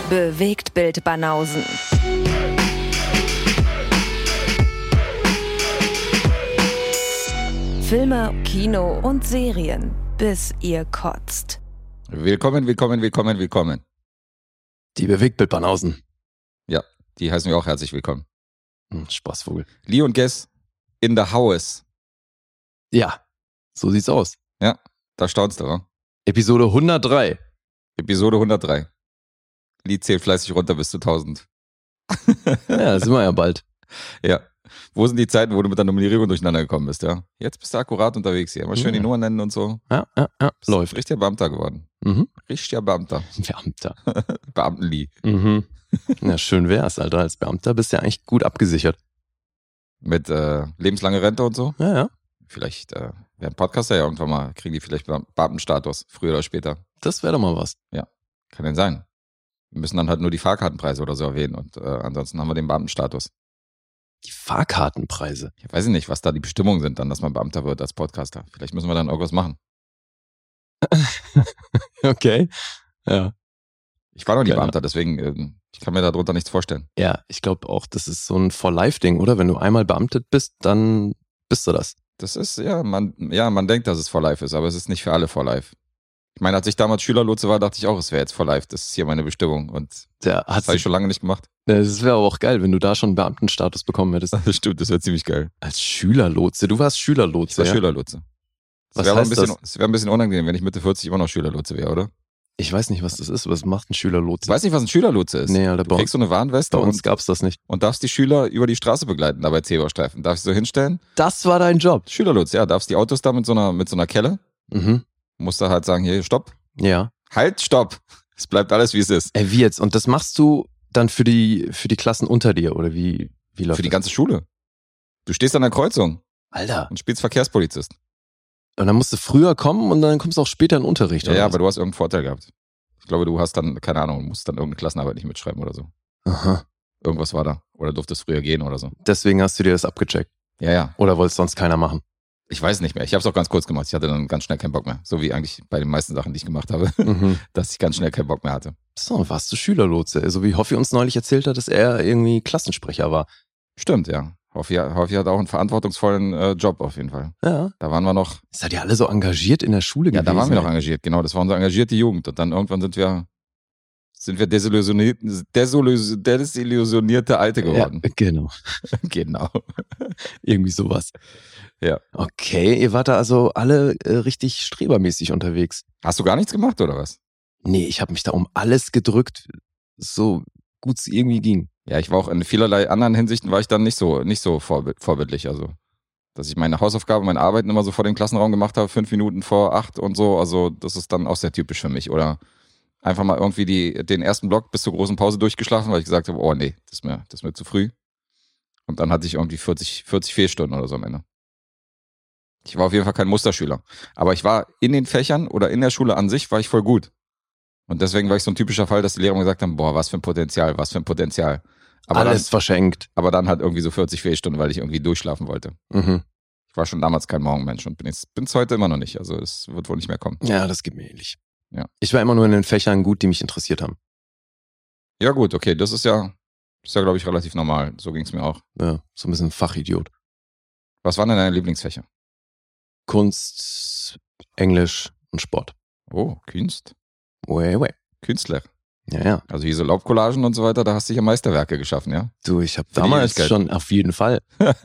Bewegtbild Banausen. Filme, Kino und Serien, bis ihr kotzt. Willkommen. Die Bewegtbild Banausen. Ja, die heißen wir auch herzlich willkommen. Spaßvogel. Lee und Guess in the house. Ja, so sieht's aus. Ja, da staunst du, wa? Episode 103. Episode 103. Lee zählt fleißig runter bis zu 1000. Ja, sind wir ja bald. Ja. Wo sind die Zeiten, wo du mit der Nummerierung durcheinander gekommen bist, ja? Jetzt bist du akkurat unterwegs hier. Immer schön die Nummern nennen und so. Ja, läuft. Richtiger Beamter geworden. Richtiger Beamter. Beamter. Beamten-Lee. Ja, schön wär's, Alter. Als Beamter bist du ja eigentlich gut abgesichert. Mit lebenslange Rente und so. Ja. Vielleicht werden Podcaster ja irgendwann mal, kriegen die vielleicht Beamtenstatus, früher oder später. Das wäre doch mal was. Ja, kann denn sein. Wir müssen dann halt nur die Fahrkartenpreise oder so erwähnen und ansonsten haben wir den Beamtenstatus. Die Fahrkartenpreise. Ich weiß nicht, was da die Bestimmungen sind, dann, dass man Beamter wird als Podcaster. Vielleicht müssen wir dann irgendwas machen. Okay. Ja. Ich war noch nie Gerne. Beamter, deswegen ich kann mir darunter nichts vorstellen. Ja, ich glaube auch, das ist so ein For-Life-Ding, oder? Wenn du einmal beamtet bist, dann bist du das. Das ist, man denkt, dass es for life ist, aber es ist nicht für alle for life. Ich meine, als ich damals Schülerlotse war, dachte ich auch, es wäre jetzt for life. Das ist hier meine Bestimmung und Das das habe ich schon lange nicht gemacht. Das wäre aber auch geil, wenn du da schon Beamtenstatus bekommen hättest. Das stimmt, das wäre ziemlich geil. Als Schülerlotse. Du warst Schülerlotse, Ich war ja? Schülerlotse. Was wäre heißt das? Es wäre ein bisschen unangenehm, wenn ich Mitte 40 immer noch Schülerlotse wäre, oder? Ich weiß nicht, was das ist. Was macht ein Schülerlotse? Du weißt nicht, was ein Schülerlotse ist? Nee, Alter, Du kriegst so eine Warnweste bei uns und gab's das nicht. darfst die Schüler über die Straße begleiten, dabei Zebrastreifen. Darfst du so hinstellen? Das war dein Job. Schülerlotse, ja, darfst die Autos da mit so einer Kelle, Mhm. musst du halt sagen, hier, stopp. Ja. Halt, stopp. Es bleibt alles, wie es ist. Wie jetzt? Und das machst du dann für die Klassen unter dir, oder wie läuft Für die das? ganze Schule. Du stehst an der Kreuzung Alter. und spielst Verkehrspolizist. Und dann musst du früher kommen und dann kommst du auch später in den Unterricht, Ja, oder ja, was? aber du hast irgendeinen Vorteil gehabt. Ich glaube, du hast dann, keine Ahnung, musst dann irgendeine Klassenarbeit nicht mitschreiben oder so. Aha. Irgendwas war da. Oder durftest früher gehen oder so. Deswegen hast du dir das abgecheckt. Ja. Oder wollte es sonst keiner machen? Ich weiß nicht mehr. Ich habe es auch ganz kurz gemacht. Ich hatte dann ganz schnell keinen Bock mehr. So wie eigentlich bei den meisten Sachen, die ich gemacht habe, Mhm. dass ich ganz schnell keinen Bock mehr hatte. So, warst du Schülerlotse. So wie Hoffi uns neulich erzählt hat, dass er irgendwie Klassensprecher war. Stimmt, ja. Hoffi hat auch einen verantwortungsvollen Job auf jeden Fall. Ja. Da waren wir noch, Seid ihr alle so engagiert in der Schule ja, gewesen? da waren wir noch ey? engagiert. Genau, das war unsere engagierte Jugend. Und dann irgendwann sind wir desillusionierte Alte geworden. Ja, genau. Genau. Irgendwie sowas. Ja. Okay, ihr wart da also alle richtig strebermäßig unterwegs. Hast du gar nichts gemacht oder was? Nee, ich habe mich da um alles gedrückt, so gut es irgendwie ging. Ja, ich war auch in vielerlei anderen Hinsichten war ich dann nicht so vorbildlich. Also, dass ich meine Hausaufgaben, meine Arbeiten immer so vor dem Klassenraum gemacht habe, 5 Minuten vor 8 und so. Also, das ist dann auch sehr typisch für mich. Oder einfach mal irgendwie den ersten Block bis zur großen Pause durchgeschlafen, weil ich gesagt habe, oh nee, das ist mir zu früh. Und dann hatte ich irgendwie 40 Fehlstunden oder so am Ende. Ich war auf jeden Fall kein Musterschüler. Aber ich war in den Fächern oder in der Schule an sich war ich voll gut. Und deswegen war ich so ein typischer Fall, dass die Lehrer mir gesagt haben, boah, was für ein Potenzial. Aber Alles verschenkt. aber dann halt irgendwie so 40 Fehlstunden, weil ich irgendwie durchschlafen wollte. Mhm. Ich war schon damals kein Morgenmensch und bin's heute immer noch nicht. Also es wird wohl nicht mehr kommen. Ja, das geht mir ähnlich. Ja. Ich war immer nur in den Fächern gut, die mich interessiert haben. Ja gut, okay, das ist ja glaube ich, relativ normal. So ging's mir auch. Ja, so ein bisschen Fachidiot. Was waren denn deine Lieblingsfächer? Kunst, Englisch und Sport. Oh, Kunst. Way. Künstler. Ja. Also hier so Laubcollagen und so weiter, da hast du ja Meisterwerke geschaffen, ja? Du, ich habe Für die damals Ewigkeit. schon auf jeden Fall.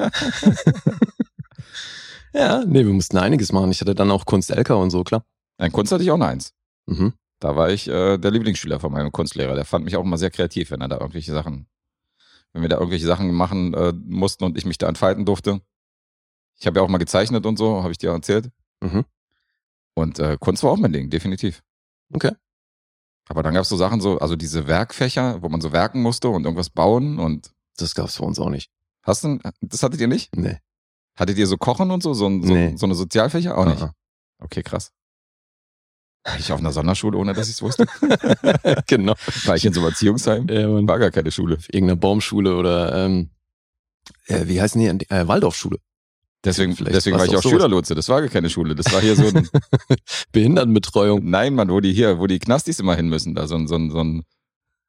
Ja, nee, wir mussten einiges machen. Ich hatte dann auch Kunst-LK und so, klar. In Kunst hatte ich auch eine 1. Mhm. Da war ich der Lieblingsschüler von meinem Kunstlehrer. Der fand mich auch immer sehr kreativ, wenn wir da irgendwelche Sachen machen mussten und ich mich da entfalten durfte. Ich habe ja auch mal gezeichnet und so, habe ich dir erzählt. Mhm. Und Kunst war auch mein Ding, definitiv. Okay. Aber dann gab es so Sachen also diese Werkfächer, wo man so werken musste und irgendwas bauen und Das gab's für uns auch nicht. das hattet ihr nicht? Nee. Hattet ihr so Kochen und so Nee. eine Sozialfächer? Auch nicht. Ah, Okay, krass. War ich auf einer Sonderschule, ohne dass ich es wusste? Genau. War ich in so einem Erziehungsheim? Ja, man. War gar keine Schule. Auf irgendeiner Baumschule oder wie heißen die? Waldorfschule. Deswegen Vielleicht war war's ich auch auch sowas. Schülerlotse. Das war gar keine Schule. Das war hier so ein, Behindertenbetreuung. nein, Mann, wo die Knastis immer hin müssen. Da so ein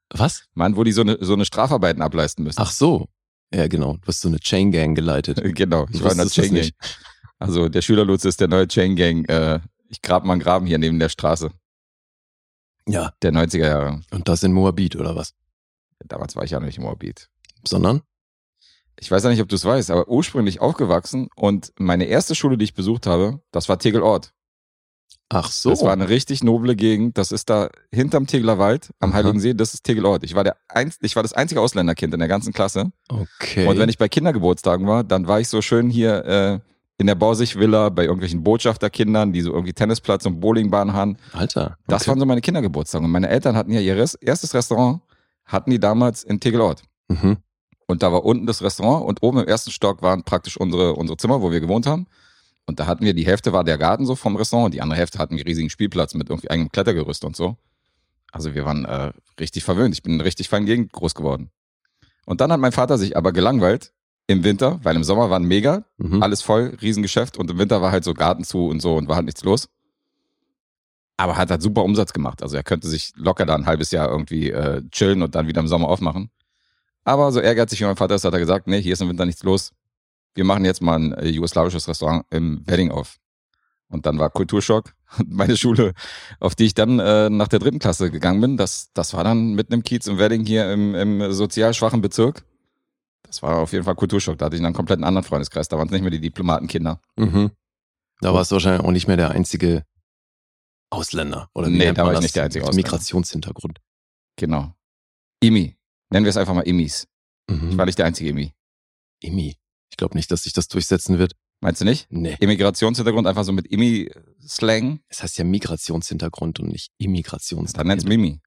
Was? Mann, wo die so eine Strafarbeiten ableisten müssen. Ach so. Ja, genau. Du hast so eine Chain Gang geleitet. Genau, ich war in der Wusstest du das Chain Gang. nicht? Also der Schülerlotse ist der neue Chain Gang. Ich grab mal einen Graben hier neben der Straße. Ja. Der 90er Jahre. Und das in Moabit, oder was? Damals war ich ja noch nicht im Moabit. Sondern? Ich weiß ja nicht, ob du es weißt, aber ursprünglich aufgewachsen und meine erste Schule, die ich besucht habe, das war Tegelort. Ach so. Das war eine richtig noble Gegend. Das ist da hinterm Tegeler Wald am Aha. Heiligen See. Das ist Tegelort. Ich war das einzige Ausländerkind in der ganzen Klasse. Okay. Und wenn ich bei Kindergeburtstagen war, dann war ich so schön hier in der Borsigvilla bei irgendwelchen Botschafterkindern, die so irgendwie Tennisplatz und Bowlingbahn haben. Alter. Okay. Das waren so meine Kindergeburtstage. Und meine Eltern hatten ja ihr erstes Restaurant, hatten die damals in Tegelort. Mhm. Und da war unten das Restaurant und oben im ersten Stock waren praktisch unsere Zimmer, wo wir gewohnt haben. Und da hatten wir, die Hälfte war der Garten so vom Restaurant und die andere Hälfte hatten einen riesigen Spielplatz mit irgendwie eigenem Klettergerüst und so. Also wir waren richtig verwöhnt. Ich bin in einer richtig feinen Gegend groß geworden. Und dann hat mein Vater sich aber gelangweilt im Winter, weil im Sommer waren mega, alles voll, Riesengeschäft und im Winter war halt so Garten zu und so und war halt nichts los. Aber hat halt super Umsatz gemacht. Also er könnte sich locker da ein halbes Jahr irgendwie chillen und dann wieder im Sommer aufmachen. Aber so ehrgeizig wie mein Vater ist, hat er gesagt, nee, hier ist im Winter nichts los. Wir machen jetzt mal ein jugoslawisches Restaurant im Wedding auf. Und dann war Kulturschock. Und meine Schule, auf die ich dann nach der 3. Klasse gegangen bin, das war dann mitten im Kiez im Wedding hier im sozial schwachen Bezirk. Das war auf jeden Fall Kulturschock. Da hatte ich dann einen komplett anderen Freundeskreis. Da waren es nicht mehr die Diplomatenkinder. Mhm. Da warst du wahrscheinlich auch nicht mehr der einzige Ausländer. Oder wie Nee, nennt da man war ich das? nicht der einzige Mit Ausländer. Migrationshintergrund. Genau. Imi. Nennen wir es einfach mal Imis. Ich Mhm. war nicht der einzige Imi. Imi. Ich glaube nicht, dass sich das durchsetzen wird. Meinst du nicht? Nee. Immigrationshintergrund einfach so mit Imi-Slang? Es heißt ja Migrationshintergrund und nicht Immigrationshintergrund. Dann nenn's Mimi.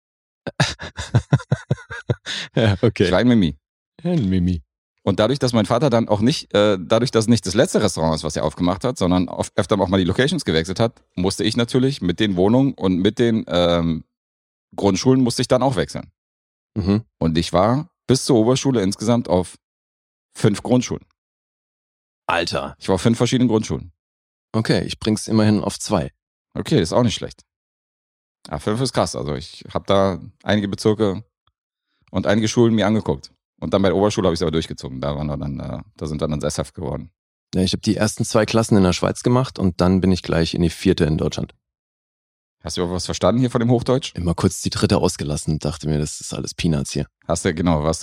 Ja, okay. Klein Mimi. Ein Mimi. Und dadurch, dass mein Vater dann auch nicht, dadurch, dass es nicht das letzte Restaurant ist, was er aufgemacht hat, sondern öfter auch mal die Locations gewechselt hat, musste ich natürlich mit den Wohnungen und mit den Grundschulen musste ich dann auch wechseln. Mhm. Und ich war bis zur Oberschule insgesamt auf 5 Grundschulen. Alter. Ich war auf 5 verschiedenen Grundschulen. Okay, ich bring's immerhin auf 2. Okay, ist auch nicht schlecht. Ja, 5 ist krass. Also ich habe da einige Bezirke und einige Schulen mir angeguckt. Und dann bei der Oberschule habe ich es aber durchgezogen. Da sind wir dann sesshaft geworden. Ja, ich habe die ersten 2 Klassen in der Schweiz gemacht und dann bin ich gleich in die 4. in Deutschland. Hast du überhaupt was verstanden hier von dem Hochdeutsch? Immer kurz die 3. ausgelassen und dachte mir, das ist alles Peanuts hier. Hast du, genau, warst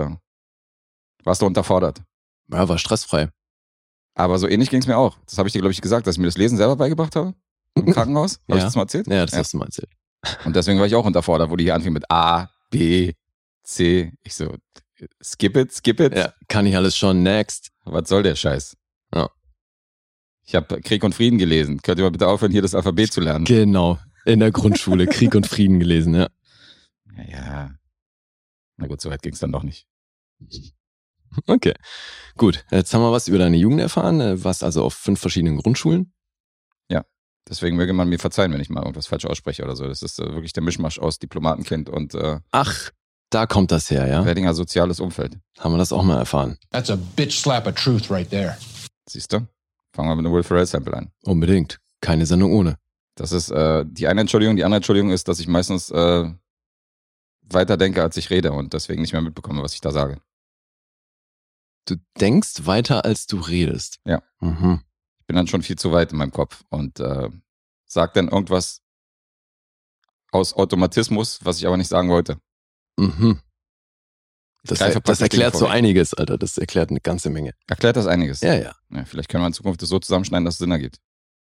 du unterfordert. Ja, war stressfrei. Aber so ähnlich ging es mir auch. Das habe ich dir, glaube ich, gesagt, dass ich mir das Lesen selber beigebracht habe. Im Krankenhaus. Habe ich das mal erzählt? Ja, das hast du mal erzählt. Und deswegen war ich auch unterfordert, wo die hier anfing mit A, B, C. Ich so, skip it. Ja, kann ich alles schon. Next. Was soll der Scheiß? Ja. Ich habe Krieg und Frieden gelesen. Könnt ihr mal bitte aufhören, hier das Alphabet zu lernen? Genau. In der Grundschule Krieg und Frieden gelesen, ja. Ja. Na gut, so weit ging es dann doch nicht. Okay. Gut. Jetzt haben wir was über deine Jugend erfahren. Warst also auf 5 verschiedenen Grundschulen. Deswegen möge man mir verzeihen, wenn ich mal irgendwas falsch ausspreche oder so. Das ist wirklich der Mischmasch aus Diplomatenkind und Ach, da kommt das her, ja? Weddinger soziales Umfeld. Haben wir das auch mal erfahren. That's a bitch slap of truth right there. Siehst du? Fangen wir mit einem Will Ferrell-Sample an. Unbedingt. Keine Sendung ohne. Das ist die eine Entschuldigung. Die andere Entschuldigung ist, dass ich meistens weiter denke, als ich rede und deswegen nicht mehr mitbekomme, was ich da sage. Du denkst weiter, als du redest. Ja. Mhm. Ich bin dann schon viel zu weit in meinem Kopf und sag dann irgendwas aus Automatismus, was ich aber nicht sagen wollte. Mhm. Das greife praktisch erklärt Dinge so vorweg. einiges, Alter. Das erklärt eine ganze Menge. Erklärt das einiges. Ja, ja. Ja, vielleicht können wir in Zukunft das so zusammenschneiden, dass es Sinn ergibt.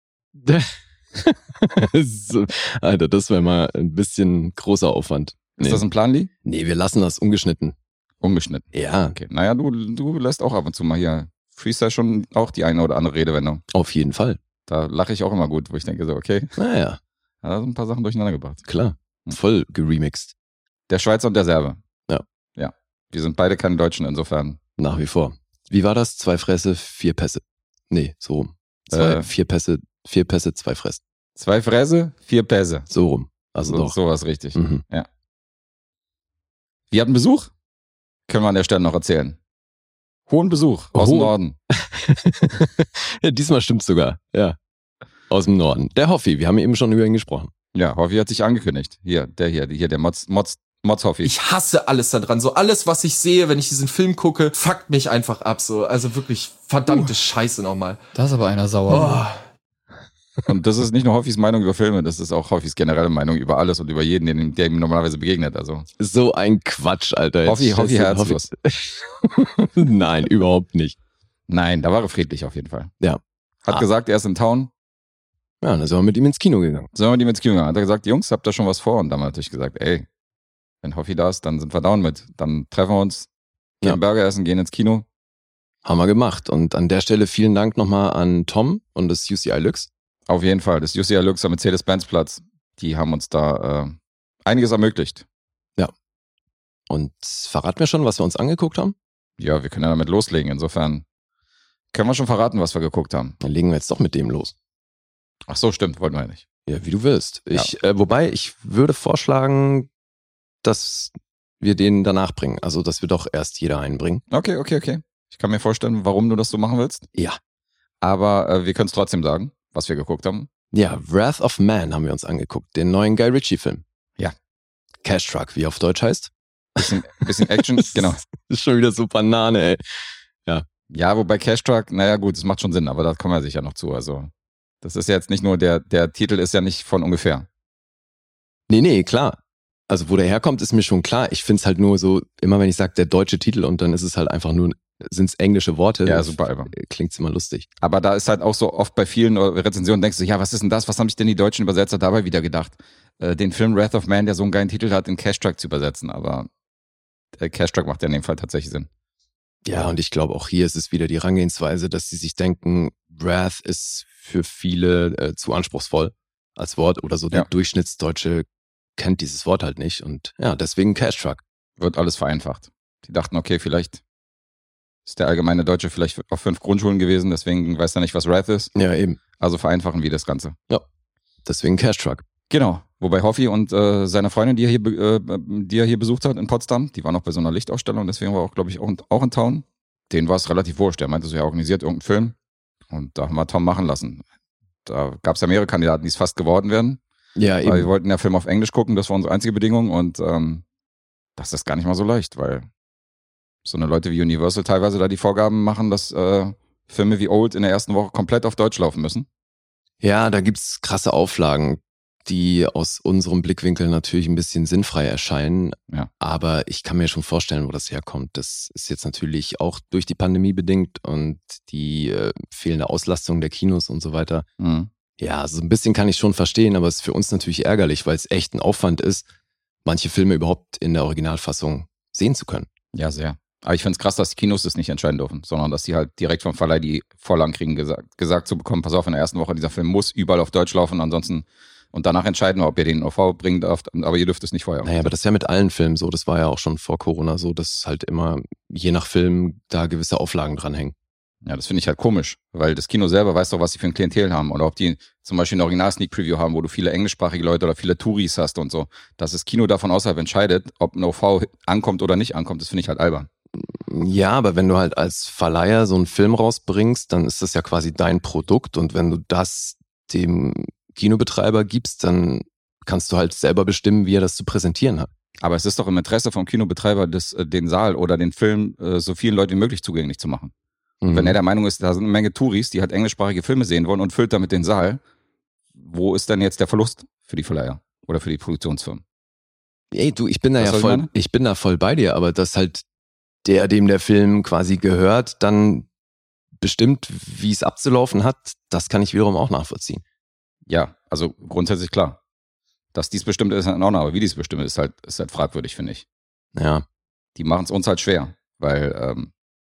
So, Alter, das wäre mal ein bisschen großer Aufwand. Ist das ein Plan, Lee? Nee, wir lassen das ungeschnitten. Ungeschnitten. Ja, Okay. Naja, du lässt auch ab und zu mal hier Freestyle schon auch die eine oder andere Redewendung. auf jeden Fall. Da lache ich auch immer gut, wo ich denke so, okay, Naja, da sind ein paar Sachen durcheinander gebracht. klar. Voll geremixed. Der Schweizer und der Serbe. Ja. Ja. Wir sind beide keine Deutschen, insofern. Nach wie vor. Wie war das? 2 Fresse, 4 Pässe. Nee, so rum. 4 Pässe, 2 Fressen. 2 Fräse, 4 Pässe. So rum. Also doch. Sowas richtig. Mhm. Wir hatten Besuch. Können wir an der Stelle noch erzählen. Hohen Besuch aus dem Oh. Norden. Ja, diesmal stimmt's sogar. Ja. Aus dem Norden. Der Hoffi, wir haben eben schon über ihn gesprochen. Ja, Hoffi hat sich angekündigt. Der Mods Hoffi. Ich hasse alles da dran. So alles, was ich sehe, wenn ich diesen Film gucke, fuckt mich einfach ab. So, also wirklich verdammte Scheiße nochmal. Da ist aber einer sauer. Und das ist nicht nur Hoffis Meinung über Filme, das ist auch Hoffis generelle Meinung über alles und über jeden, der ihm normalerweise begegnet. Also So ein Quatsch, Alter. Hoffi herzlos. Nein, überhaupt nicht. Nein, da war er friedlich auf jeden Fall. Ja. Hat gesagt, er ist in Town. Ja, dann sind wir mit ihm ins Kino gegangen. Sollen wir die mit ins Kino gegangen? Hat er gesagt, Jungs, habt ihr schon was vor? Und dann hat er natürlich gesagt, ey, wenn Hoffi da ist, dann sind wir down mit. Dann treffen wir uns, gehen Burger essen, gehen ins Kino. Haben wir gemacht. Und an der Stelle vielen Dank nochmal an Tom und das UCI Lux. Auf jeden Fall. Das UCI Lux am Mercedes-Benz-Platz, die haben uns da einiges ermöglicht. Ja. Und verraten wir schon, was wir uns angeguckt haben? Ja, wir können ja damit loslegen. Insofern können wir schon verraten, was wir geguckt haben. Dann legen wir jetzt doch mit dem los. Ach so, stimmt, wollten wir ja nicht. Ja, wie du willst. Wobei, ich würde vorschlagen, dass wir den danach bringen. Also, dass wir doch erst jeder einen bringen. Okay. Ich kann mir vorstellen, warum du das so machen willst. Ja. Aber wir können es trotzdem sagen, was wir geguckt haben. Ja, Wrath of Man haben wir uns angeguckt. Den neuen Guy Ritchie-Film. Ja. Cash Truck, wie er auf Deutsch heißt. Bisschen Action, genau. Das ist schon wieder so Banane, ey. Ja, wobei Cash Truck, naja gut, das macht schon Sinn, aber da kommen wir sicher noch zu. Also, das ist ja jetzt nicht nur, der Titel ist ja nicht von ungefähr. Nee, klar. Also, wo der herkommt, ist mir schon klar. Ich find's halt nur so, immer wenn ich sage, der deutsche Titel und dann ist es halt einfach nur, sind's englische Worte. Ja, super albern. Klingt's immer lustig. Aber da ist halt auch so oft bei vielen Rezensionen, denkst du, ja, was ist denn das? Was haben sich denn die deutschen Übersetzer dabei wieder gedacht? Den Film Wrath of Man, der so einen geilen Titel hat, in Cash Truck zu übersetzen. Aber Cash Truck macht ja in dem Fall tatsächlich Sinn. Ja, und ich glaube, auch hier ist es wieder die Herangehensweise, dass sie sich denken, Wrath ist für viele zu anspruchsvoll als Wort oder so. Der Durchschnittsdeutsche kennt dieses Wort halt nicht. Und ja, deswegen Cash Truck. Wird alles vereinfacht. Die dachten, okay, vielleicht ist der allgemeine Deutsche vielleicht auf 5 Grundschulen gewesen, deswegen weiß er nicht, was Wrath ist. Ja, eben. Also vereinfachen wir das Ganze. Ja, deswegen Cash Truck. Genau. Wobei Hoffi und seine Freundin, die er hier besucht hat in Potsdam, die war noch bei so einer Lichtausstellung, deswegen war er auch, glaube ich, auch in Town. Denen war es relativ wurscht. Der meinte so, er organisiert irgendeinen Film. Und da haben wir Tom machen lassen. Da gab es ja mehrere Kandidaten, die es fast geworden wären. Ja, eben. Aber wir wollten ja Film auf Englisch gucken, das war unsere einzige Bedingung. Und das ist gar nicht mal so leicht, weil so eine Leute wie Universal teilweise da die Vorgaben machen, dass Filme wie Old in der ersten Woche komplett auf Deutsch laufen müssen. Ja, da gibt's krasse Auflagen, die aus unserem Blickwinkel natürlich ein bisschen sinnfrei erscheinen. Ja. Aber ich kann mir schon vorstellen, wo das herkommt. Das ist jetzt natürlich auch durch die Pandemie bedingt und die fehlende Auslastung der Kinos und so weiter. Mhm. Ja, also ein bisschen kann ich schon verstehen, aber es ist für uns natürlich ärgerlich, weil es echt ein Aufwand ist, manche Filme überhaupt in der Originalfassung sehen zu können. Ja, sehr. Aber ich finde es krass, dass die Kinos das nicht entscheiden dürfen, sondern dass die halt direkt vom Verleih die Vorlagen kriegen, gesagt zu bekommen, pass auf, in der ersten Woche, dieser Film muss überall auf Deutsch laufen, ansonsten und danach entscheiden wir, ob ihr den OV bringen dürft, aber ihr dürft es nicht vorher. Naja, aber das ist ja mit allen Filmen so, das war ja auch schon vor Corona so, dass halt immer, je nach Film, da gewisse Auflagen dranhängen. Ja, das finde ich halt komisch, weil das Kino selber weiß doch, was sie für ein Klientel haben oder ob die zum Beispiel eine Original-Sneak-Preview haben, wo du viele englischsprachige Leute oder viele Touris hast und so. Dass das Kino davon außerhalb entscheidet, ob ein OV ankommt oder nicht ankommt, das finde ich halt albern. Ja, aber wenn du halt als Verleiher so einen Film rausbringst, dann ist das ja quasi dein Produkt und wenn du das dem Kinobetreiber gibst, dann kannst du halt selber bestimmen, wie er das zu präsentieren hat. Aber es ist doch im Interesse vom Kinobetreiber, den Saal oder den Film so vielen Leuten wie möglich zugänglich zu machen. Und wenn er der Meinung ist, da sind eine Menge Touris, die halt englischsprachige Filme sehen wollen und füllt damit den Saal, wo ist denn jetzt der Verlust für die Verleiher oder für die Produktionsfirmen? Ey, du, ich bin da voll bei dir, aber dass halt dem der Film quasi gehört, dann bestimmt, wie es abzulaufen hat, das kann ich wiederum auch nachvollziehen. Ja, also grundsätzlich klar. Dass dies bestimmt ist, in Ordnung, aber wie dies bestimmt ist halt fragwürdig, finde ich. Ja. Die machen es uns halt schwer, weil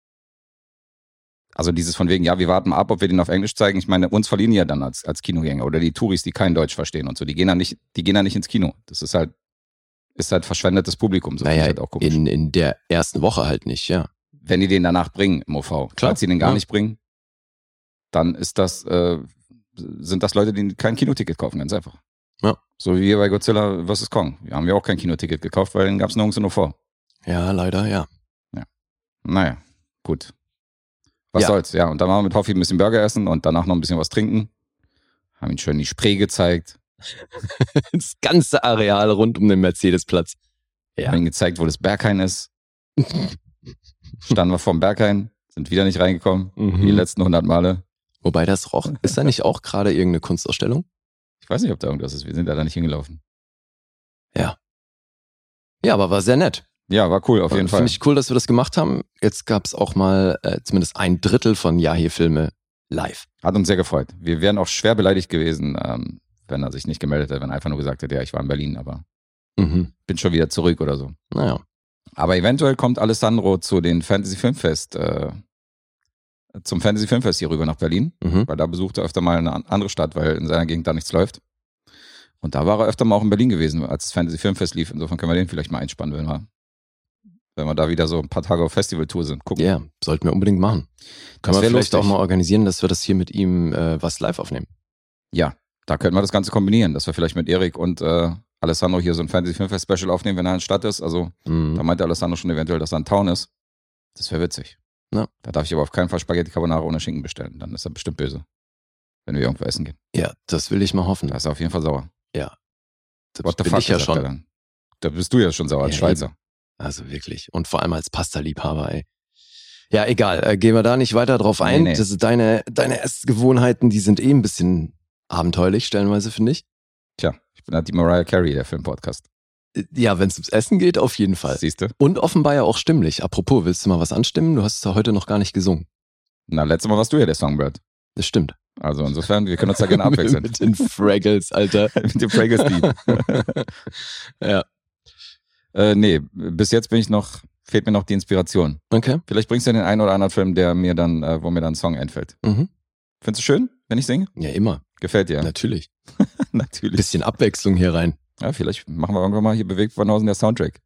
also dieses von wegen, ja, wir warten ab, ob wir den auf Englisch zeigen. Ich meine, uns verlieren ja dann als Kinogänger oder die Touris, die kein Deutsch verstehen und so. Die gehen dann nicht ins Kino. Das ist halt verschwendetes Publikum. So naja, halt auch komisch. In der ersten Woche halt nicht, ja. Wenn die den danach bringen im OV. Klar, falls sie den gar nicht bringen, dann ist sind das Leute, die kein Kinoticket kaufen, ganz einfach. Ja. So wie wir bei Godzilla vs. Kong. Wir haben ja auch kein Kinoticket gekauft, weil den gab es nirgends in OV. Ja, leider, ja. Naja, gut. Was soll's, ja. Und dann waren wir mit Hoffi ein bisschen Burger essen und danach noch ein bisschen was trinken. Haben ihm schön die Spree gezeigt. Das ganze Areal rund um den Mercedes-Platz. Ja. Haben ihnen gezeigt, wo das Berghain ist. Standen wir vorm Berghain, sind wieder nicht reingekommen, wie die letzten 100 Male. Wobei das Roch, ist da nicht auch gerade irgendeine Kunstausstellung? Ich weiß nicht, ob da irgendwas ist. Wir sind da nicht hingelaufen. Ja. Ja, aber war sehr nett. Ja, war cool, auf jeden Fall. Finde ich cool, dass wir das gemacht haben. Jetzt gab es auch mal zumindest 1/3 von Ja-Hier-Filme live. Hat uns sehr gefreut. Wir wären auch schwer beleidigt gewesen, wenn er sich nicht gemeldet hätte, wenn er einfach nur gesagt hätte, ja, ich war in Berlin, aber bin schon wieder zurück oder so. Naja. Aber eventuell kommt Alessandro zu den Fantasy Filmfest, zum Fantasy Filmfest hier rüber nach Berlin, weil da besucht er öfter mal eine andere Stadt, weil in seiner Gegend da nichts läuft. Und da war er öfter mal auch in Berlin gewesen, als das Fantasy Filmfest lief. Insofern können wir den vielleicht mal einspannen, wenn wir da wieder so ein paar Tage auf Festivaltour sind. Gucken. Ja, sollten wir unbedingt machen. Können wir vielleicht lustig. auch mal organisieren, dass wir das hier mit ihm was live aufnehmen. Ja, da könnten wir das Ganze kombinieren, dass wir vielleicht mit Erik und Alessandro hier so ein Fantasy Filmfest Special aufnehmen, wenn er in der Stadt ist. Also da meinte Alessandro schon eventuell, dass er in Town ist. Das wäre witzig. Ja. Da darf ich aber auf keinen Fall Spaghetti Carbonara ohne Schinken bestellen. Dann ist er bestimmt böse, wenn wir irgendwo essen gehen. Ja, das will ich mal hoffen. Da ist er auf jeden Fall sauer. Ja. Das What the bin fuck, ich ja sagt er schon. dann. Da bist du ja schon sauer als Ja, Schweizer. eben. Also wirklich. Und vor allem als Pasta-Liebhaber, ey. Ja, egal. Gehen wir da nicht weiter drauf ein. Nee. Das ist deine Essgewohnheiten, die sind ein bisschen abenteuerlich, stellenweise, finde ich. Tja, ich bin halt die Mariah Carey, der Filmpodcast. Ja, wenn es ums Essen geht, auf jeden Fall. Siehst du? Und offenbar ja auch stimmlich. Apropos, willst du mal was anstimmen? Du hast es ja heute noch gar nicht gesungen. Na, letztes Mal warst du ja der Songbird. Das stimmt. Also insofern, wir können uns da gerne abwechseln. Mit den Fraggles, Alter. Mit dem Fraggles-Lied. Ja. Nee, bis jetzt fehlt mir noch die Inspiration. Okay. Vielleicht bringst du den einen oder anderen Film, wo mir dann ein Song einfällt. Findest du schön, wenn ich singe? Ja, immer. Gefällt dir? Natürlich. Natürlich. Bisschen Abwechslung hier rein. Ja, vielleicht machen wir irgendwann mal hier Bewegt von Hausen der Soundtrack.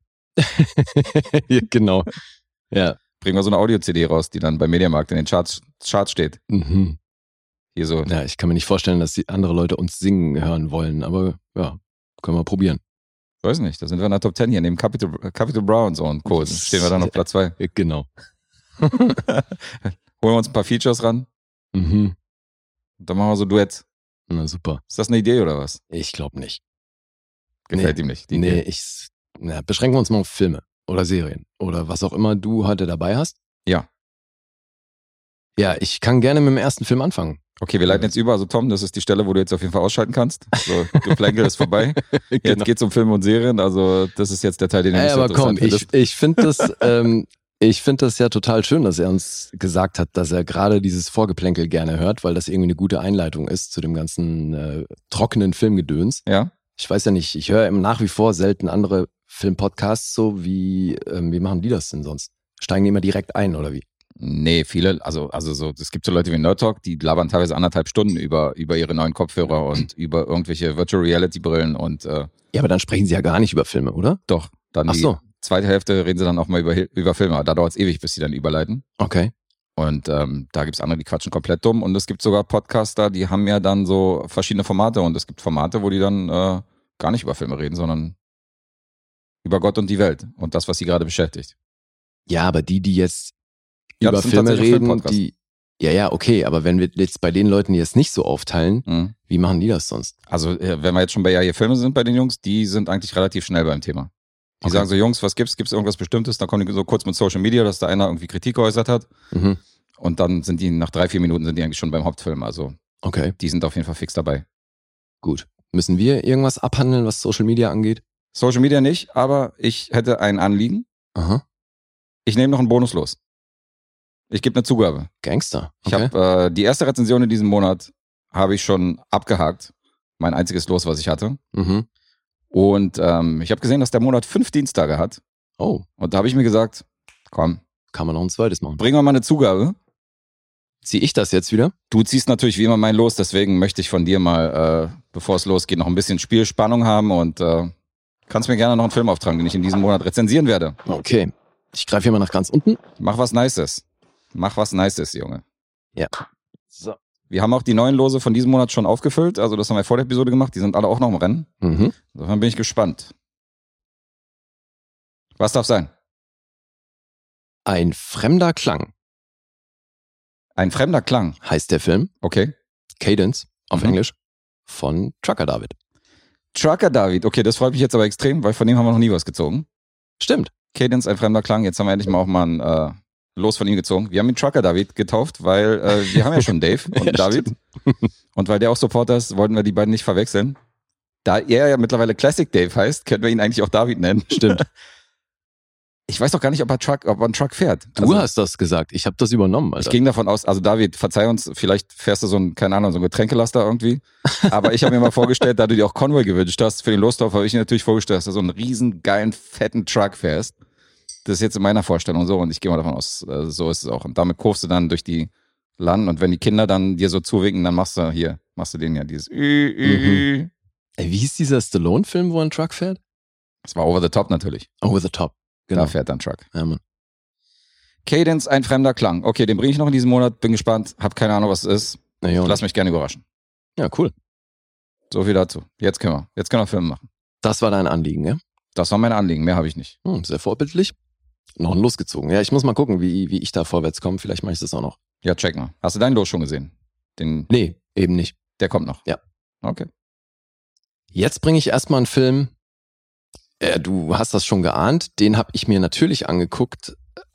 Ja, genau. Ja. Bringen wir so eine Audio-CD raus, die dann beim Mediamarkt in den Charts steht. Hier so. Ja, ich kann mir nicht vorstellen, dass die andere Leute uns singen hören wollen, aber ja, können wir probieren. Weiß nicht, da sind wir in der Top 10 hier, neben Capital Bra und so und Co. Stehen wir dann auf Platz 2. Genau. Holen wir uns ein paar Features ran. Und dann machen wir so Duett. Na super. Ist das eine Idee oder was? Ich glaube nicht. Gefällt ihm nicht. Die Idee. Beschränken wir uns mal auf Filme oder Serien oder was auch immer du heute dabei hast. Ja. Ja, ich kann gerne mit dem ersten Film anfangen. Okay, wir leiten jetzt über. Also Tom, das ist die Stelle, wo du jetzt auf jeden Fall ausschalten kannst. So, Geplänkel ist vorbei. Jetzt Genau. geht's um Filme und Serien. Also das ist jetzt der Teil, den du nicht so Aber komm, interessant findest. ich finde das, ich finde das ja total schön, dass er uns gesagt hat, dass er gerade dieses Vorgeplänkel gerne hört, weil das irgendwie eine gute Einleitung ist zu dem ganzen trockenen Filmgedöns. Ja? Ich weiß ja nicht, ich höre nach wie vor selten andere Filmpodcasts so, wie machen die das denn sonst? Steigen die immer direkt ein oder wie? Nee, viele, also so, es gibt so Leute wie Nerd Talk, die labern teilweise 1,5 Stunden über ihre neuen Kopfhörer und über irgendwelche Virtual Reality Brillen und Ja, aber dann sprechen sie ja gar nicht über Filme, oder? doch, dann Ach die so. zweite Hälfte reden sie dann auch mal über Filme. Da dauert es ewig, bis sie dann überleiten. Okay. Und da gibt's andere, die quatschen komplett dumm. Und es gibt sogar Podcaster, die haben ja dann so verschiedene Formate. Und es gibt Formate, wo die dann gar nicht über Filme reden, sondern über Gott und die Welt und das, was sie gerade beschäftigt. Ja, aber die jetzt Ja, über das sind Filme tatsächlich reden, Filmpodcasts. die... Ja, okay, aber wenn wir jetzt bei den Leuten, die es nicht so aufteilen, Mhm. wie machen die das sonst? Also wenn wir jetzt schon bei Ja, hier Filme sind bei den Jungs, die sind eigentlich relativ schnell beim Thema. Die Okay. sagen so, Jungs, was gibt's? Gibt's irgendwas Bestimmtes? Dann kommen die so kurz mit Social Media, dass da einer irgendwie Kritik geäußert hat. Und dann sind die nach 3-4 Minuten sind die eigentlich schon beim Hauptfilm. Also Okay, die sind auf jeden Fall fix dabei. gut. Müssen wir irgendwas abhandeln, was Social Media angeht? Social Media nicht, aber ich hätte ein Anliegen. Aha, Ich nehme noch einen Bonus los. Ich gebe eine Zugabe. Gangster. Ich Okay. habe die erste Rezension in diesem Monat habe ich schon abgehakt. Mein einziges Los, was ich hatte. Und ich habe gesehen, dass der Monat 5 Dienstage hat. Oh, Und da habe ich mir gesagt, komm, kann man noch ein zweites machen. bring mal eine Zugabe. Zieh ich das jetzt wieder? Du ziehst natürlich wie immer mein Los, deswegen möchte ich von dir mal, bevor es losgeht, noch ein bisschen Spielspannung haben und kannst mir gerne noch einen Film auftragen, den ich in diesem Monat rezensieren werde. Okay. Ich greife hier mal nach ganz unten. Mach was Nices. Mach was Nices, Junge. Ja. So. Wir haben auch die neuen Lose von diesem Monat schon aufgefüllt, also das haben wir vor der Episode gemacht, die sind alle auch noch im Rennen. Insofern bin ich gespannt. Was darf sein? Ein fremder Klang Ein fremder Klang. heißt der Film. Okay. Cadence auf Mhm. Englisch von Trucker David. Trucker David. Okay, das freut mich jetzt aber extrem, weil von dem haben wir noch nie was gezogen. Stimmt. Cadence, ein fremder Klang. Jetzt haben wir endlich mal auch mal ein Los von ihm gezogen. Wir haben ihn Trucker David getauft, weil wir haben ja schon Dave und Ja, David. Und weil der auch Supporter ist, wollten wir die beiden nicht verwechseln. Da er ja mittlerweile Classic Dave heißt, können wir ihn eigentlich auch David nennen. Stimmt. Ich weiß doch gar nicht, ob er einen Truck fährt. Du hast das gesagt. Ich habe das übernommen, Alter. Ich ging davon aus, also David, verzeih uns, vielleicht fährst du so ein, keine Ahnung, so ein Getränkelaster irgendwie. Aber ich habe mir mal vorgestellt, da du dir auch Convoy gewünscht hast für den Losdorf, habe ich mir natürlich vorgestellt, dass du so einen riesen geilen, fetten Truck fährst. Das ist jetzt in meiner Vorstellung so und ich gehe mal davon aus, so ist es auch. Und damit kurvst du dann durch die Land und wenn die Kinder dann dir so zuwinken, dann machst du denen ja dieses Ey, wie hieß dieser Stallone-Film, wo ein Truck fährt? Das war Over the Top natürlich. Over the Top. Genau. Da fährt dann Truck. Ja, Mann. Cadence, ein fremder Klang. Okay, den bringe ich noch in diesem Monat. Bin gespannt. Hab keine Ahnung, was es ist. Na, ja, Lass mich gerne überraschen. Ja, cool. So viel dazu. Jetzt können wir Filme machen. Das war dein Anliegen, ja? Das war mein Anliegen. Mehr habe ich nicht. Sehr vorbildlich. Noch ein losgezogen. Ja, ich muss mal gucken, wie ich da vorwärts komme. Vielleicht mache ich das auch noch. Ja, check mal. Hast du deinen Los schon gesehen? Nee, eben nicht. Der kommt noch. Ja. Okay. Jetzt bringe ich erstmal einen Film. Du hast das schon geahnt. Den habe ich mir natürlich angeguckt,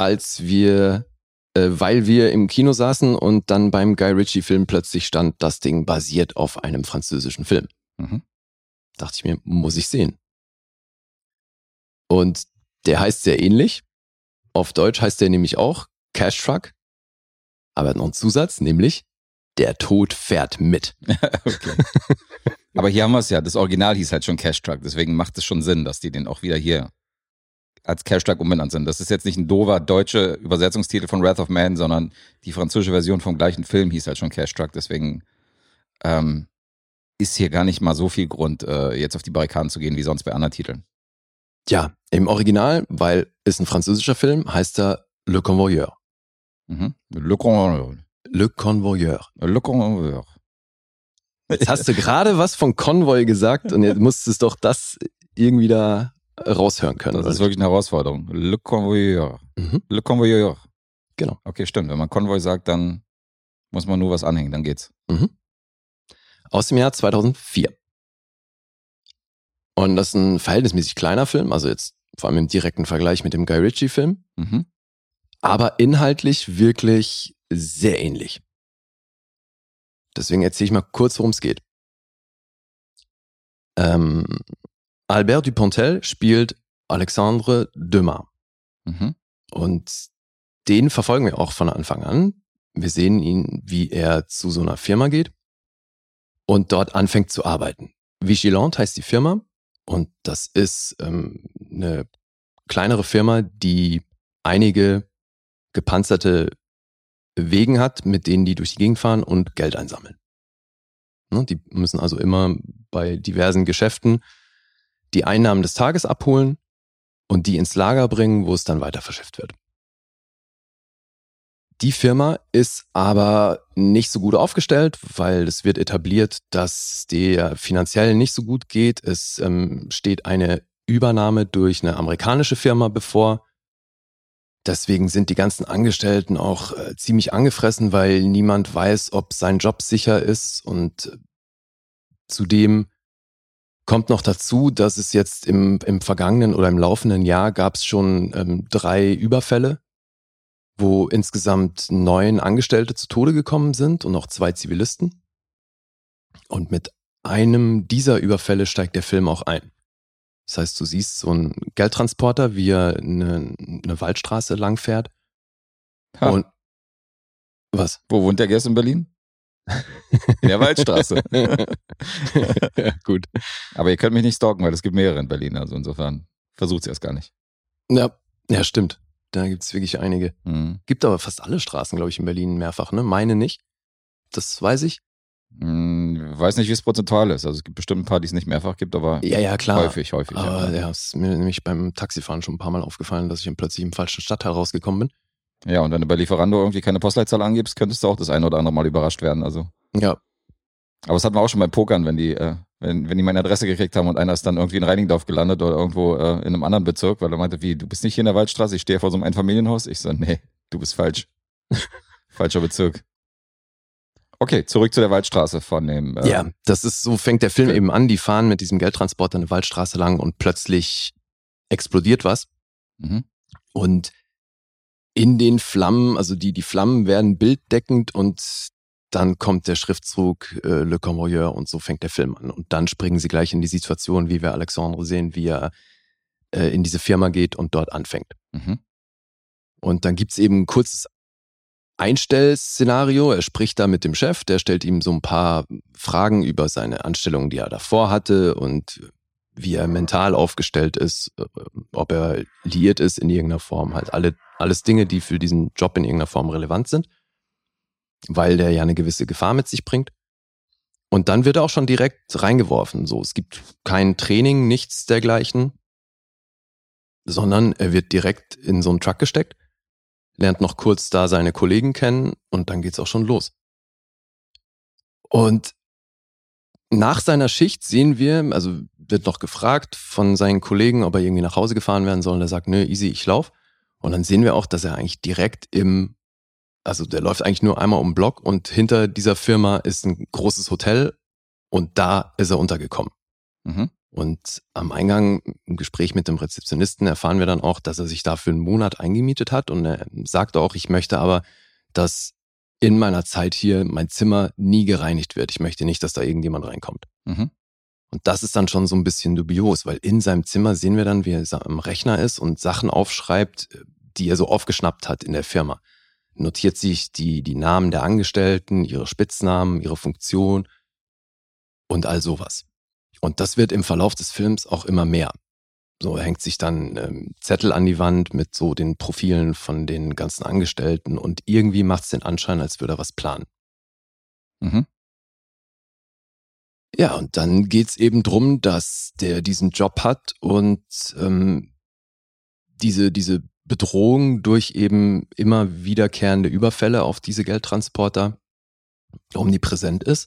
weil wir im Kino saßen und dann beim Guy Ritchie-Film plötzlich stand, das Ding basiert auf einem französischen Film. Dachte ich mir, muss ich sehen. Und der heißt sehr ähnlich. Auf Deutsch heißt der nämlich auch Cash Truck. Aber noch ein Zusatz, nämlich Der Tod fährt mit. Okay. Aber hier haben wir es ja. Das Original hieß halt schon Cash Truck. Deswegen macht es schon Sinn, dass die den auch wieder hier als Cash Truck umbenannt sind. Das ist jetzt nicht ein doofer deutscher Übersetzungstitel von Wrath of Man, sondern die französische Version vom gleichen Film hieß halt schon Cash Truck. Deswegen ist hier gar nicht mal so viel Grund, jetzt auf die Barrikaden zu gehen, wie sonst bei anderen Titeln. Ja, im Original, weil es ein französischer Film, heißt er Le Convoyeur. Le Convoyeur. Le Convoyeur. Le Convoyeur. Jetzt hast du gerade was von Konvoi gesagt und jetzt musstest doch das irgendwie da raushören können. Das ist wirklich eine Herausforderung. Le Convoyeur. Le Convoyeur. Genau. Okay, stimmt. Wenn man Konvoi sagt, dann muss man nur was anhängen, dann geht's. Aus dem Jahr 2004. Und das ist ein verhältnismäßig kleiner Film, also jetzt vor allem im direkten Vergleich mit dem Guy Ritchie-Film. Aber inhaltlich wirklich sehr ähnlich. Deswegen erzähle ich mal kurz, worum es geht. Albert Dupontel spielt Alexandre Dumas. Und den verfolgen wir auch von Anfang an. Wir sehen ihn, wie er zu so einer Firma geht und dort anfängt zu arbeiten. Vigilante heißt die Firma und das ist eine kleinere Firma, die einige gepanzerte Wegen hat, mit denen die durch die Gegend fahren und Geld einsammeln. Die müssen also immer bei diversen Geschäften die Einnahmen des Tages abholen und die ins Lager bringen, wo es dann weiter verschifft wird. Die Firma ist aber nicht so gut aufgestellt, weil es wird etabliert, dass der finanziell nicht so gut geht. Es steht eine Übernahme durch eine amerikanische Firma bevor. Deswegen sind die ganzen Angestellten auch ziemlich angefressen, weil niemand weiß, ob sein Job sicher ist. Und zudem kommt noch dazu, dass es jetzt im vergangenen oder im laufenden Jahr gab es schon 3 Überfälle, wo insgesamt 9 Angestellte zu Tode gekommen sind und noch 2 Zivilisten. Und mit einem dieser Überfälle steigt der Film auch ein. Das heißt, du siehst so einen Geldtransporter, wie er eine Waldstraße langfährt. Und was? Wo wohnt der Gast in Berlin? In der Waldstraße. Ja, gut. Aber ihr könnt mich nicht stalken, weil es gibt mehrere in Berlin. Also insofern versucht sie es gar nicht. Ja, stimmt. Da gibt es wirklich einige. Gibt aber fast alle Straßen, glaube ich, in Berlin mehrfach, ne? Meine nicht. Das weiß ich. Weiß nicht, wie es prozentual ist. Also es gibt bestimmt ein paar, die es nicht mehrfach gibt, aber ja, klar. häufig. Aber ja, es ist mir nämlich beim Taxifahren schon ein paar Mal aufgefallen, dass ich plötzlich im falschen Stadtteil rausgekommen bin. Ja, und wenn du bei Lieferando irgendwie keine Postleitzahl angibst, könntest du auch das eine oder andere Mal überrascht werden. Also. Ja. Aber das hatten wir auch schon beim Pokern, wenn die meine Adresse gekriegt haben und einer ist dann irgendwie in Reinigendorf gelandet oder irgendwo in einem anderen Bezirk, weil er meinte, wie, du bist nicht hier in der Waldstraße, ich stehe vor so einem Einfamilienhaus. Ich so, nee, du bist falsch. Falscher Bezirk. Okay, zurück zu der Waldstraße von dem... ja, das ist so, fängt der Film eben an, die fahren mit diesem Geldtransporter eine Waldstraße lang und plötzlich explodiert was. Mhm. Und in den Flammen, also die Flammen werden bilddeckend und dann kommt der Schriftzug Le Cambrioleur und so fängt der Film an. Und dann springen sie gleich in die Situation, wie wir Alexandre sehen, wie er in diese Firma geht und dort anfängt. Mhm. Und dann gibt's eben ein kurzes Einstellszenario. Er spricht da mit dem Chef, der stellt ihm so ein paar Fragen über seine Anstellung, die er davor hatte und wie er mental aufgestellt ist, ob er liiert ist in irgendeiner Form. Halt alles Dinge, die für diesen Job in irgendeiner Form relevant sind, weil der ja eine gewisse Gefahr mit sich bringt. Und dann wird er auch schon direkt reingeworfen. So, es gibt kein Training, nichts dergleichen, sondern er wird direkt in so einen Truck gesteckt, lernt noch kurz da seine Kollegen kennen und dann geht's auch schon los. Und nach seiner Schicht sehen wir, also wird noch gefragt von seinen Kollegen, ob er irgendwie nach Hause gefahren werden soll. Und er sagt, nö, easy, ich lauf. Und dann sehen wir auch, dass er eigentlich direkt also der läuft eigentlich nur einmal um den Block und hinter dieser Firma ist ein großes Hotel und da ist er untergekommen. Mhm. Und am Eingang im Gespräch mit dem Rezeptionisten erfahren wir dann auch, dass er sich da für einen Monat eingemietet hat und er sagt auch, ich möchte aber, dass in meiner Zeit hier mein Zimmer nie gereinigt wird. Ich möchte nicht, dass da irgendjemand reinkommt. Mhm. Und das ist dann schon so ein bisschen dubios, weil in seinem Zimmer sehen wir dann, wie er am Rechner ist und Sachen aufschreibt, die er so aufgeschnappt hat in der Firma. Notiert sich die Namen der Angestellten, ihre Spitznamen, ihre Funktion und all sowas. Und das wird im Verlauf des Films auch immer mehr. So hängt sich dann Zettel an die Wand mit so den Profilen von den ganzen Angestellten und irgendwie macht es den Anschein, als würde er was planen. Mhm. Ja, und dann geht's eben drum, dass der diesen Job hat und diese Bedrohung durch eben immer wiederkehrende Überfälle auf diese Geldtransporter omnipräsent ist.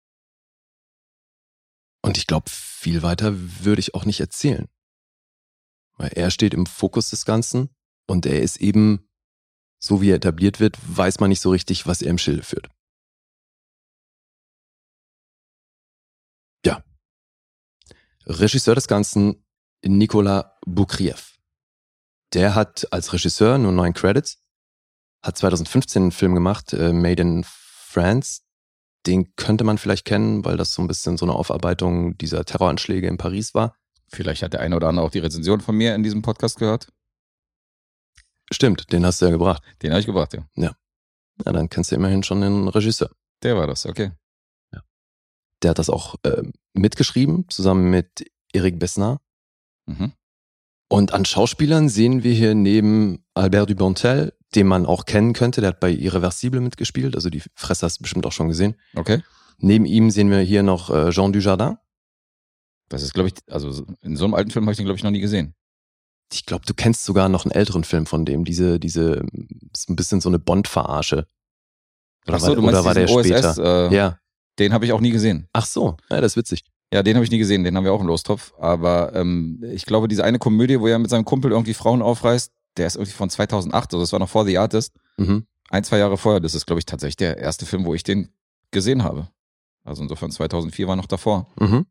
Und ich glaube, viel weiter würde ich auch nicht erzählen. Weil er steht im Fokus des Ganzen und er ist eben, so wie er etabliert wird, weiß man nicht so richtig, was er im Schilde führt. Ja. Regisseur des Ganzen, Nicolas Boukrieff. Der hat als Regisseur nur 9 Credits, hat 2015 einen Film gemacht, Made in France. Den könnte man vielleicht kennen, weil das so ein bisschen so eine Aufarbeitung dieser Terroranschläge in Paris war. Vielleicht hat der eine oder andere auch die Rezension von mir in diesem Podcast gehört. Stimmt, den hast du ja gebracht. Den habe ich gebracht, ja. Ja, dann kennst du immerhin schon den Regisseur. Der war das, okay. Ja. Der hat das auch mitgeschrieben, zusammen mit Eric Besnard. Mhm. Und an Schauspielern sehen wir hier neben Albert Dupontel, den man auch kennen könnte, der hat bei Irreversible mitgespielt, also die Fresse hast du bestimmt auch schon gesehen. Okay. Neben ihm sehen wir hier noch Jean Dujardin. Das ist, glaube ich, also in so einem alten Film habe ich den, glaube ich, noch nie gesehen. Ich glaube, du kennst sogar noch einen älteren Film von dem, diese ist ein bisschen so eine Bond-Verarsche. Achso, du meinst war der OSS, später? Ja. Den habe ich auch nie gesehen. Ach so, ja, das ist witzig. Ja, den habe ich nie gesehen, den haben wir auch im Lostopf. Aber ich glaube, diese eine Komödie, wo er mit seinem Kumpel irgendwie Frauen aufreißt, der ist irgendwie von 2008, also das war noch vor The Artist. Mhm. 1-2 Jahre vorher, das ist, glaube ich, tatsächlich der erste Film, wo ich den gesehen habe. Also insofern 2004 war noch davor. Mhm.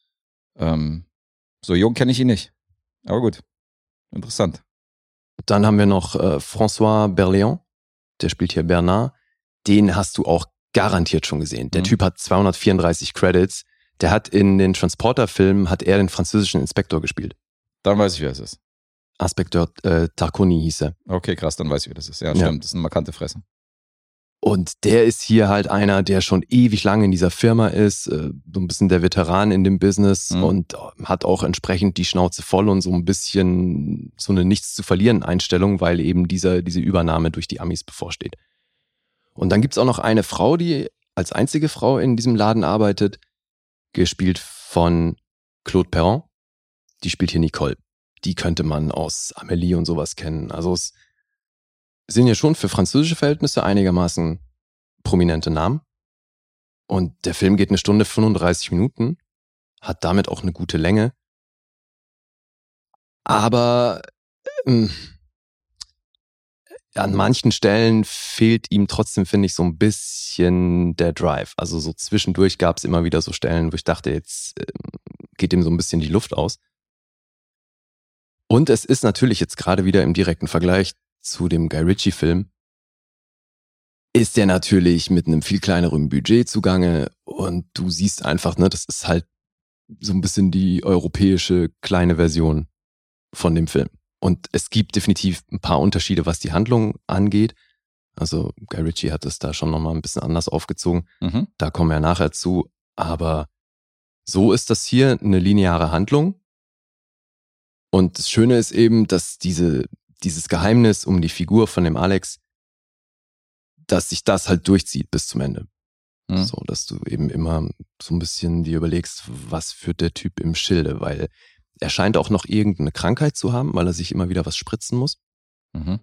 So jung kenne ich ihn nicht. Aber gut, interessant. Dann haben wir noch François Berléand, der spielt hier Bernard. Den hast du auch garantiert schon gesehen. Der Typ hat 234 Credits. Der hat in den Transporter-Filmen, hat er den französischen Inspektor gespielt. Dann weiß ich, wer es ist. Inspektor Tarconi hieß er. Okay, krass, dann weiß ich, wer das ist. Ja, stimmt, das ist eine markante Fresse. Und der ist hier halt einer, der schon ewig lange in dieser Firma ist, so ein bisschen der Veteran in dem Business und hat auch entsprechend die Schnauze voll und so ein bisschen so eine Nichts-zu-verlieren-Einstellung, weil eben diese Übernahme durch die Amis bevorsteht. Und dann gibt's auch noch eine Frau, die als einzige Frau in diesem Laden arbeitet, gespielt von Claude Perron. Die spielt hier Nicole. Die könnte man aus Amélie und sowas kennen. Also es sind ja schon für französische Verhältnisse einigermaßen prominente Namen. Und der Film geht 1 Stunde 35 Minuten, hat damit auch eine gute Länge. Aber an manchen Stellen fehlt ihm trotzdem, finde ich, so ein bisschen der Drive. Also so zwischendurch gab es immer wieder so Stellen, wo ich dachte, jetzt geht ihm so ein bisschen die Luft aus. Und es ist natürlich jetzt gerade wieder im direkten Vergleich zu dem Guy Ritchie-Film, ist der natürlich mit einem viel kleineren Budget zugange und du siehst einfach, ne, das ist halt so ein bisschen die europäische kleine Version von dem Film. Und es gibt definitiv ein paar Unterschiede, was die Handlung angeht. Also Guy Ritchie hat es da schon nochmal ein bisschen anders aufgezogen. Mhm. Da kommen wir nachher zu. Aber so ist das hier eine lineare Handlung. Und das Schöne ist eben, dass dieses Geheimnis um die Figur von dem Alex, dass sich das halt durchzieht bis zum Ende. Mhm. So, dass du eben immer so ein bisschen dir überlegst, was führt der Typ im Schilde, weil er scheint auch noch irgendeine Krankheit zu haben, weil er sich immer wieder was spritzen muss. Mhm.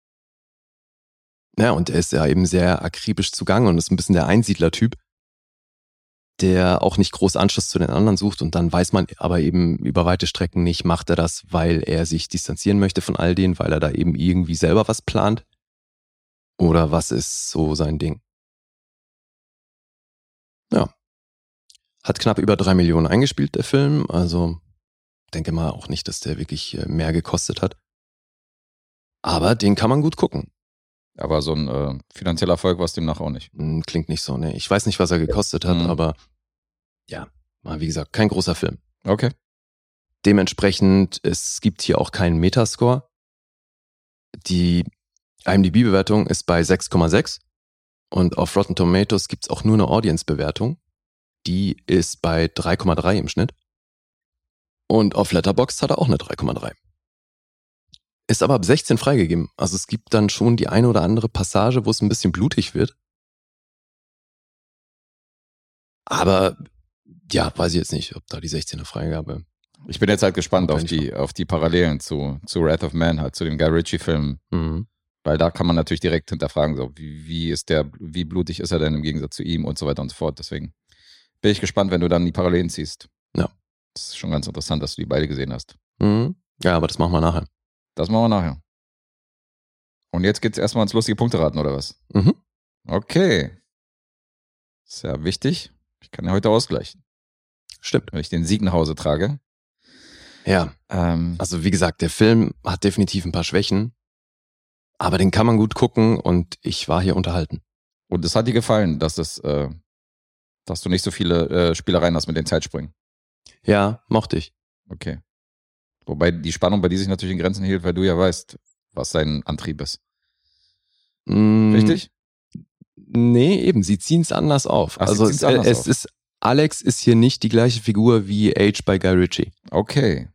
Ja, und er ist ja eben sehr akribisch zugange und ist ein bisschen der Einsiedler-Typ, der auch nicht groß Anschluss zu den anderen sucht und dann weiß man aber eben über weite Strecken nicht, macht er das, weil er sich distanzieren möchte von all denen, weil er da eben irgendwie selber was plant oder was ist so sein Ding. Ja, hat knapp über 3 Millionen eingespielt, der Film, also denke mal auch nicht, dass der wirklich mehr gekostet hat, aber den kann man gut gucken. Aber so ein finanzieller Erfolg war es demnach auch nicht. Klingt nicht so, ne? Ich weiß nicht, was er gekostet hat, aber ja, mal wie gesagt, kein großer Film. Okay. Dementsprechend, es gibt hier auch keinen Metascore. Die IMDb-Bewertung ist bei 6,6 und auf Rotten Tomatoes gibt's auch nur eine Audience-Bewertung. Die ist bei 3,3 im Schnitt. Und auf Letterboxd hat er auch eine 3,3. Ist aber ab 16 freigegeben. Also es gibt dann schon die eine oder andere Passage, wo es ein bisschen blutig wird. Aber ja, weiß ich jetzt nicht, ob da die 16er Freigabe. Ich bin jetzt halt gespannt auf die Parallelen zu Wrath of Man, halt zu dem Guy Ritchie-Film. Mhm. Weil da kann man natürlich direkt hinterfragen, so wie blutig ist er denn im Gegensatz zu ihm und so weiter und so fort. Deswegen bin ich gespannt, wenn du dann die Parallelen ziehst. Ja. Das ist schon ganz interessant, dass du die beide gesehen hast. Mhm. Ja, aber das machen wir nachher. Das machen wir nachher. Und jetzt geht's erstmal ins lustige Punkteraten, oder was? Mhm. Okay. Ist ja wichtig. Ich kann ja heute ausgleichen, Stimmt. wenn ich den Sieg nach Hause trage. Ja. Also wie gesagt, der Film hat definitiv ein paar Schwächen, aber den kann man gut gucken und ich war hier unterhalten. Und es hat dir gefallen, dass du nicht so viele Spielereien hast mit den Zeitsprüngen. Ja, mochte ich. Okay. Wobei die Spannung bei dir sich natürlich in Grenzen hielt, weil du ja weißt, was dein Antrieb ist. Richtig? Nee, eben, sie ziehen es anders auf. Ach, also sie ziehen's anders auf. Alex ist hier nicht die gleiche Figur wie Age bei Guy Ritchie. Okay.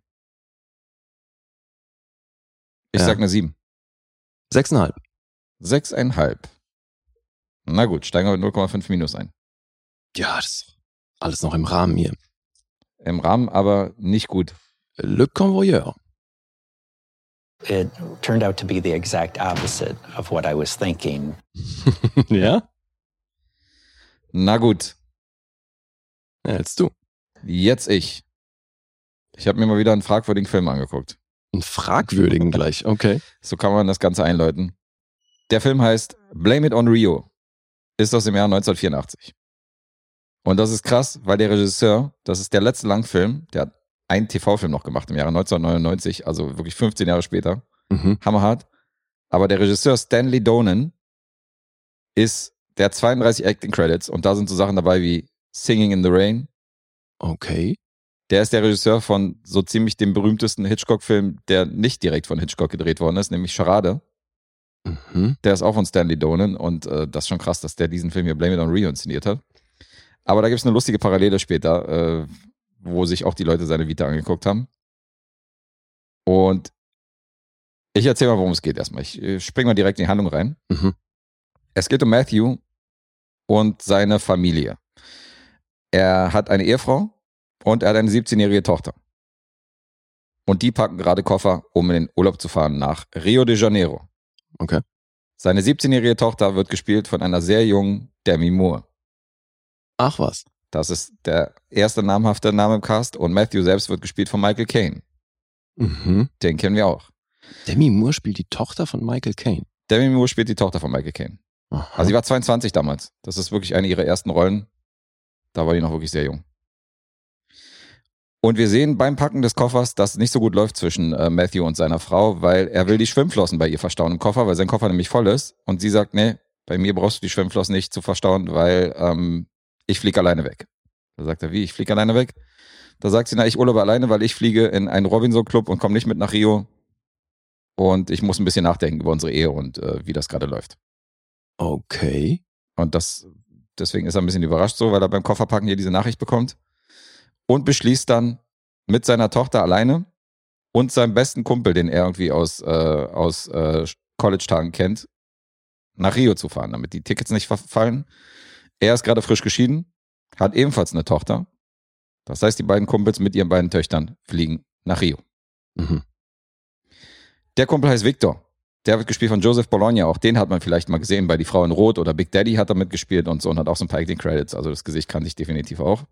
Ich sag eine 7. 6,5. 6,5. Na gut, steigen wir mit 0,5 minus ein. Ja, das ist alles noch im Rahmen hier. Im Rahmen, aber nicht gut. Le Convoyeur. It turned out to be the exact opposite of what I was thinking. Ja? Na gut. Ja, jetzt du. Jetzt ich. Ich habe mir mal wieder einen fragwürdigen Film angeguckt. Einen fragwürdigen gleich, okay. So kann man das Ganze einläuten. Der Film heißt Blame It on Rio. Ist aus dem Jahr 1984. Und das ist krass, weil der Regisseur, das ist der letzte Langfilm, der hat einen TV-Film noch gemacht im Jahre 1999, also wirklich 15 Jahre später. Mhm. Hammerhart. Aber der Regisseur Stanley Donen der hat 32 Acting Credits und da sind so Sachen dabei wie Singing in the Rain. Okay. Der ist der Regisseur von so ziemlich dem berühmtesten Hitchcock-Film, der nicht direkt von Hitchcock gedreht worden ist, nämlich Charade. Mhm. Der ist auch von Stanley Donen und das ist schon krass, dass der diesen Film hier Blame It on Rio inszeniert hat. Aber da gibt es eine lustige Parallele später, wo sich auch die Leute seine Vita angeguckt haben. Und ich erzähle mal, worum es geht erstmal. Ich springe mal direkt in die Handlung rein. Mhm. Es geht um Matthew und seine Familie. Er hat eine Ehefrau und er hat eine 17-jährige Tochter. Und die packen gerade Koffer, um in den Urlaub zu fahren nach Rio de Janeiro. Okay. Seine 17-jährige Tochter wird gespielt von einer sehr jungen Demi Moore. Ach was. Das ist der erste namhafte Name im Cast und Matthew selbst wird gespielt von Michael Caine. Mhm. Den kennen wir auch. Demi Moore spielt die Tochter von Michael Caine. Demi Moore spielt die Tochter von Michael Caine. Aha. Also sie war 22 damals. Das ist wirklich eine ihrer ersten Rollen. Da war die noch wirklich sehr jung. Und wir sehen beim Packen des Koffers, dass es nicht so gut läuft zwischen Matthew und seiner Frau, weil er will die Schwimmflossen bei ihr verstauen im Koffer, weil sein Koffer nämlich voll ist. Und sie sagt, nee, bei mir brauchst du die Schwimmflossen nicht zu verstauen, weil ich fliege alleine weg. Da sagt er, wie, ich fliege alleine weg? Da sagt sie, na, ich urlaube alleine, weil ich fliege in einen Robinson-Club und komme nicht mit nach Rio. Und ich muss ein bisschen nachdenken über unsere Ehe und wie das gerade läuft. Okay. Und deswegen ist er ein bisschen überrascht so, weil er beim Kofferpacken hier diese Nachricht bekommt. Und beschließt dann mit seiner Tochter alleine und seinem besten Kumpel, den er irgendwie aus College-Tagen kennt, nach Rio zu fahren, damit die Tickets nicht verfallen. Er ist gerade frisch geschieden, hat ebenfalls eine Tochter. Das heißt, die beiden Kumpels mit ihren beiden Töchtern fliegen nach Rio. Mhm. Der Kumpel heißt Victor. Der wird gespielt von Joseph Bologna. Auch den hat man vielleicht mal gesehen bei Die Frau in Rot oder Big Daddy hat er mitgespielt und so und hat auch so ein paar Acting Credits. Also das Gesicht kannte ich definitiv auch.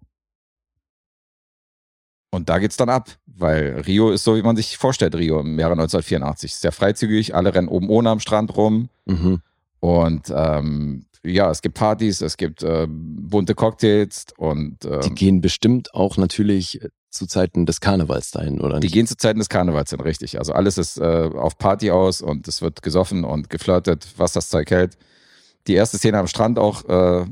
Und da geht's dann ab, weil Rio ist so, wie man sich vorstellt, Rio im Jahre 1984. Sehr freizügig, alle rennen oben ohne am Strand rum. Mhm. Und es gibt Partys, es gibt bunte Cocktails und die gehen bestimmt auch natürlich zu Zeiten des Karnevals dahin, oder nicht? Die gehen zu Zeiten des Karnevals hin, richtig. Also alles ist auf Party aus und es wird gesoffen und geflirtet, was das Zeug hält. Die erste Szene am Strand auch,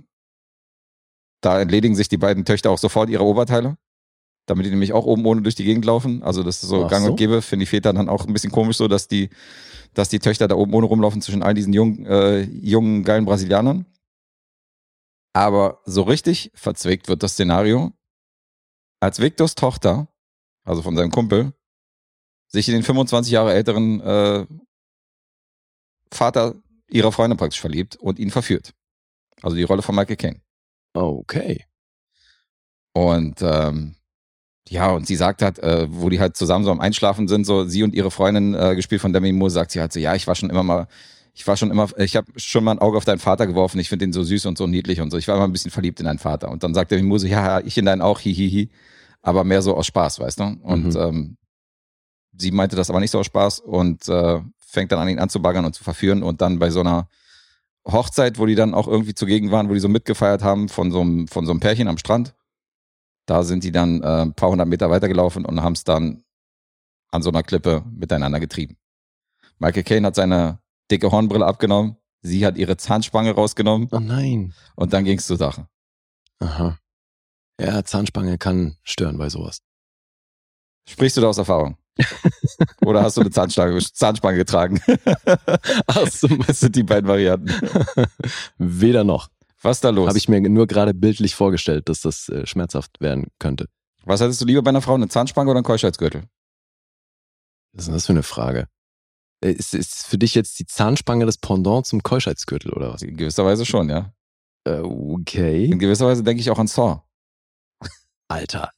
da entledigen sich die beiden Töchter auch sofort ihre Oberteile, damit die nämlich auch oben ohne durch die Gegend laufen. Also das ist so gang und gäbe, finde die Väter dann auch ein bisschen komisch so, dass die Töchter da oben ohne rumlaufen zwischen all diesen jungen, geilen Brasilianern. Aber so richtig verzwickt wird das Szenario, als Victors Tochter, also von seinem Kumpel, sich in den 25 Jahre älteren Vater ihrer Freundin praktisch verliebt und ihn verführt. Also die Rolle von Michael Caine. Okay. Und und sie sagt halt, wo die halt zusammen so am Einschlafen sind, so sie und ihre Freundin, gespielt von Demi Moore, sagt sie halt so, ja, ich habe schon mal ein Auge auf deinen Vater geworfen, ich finde ihn so süß und so niedlich und so, ich war immer ein bisschen verliebt in deinen Vater. Und dann sagt Demi Moore so, ja, ich in deinen auch, hihihi, aber mehr so aus Spaß, weißt du? Und sie meinte das aber nicht so aus Spaß und fängt dann an, ihn anzubaggern und zu verführen und dann bei so einer Hochzeit, wo die dann auch irgendwie zugegen waren, wo die so mitgefeiert haben von so einem Pärchen am Strand, da sind die dann ein paar hundert Meter weitergelaufen und haben es dann an so einer Klippe miteinander getrieben. Michael Caine hat seine dicke Hornbrille abgenommen, sie hat ihre Zahnspange rausgenommen. Oh nein. Und dann ging's zur Sache. Aha. Ja, Zahnspange kann stören bei sowas. Sprichst du da aus Erfahrung? Oder hast du eine Zahnspange getragen? Ach so, das sind die beiden Varianten. Weder noch. Was ist da los? Habe ich mir nur gerade bildlich vorgestellt, dass das schmerzhaft werden könnte. Was hättest du lieber bei einer Frau, eine Zahnspange oder einen Keuschheitsgürtel? Was ist denn das für eine Frage? Ist für dich jetzt die Zahnspange das Pendant zum Keuschheitsgürtel oder was? In gewisser Weise schon, ja. Okay. In gewisser Weise denke ich auch an Saw. Alter.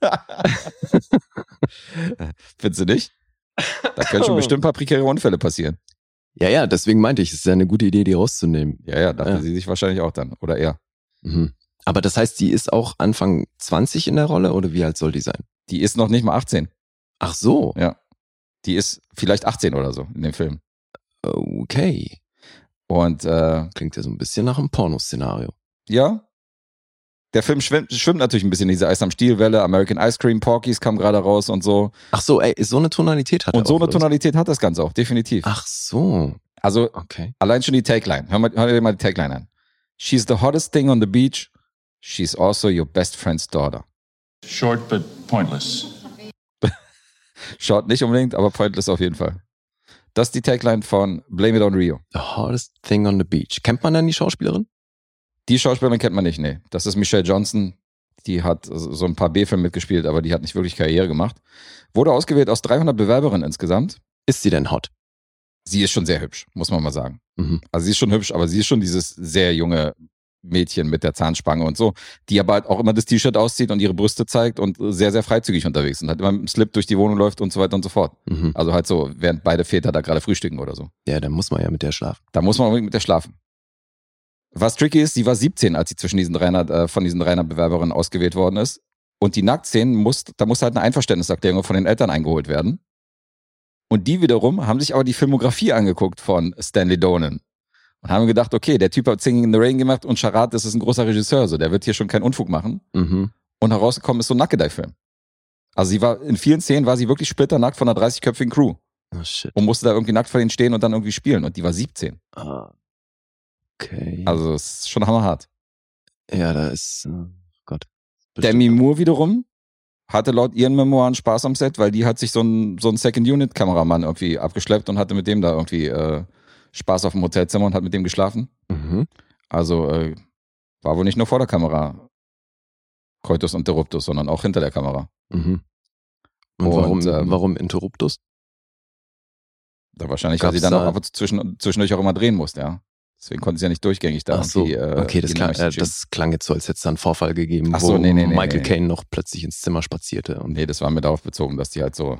Findest du nicht? Da können schon bestimmt ein paar prekäre Unfälle passieren. Ja, deswegen meinte ich, es ist ja eine gute Idee, die rauszunehmen. Ja, dachte sie sich wahrscheinlich auch dann. Oder er. Mhm. Aber das heißt, die ist auch Anfang 20 in der Rolle oder wie alt soll die sein? Die ist noch nicht mal 18. Ach so. Ja. Die ist vielleicht 18 oder so in dem Film. Okay. Und klingt ja so ein bisschen nach einem Pornoszenario. Ja. Der Film schwimmt natürlich ein bisschen in diese Eis am Stiel-Welle. American Ice Cream, Porky's kam gerade raus und so. Ach so, so eine Tonalität hat er. Und so eine Tonalität hat das Ganze auch, definitiv. Ach so. Also, okay. Allein schon die Tagline. Hör dir mal die Tagline an. She's the hottest thing on the beach. She's also your best friend's daughter. Short but pointless. Short nicht unbedingt, aber pointless auf jeden Fall. Das ist die Tagline von Blame It on Rio. The hottest thing on the beach. Kennt man denn die Schauspielerin? Die Schauspielerin kennt man nicht, nee. Das ist Michelle Johnson. Die hat so ein paar B-Filme mitgespielt, aber die hat nicht wirklich Karriere gemacht. Wurde ausgewählt aus 300 Bewerberinnen insgesamt. Ist sie denn hot? Sie ist schon sehr hübsch, muss man mal sagen. Mhm. Also sie ist schon hübsch, aber sie ist schon dieses sehr junge Mädchen mit der Zahnspange und so, die aber halt auch immer das T-Shirt auszieht und ihre Brüste zeigt und sehr, sehr freizügig unterwegs ist und halt immer mit dem Slip durch die Wohnung läuft und so weiter und so fort. Mhm. Also halt so, während beide Väter da gerade frühstücken oder so. Ja, dann muss man ja mit der schlafen. Da muss man unbedingt mit der schlafen. Was tricky ist, sie war 17, als sie von diesen 300 Bewerberinnen ausgewählt worden ist. Und die Nacktszenen, da muss halt eine Einverständniserklärung von den Eltern eingeholt werden. Und die wiederum haben sich aber die Filmografie angeguckt von Stanley Donen. Und haben gedacht, okay, der Typ hat Singing in the Rain gemacht und Charade, das ist ein großer Regisseur, so der wird hier schon keinen Unfug machen. Mhm. Und herausgekommen ist so ein Nackedei-Film. Also sie war, in vielen Szenen war sie wirklich splitternackt von einer 30-köpfigen Crew. Oh shit. Und musste da irgendwie nackt vor denen stehen und dann irgendwie spielen. Und die war 17. Okay. Also es ist schon hammerhart. Ja, da ist, Gott. Demi Moore wiederum hatte laut ihren Memoiren Spaß am Set, weil die hat sich so einen Second-Unit-Kameramann irgendwie abgeschleppt und hatte mit dem da irgendwie Spaß auf dem Hotelzimmer und hat mit dem geschlafen. Mhm. Also war wohl nicht nur vor der Kamera Coitus Interruptus, sondern auch hinter der Kamera. Mhm. Und warum Interruptus? Da wahrscheinlich, weil sie dann auch ab und zu zwischendurch auch immer drehen musste, ja. Deswegen konnte sie ja nicht durchgängig da. Ach so, okay, das klang jetzt so, als hätte es da einen Vorfall gegeben, wo Michael Caine noch plötzlich ins Zimmer spazierte. Nee, das war mir darauf bezogen, dass die halt so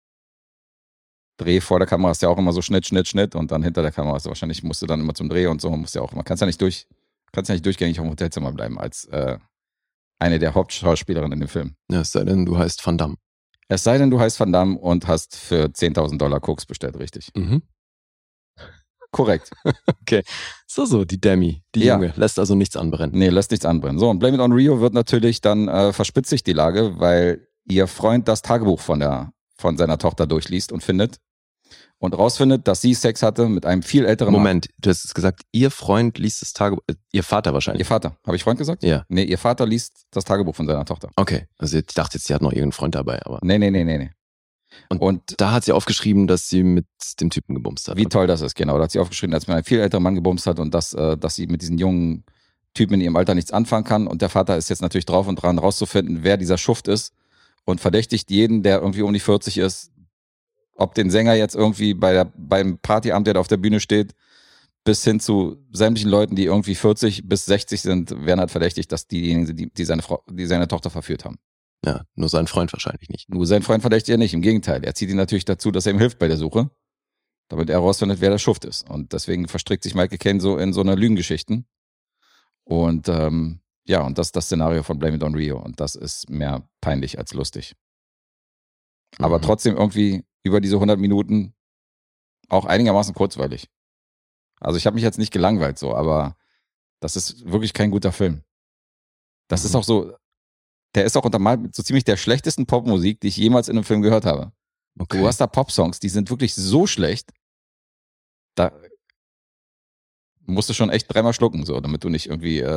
Dreh vor der Kamera ist ja auch immer so Schnitt und dann hinter der Kamera ist wahrscheinlich, musste dann immer zum Dreh und so, musst ja auch immer, kannst ja nicht durchgängig auf dem Hotelzimmer bleiben als eine der Hauptschauspielerinnen in dem Film. Ja, es sei denn, du heißt Van Damme. Es sei denn, du heißt Van Damme und hast für $10.000 Koks bestellt, richtig. Mhm. Korrekt. Okay. So, die Demi, die Junge, lässt also nichts anbrennen. Nee, lässt nichts anbrennen. So, und Blame It on Rio wird natürlich dann verspitzt sich die Lage, weil ihr Freund das Tagebuch von seiner Tochter durchliest und findet und rausfindet, dass sie Sex hatte mit einem viel älteren Moment, du hast es gesagt, ihr Freund liest das Tagebuch, ihr Vater wahrscheinlich. Ihr Vater. Habe ich Freund gesagt? Ja. Nee, ihr Vater liest das Tagebuch von seiner Tochter. Okay, also ich dachte jetzt, sie hat noch irgendeinen Freund dabei, aber... Nee. Und da hat sie aufgeschrieben, dass sie mit dem Typen gebumst hat. Wie toll das ist, genau. Da hat sie aufgeschrieben, dass man einen viel älteren Mann gebumst hat und dass sie mit diesen jungen Typen in ihrem Alter nichts anfangen kann. Und der Vater ist jetzt natürlich drauf und dran, rauszufinden, wer dieser Schuft ist und verdächtigt jeden, der irgendwie um die 40 ist, ob den Sänger jetzt irgendwie beim Partyamt, der da auf der Bühne steht, bis hin zu sämtlichen Leuten, die irgendwie 40 bis 60 sind, werden halt verdächtigt, dass diejenigen sind, die seine Tochter verführt haben. Ja, nur sein Freund wahrscheinlich nicht. Nur sein Freund verdächtigt er nicht, im Gegenteil. Er zieht ihn natürlich dazu, dass er ihm hilft bei der Suche, damit er herausfindet, wer der Schuft ist. Und deswegen verstrickt sich Michael Caine so in so einer Lügengeschichten. Und und das ist das Szenario von Blame It on Rio. Und das ist mehr peinlich als lustig. Aber trotzdem irgendwie über diese 100 Minuten auch einigermaßen kurzweilig. Also ich habe mich jetzt nicht gelangweilt so, aber das ist wirklich kein guter Film. Das ist auch so, der ist auch untermalt mit so ziemlich der schlechtesten Popmusik, die ich jemals in einem Film gehört habe. Okay. Du hast da Popsongs, die sind wirklich so schlecht, da musst du schon echt dreimal schlucken, so, damit du nicht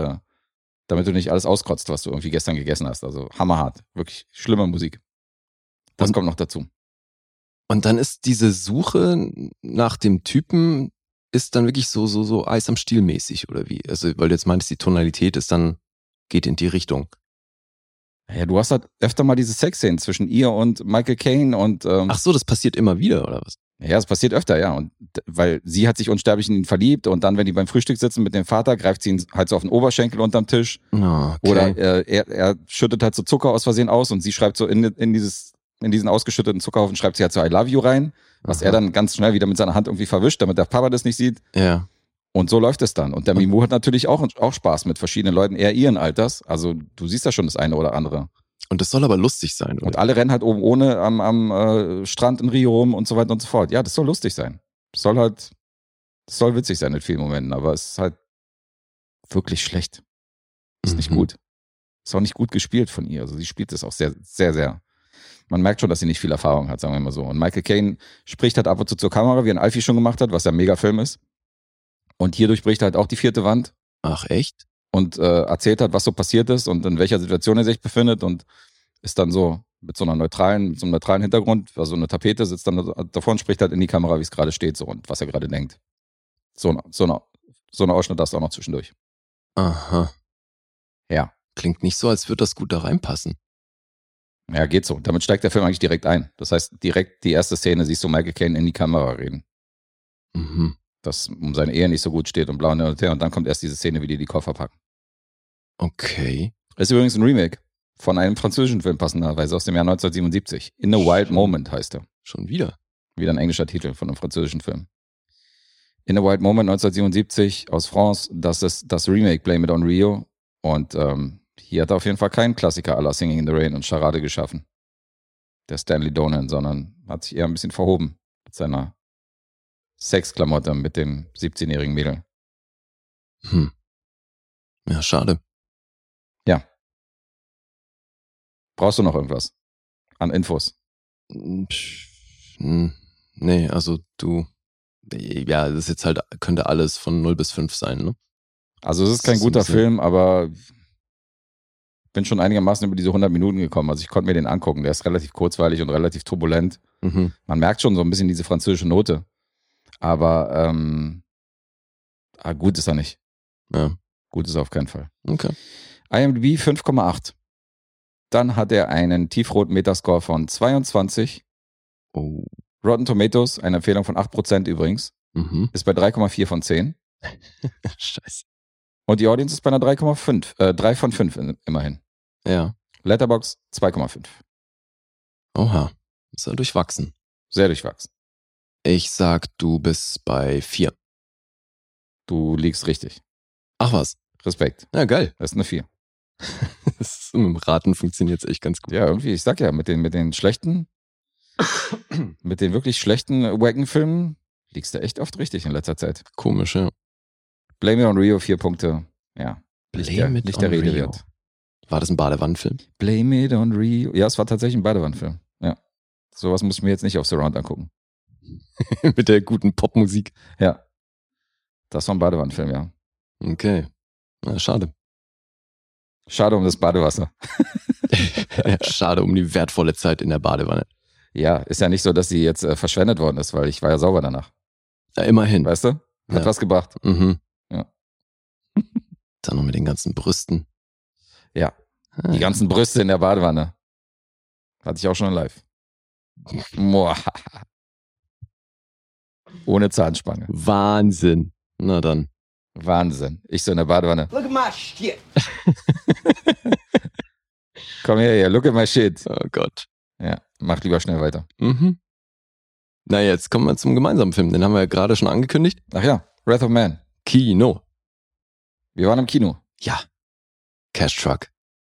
alles auskotzt, was du irgendwie gestern gegessen hast. Also hammerhart, wirklich schlimme Musik. Das kommt noch dazu. Und dann ist diese Suche nach dem Typen ist dann wirklich so Eis am Stiel mäßig, oder wie? Also, weil du jetzt meintest, die Tonalität geht in die Richtung. Ja, du hast halt öfter mal diese Sexszenen zwischen ihr und Michael Caine und Ach so, das passiert immer wieder, oder was? Ja, das passiert öfter, ja. Und weil sie hat sich unsterblich in ihn verliebt und dann, wenn die beim Frühstück sitzen mit dem Vater, greift sie ihn halt so auf den Oberschenkel unterm Tisch. Oh, okay. Oder er schüttet halt so Zucker aus Versehen aus und sie schreibt so in diesen ausgeschütteten Zuckerhaufen schreibt sie halt so I love you rein, was er dann ganz schnell wieder mit seiner Hand irgendwie verwischt, damit der Papa das nicht sieht. Ja. Und so läuft es dann. Und der Mimou hat natürlich auch Spaß mit verschiedenen Leuten, eher ihren Alters. Also du siehst ja schon das eine oder andere. Und das soll aber lustig sein, oder? Und alle rennen halt oben ohne am Strand in Rio rum und so weiter und so fort. Ja, das soll lustig sein. Das soll witzig sein in vielen Momenten, aber es ist halt wirklich schlecht. Ist nicht gut. Ist auch nicht gut gespielt von ihr. Also sie spielt das auch sehr, sehr, sehr. Man merkt schon, dass sie nicht viel Erfahrung hat, sagen wir mal so. Und Michael Caine spricht halt ab und zu zur Kamera, wie ein Alfie schon gemacht hat, was ja ein Megafilm ist. Und hier durchbricht halt auch die 4. Wand. Ach, echt? Und erzählt hat, was so passiert ist und in welcher Situation er sich befindet und ist dann so mit so einem neutralen Hintergrund, also eine Tapete, sitzt dann davor und spricht halt in die Kamera, wie es gerade steht so und was er gerade denkt. So eine Ausschnitt hast du auch noch zwischendurch. Aha. Ja. Klingt nicht so, als würde das gut da reinpassen. Ja, geht so. Damit steigt der Film eigentlich direkt ein. Das heißt, direkt die erste Szene siehst du Michael Caine in die Kamera reden. Dass um seine Ehe nicht so gut steht und blau und her und dann kommt erst diese Szene, wie die Koffer packen. Okay. Ist übrigens ein Remake von einem französischen Film, passenderweise aus dem Jahr 1977. In a Wild Moment heißt er. Schon wieder? Wieder ein englischer Titel von einem französischen Film. In a Wild Moment 1977 aus France, das ist das Remake Blame It on Rio. Und hier hat er auf jeden Fall keinen Klassiker à la Singing in the Rain und Charade geschaffen. Der Stanley Donen, sondern hat sich eher ein bisschen verhoben mit seiner Sexklamotte mit dem 17-jährigen Mädel. Ja, schade. Ja. Brauchst du noch irgendwas? an Infos? Nee, also ja, das ist jetzt halt, könnte alles von 0 bis 5 sein, ne? Also es ist kein guter Film, aber bin schon einigermaßen über diese 100 Minuten gekommen. Also ich konnte mir den angucken. Der ist relativ kurzweilig und relativ turbulent. Mhm. Man merkt schon so ein bisschen diese französische Note. Aber gut ist er nicht. Ja. Gut ist er auf keinen Fall. Okay. IMDb 5,8. Dann hat er einen tiefroten Metascore von 22. Oh. Rotten Tomatoes, eine Empfehlung von 8% übrigens, ist bei 3,4 von 10. Scheiße. Und die Audience ist bei einer 3,5, 3 von 5 immerhin. Ja. Letterboxd 2,5. Oha. Ist ja durchwachsen. Sehr durchwachsen. Ich sag, du bist bei 4. Du liegst richtig. Ach was. Respekt. Ja, geil. Das ist eine 4. Das mit dem Raten funktioniert jetzt echt ganz gut. Ja, irgendwie, ich sag ja, mit den schlechten, mit den wirklich schlechten Wagon-Filmen liegst du echt oft richtig in letzter Zeit. Komisch, ja. Blame It on Rio, 4 Punkte. Ja, Blame It nicht on der Rede Rio. wert. War das ein Badewannenfilm? Blame It on Rio. Ja, es war tatsächlich ein Badewannenfilm. Ja. Sowas muss ich mir jetzt nicht auf Surround angucken. Mit der guten Popmusik. Ja. Das war ein Badewannenfilm, ja. Okay. Na, schade. Schade um das Badewasser. Ja, schade um die wertvolle Zeit in der Badewanne. Ja, ist ja nicht so, dass sie jetzt verschwendet worden ist, weil ich war ja sauber danach. Ja, immerhin. Weißt du? Hat Ja. was gebracht. Mhm. Ja. Dann noch mit den ganzen Brüsten. Ja. Die ganzen Brüste in der Badewanne. Hatte ich auch schon live. Moah. Ohne Zahnspange. Wahnsinn. Na dann. Wahnsinn. Ich so in der Badewanne. Look at my shit. Komm her, look at my shit. Oh Gott. Ja, mach lieber schnell weiter. Mhm. Na, jetzt kommen wir zum gemeinsamen Film. Den haben wir ja gerade schon angekündigt. Ach ja, Wrath of Man. Kino. Wir waren im Kino. Ja. Cash Truck.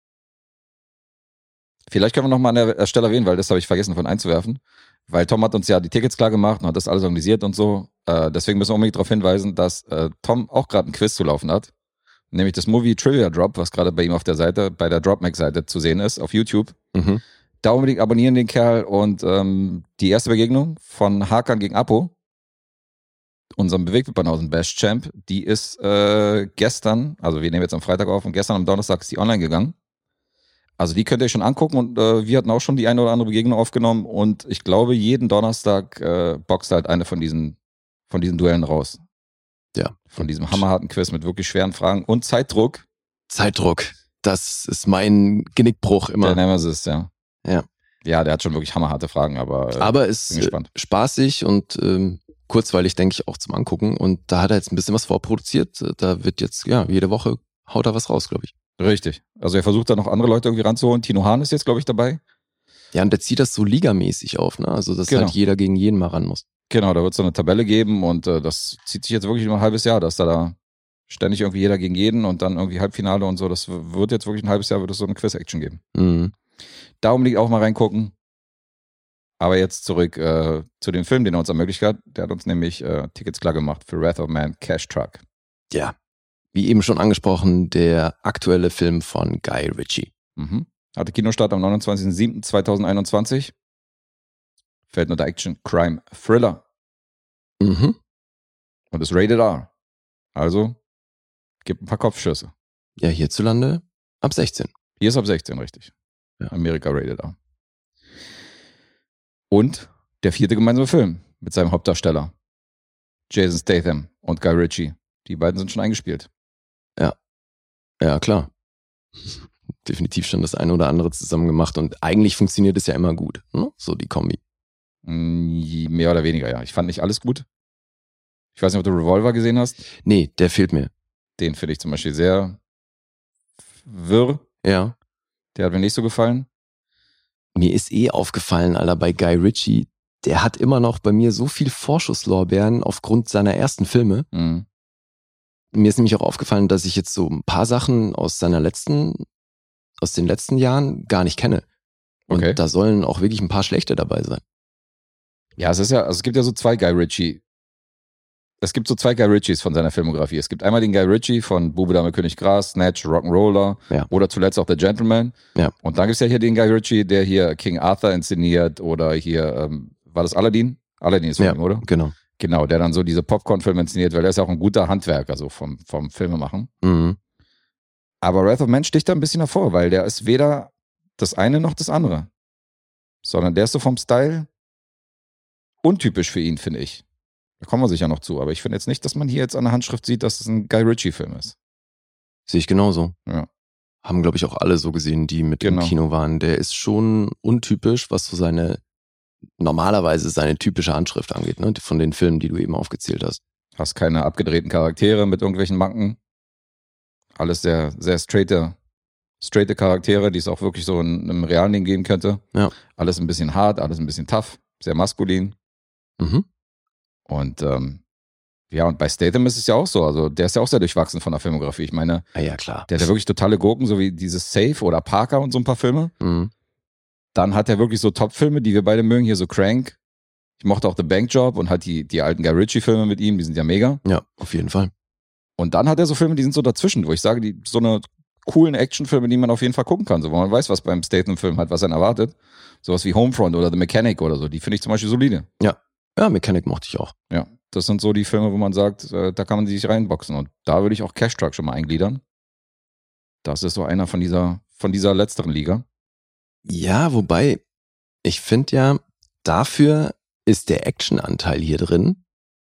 Vielleicht können wir noch mal an der Stelle erwähnen, weil das habe ich vergessen von einzuwerfen. Weil Tom hat uns ja die Tickets klar gemacht und hat das alles organisiert und so. Deswegen müssen wir unbedingt darauf hinweisen, dass Tom auch gerade ein Quiz zu laufen hat. Nämlich das Movie Trivia Drop, was gerade bei ihm auf der Seite, bei der Dropmax-Seite zu sehen ist, auf YouTube. Mhm. Da unbedingt abonnieren den Kerl und die erste Begegnung von Hakan gegen Apo, unserem Bewegtbanausen Best Champ, die ist gestern, also wir nehmen jetzt am Freitag auf und gestern am Donnerstag ist die online gegangen. Also die könnt ihr euch schon angucken und wir hatten auch schon die eine oder andere Begegnung aufgenommen und ich glaube, jeden Donnerstag boxt halt eine von diesen Duellen raus. Ja. Von diesem hammerharten Quiz mit wirklich schweren Fragen und Zeitdruck. Zeitdruck. Das ist mein Genickbruch immer. Der Nemesis, ja. Ja. Ja, der hat schon wirklich hammerharte Fragen, aber ist bin gespannt. Spaßig und kurzweilig, denke ich, auch zum Angucken. Und da hat er jetzt ein bisschen was vorproduziert. Da wird jetzt, ja, jede Woche haut er was raus, glaube ich. Richtig. Also er versucht da noch andere Leute irgendwie ranzuholen. Tino Hahn ist jetzt, glaube ich, dabei. Ja, und der zieht das so ligamäßig auf, ne? Also, dass Genau. halt jeder gegen jeden mal ran muss. Genau, da wird es so eine Tabelle geben und das zieht sich jetzt wirklich über ein halbes Jahr, dass da ständig irgendwie jeder gegen jeden und dann irgendwie Halbfinale und so. Das wird jetzt wirklich ein halbes Jahr, wird es so eine Quiz-Action geben. Mhm. Da unbedingt auch mal reingucken. Aber jetzt zurück zu dem Film, den er uns ermöglicht hat. Der hat uns nämlich Tickets klar gemacht für Wrath of Man, Cash Truck. Ja. Wie eben schon angesprochen, der aktuelle Film von Guy Ritchie. Mhm. Hatte Kinostart am 29.07.2021. Fällt unter Action, Crime, Thriller Mhm. und ist rated R. Also gibt ein paar Kopfschüsse. Ja, hierzulande ab 16. Hier ist ab 16, richtig. Ja. Amerika rated R. Und der 4. gemeinsame Film mit seinem Hauptdarsteller Jason Statham und Guy Ritchie. Die beiden sind schon eingespielt. Ja, klar. Definitiv schon das eine oder andere zusammen gemacht und eigentlich funktioniert es ja immer gut, ne? So die Kombi. Mehr oder weniger, ja. Ich fand nicht alles gut. Ich weiß nicht, ob du Revolver gesehen hast. Nee, der fehlt mir. Den finde ich zum Beispiel sehr wirr. Ja. Der hat mir nicht so gefallen. Mir ist aufgefallen, Alter, bei Guy Ritchie, der hat immer noch bei mir so viel Vorschusslorbeeren aufgrund seiner ersten Filme. Mhm. Mir ist nämlich auch aufgefallen, dass ich jetzt so ein paar Sachen aus den letzten Jahren gar nicht kenne. Und Okay. da sollen auch wirklich ein paar schlechte dabei sein. Ja, es gibt ja so zwei Guy Ritchie Es gibt so 2 Guy Ritchies von seiner Filmografie. Es gibt einmal den Guy Ritchie von Bube, Dame, König, Gras, Snatch, Rock'n'Roller oder zuletzt auch The Gentleman. Ja. Und dann gibt es ja hier den Guy Ritchie, der hier King Arthur inszeniert oder hier, war das Aladdin? Aladdin ist von ihm, oder? Genau. Genau, der dann so diese Popcorn-Filme inszeniert, weil der ist ja auch ein guter Handwerker, so vom Filmemachen. Mhm. Aber Wrath of Man sticht da ein bisschen hervor, weil der ist weder das eine noch das andere. Sondern der ist so vom Style untypisch für ihn, finde ich. Da kommen wir sicher noch zu, aber ich finde jetzt nicht, dass man hier jetzt an der Handschrift sieht, dass es ein Guy Ritchie-Film ist. Sehe ich genauso. Ja. Haben, glaube ich, auch alle so gesehen, die mit im Kino waren. Der ist schon untypisch, was so normalerweise seine typische Handschrift angeht, ne? Von den Filmen, die du eben aufgezählt hast. Hast keine abgedrehten Charaktere mit irgendwelchen Macken. Alles sehr, sehr straighte Charaktere, die es auch wirklich so in einem realen Ding geben könnte. Ja. Alles ein bisschen hart, alles ein bisschen tough, sehr maskulin. Mhm. Und und bei Statham ist es ja auch so, also der ist ja auch sehr durchwachsen von der Filmografie. Ich meine, ja, klar. Der hat ja wirklich totale Gurken, so wie dieses Safe oder Parker und so ein paar Filme. Mhm. Dann hat er wirklich so Top-Filme, die wir beide mögen, hier so Crank. Ich mochte auch The Bank Job und halt die alten Guy Ritchie-Filme mit ihm, die sind ja mega. Ja, auf jeden Fall. Und dann hat er so Filme, die sind so dazwischen, wo ich sage, die so eine coolen Actionfilme, die man auf jeden Fall gucken kann, so, wo man weiß, was beim Statham-Film halt, was einen erwartet. Sowas wie Homefront oder The Mechanic oder so, die finde ich zum Beispiel solide. Ja, Mechanic mochte ich auch. Ja, das sind so die Filme, wo man sagt, da kann man sich reinboxen. Und da würde ich auch Cash Truck schon mal eingliedern. Das ist so einer von dieser letzteren Liga. Ja, wobei, ich finde ja, dafür ist der Actionanteil hier drin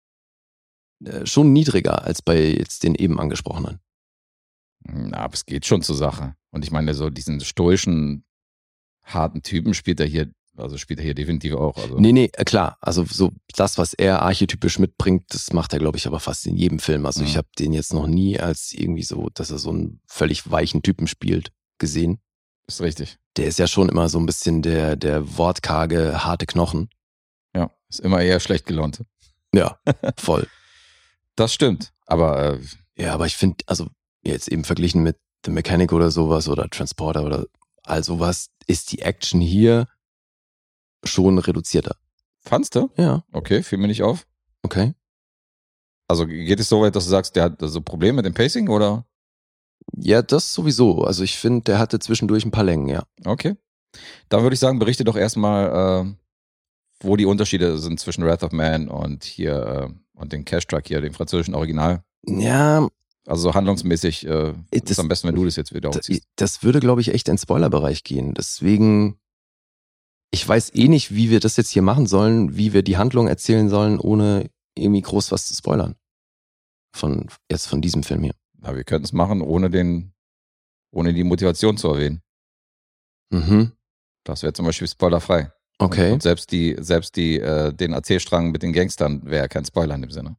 schon niedriger als bei jetzt den eben angesprochenen. Na, aber es geht schon zur Sache. Und ich meine, so diesen stoischen, harten Typen spielt er hier definitiv auch. Also. Nee, klar. Also so das, was er archetypisch mitbringt, das macht er, glaube ich, aber fast in jedem Film. Also ich habe den jetzt noch nie als irgendwie so, dass er so einen völlig weichen Typen spielt, gesehen. Ist richtig. Der ist ja schon immer so ein bisschen der wortkarge, harte Knochen. Ja, ist immer eher schlecht gelaunt. Ja, voll. Das stimmt. Aber ja, aber ich finde, also jetzt eben verglichen mit The Mechanic oder sowas oder Transporter oder all sowas, ist die Action hier schon reduzierter. Fandst du? Ja. Okay, fiel mir nicht auf. Okay. Also geht es so weit, dass du sagst, der hat so Probleme mit dem Pacing, oder? Ja, das sowieso. Also ich finde, der hatte zwischendurch ein paar Längen, ja. Okay. Dann würde ich sagen, berichte doch erstmal, wo die Unterschiede sind zwischen Wrath of Man und hier und den Cash Truck hier, dem französischen Original. Ja. Also so handlungsmäßig ist am besten, wenn du das jetzt wieder aufziehst. Das würde, glaube ich, echt in den Spoilerbereich gehen. Deswegen, ich weiß eh nicht, wie wir das jetzt hier machen sollen, wie wir die Handlung erzählen sollen, ohne irgendwie groß was zu spoilern. Von diesem Film hier. Ja, wir könnten es machen, ohne die Motivation zu erwähnen. Mhm. Das wäre zum Beispiel spoilerfrei. Okay. Und selbst den Erzählstrang mit den Gangstern wäre kein Spoiler in dem Sinne.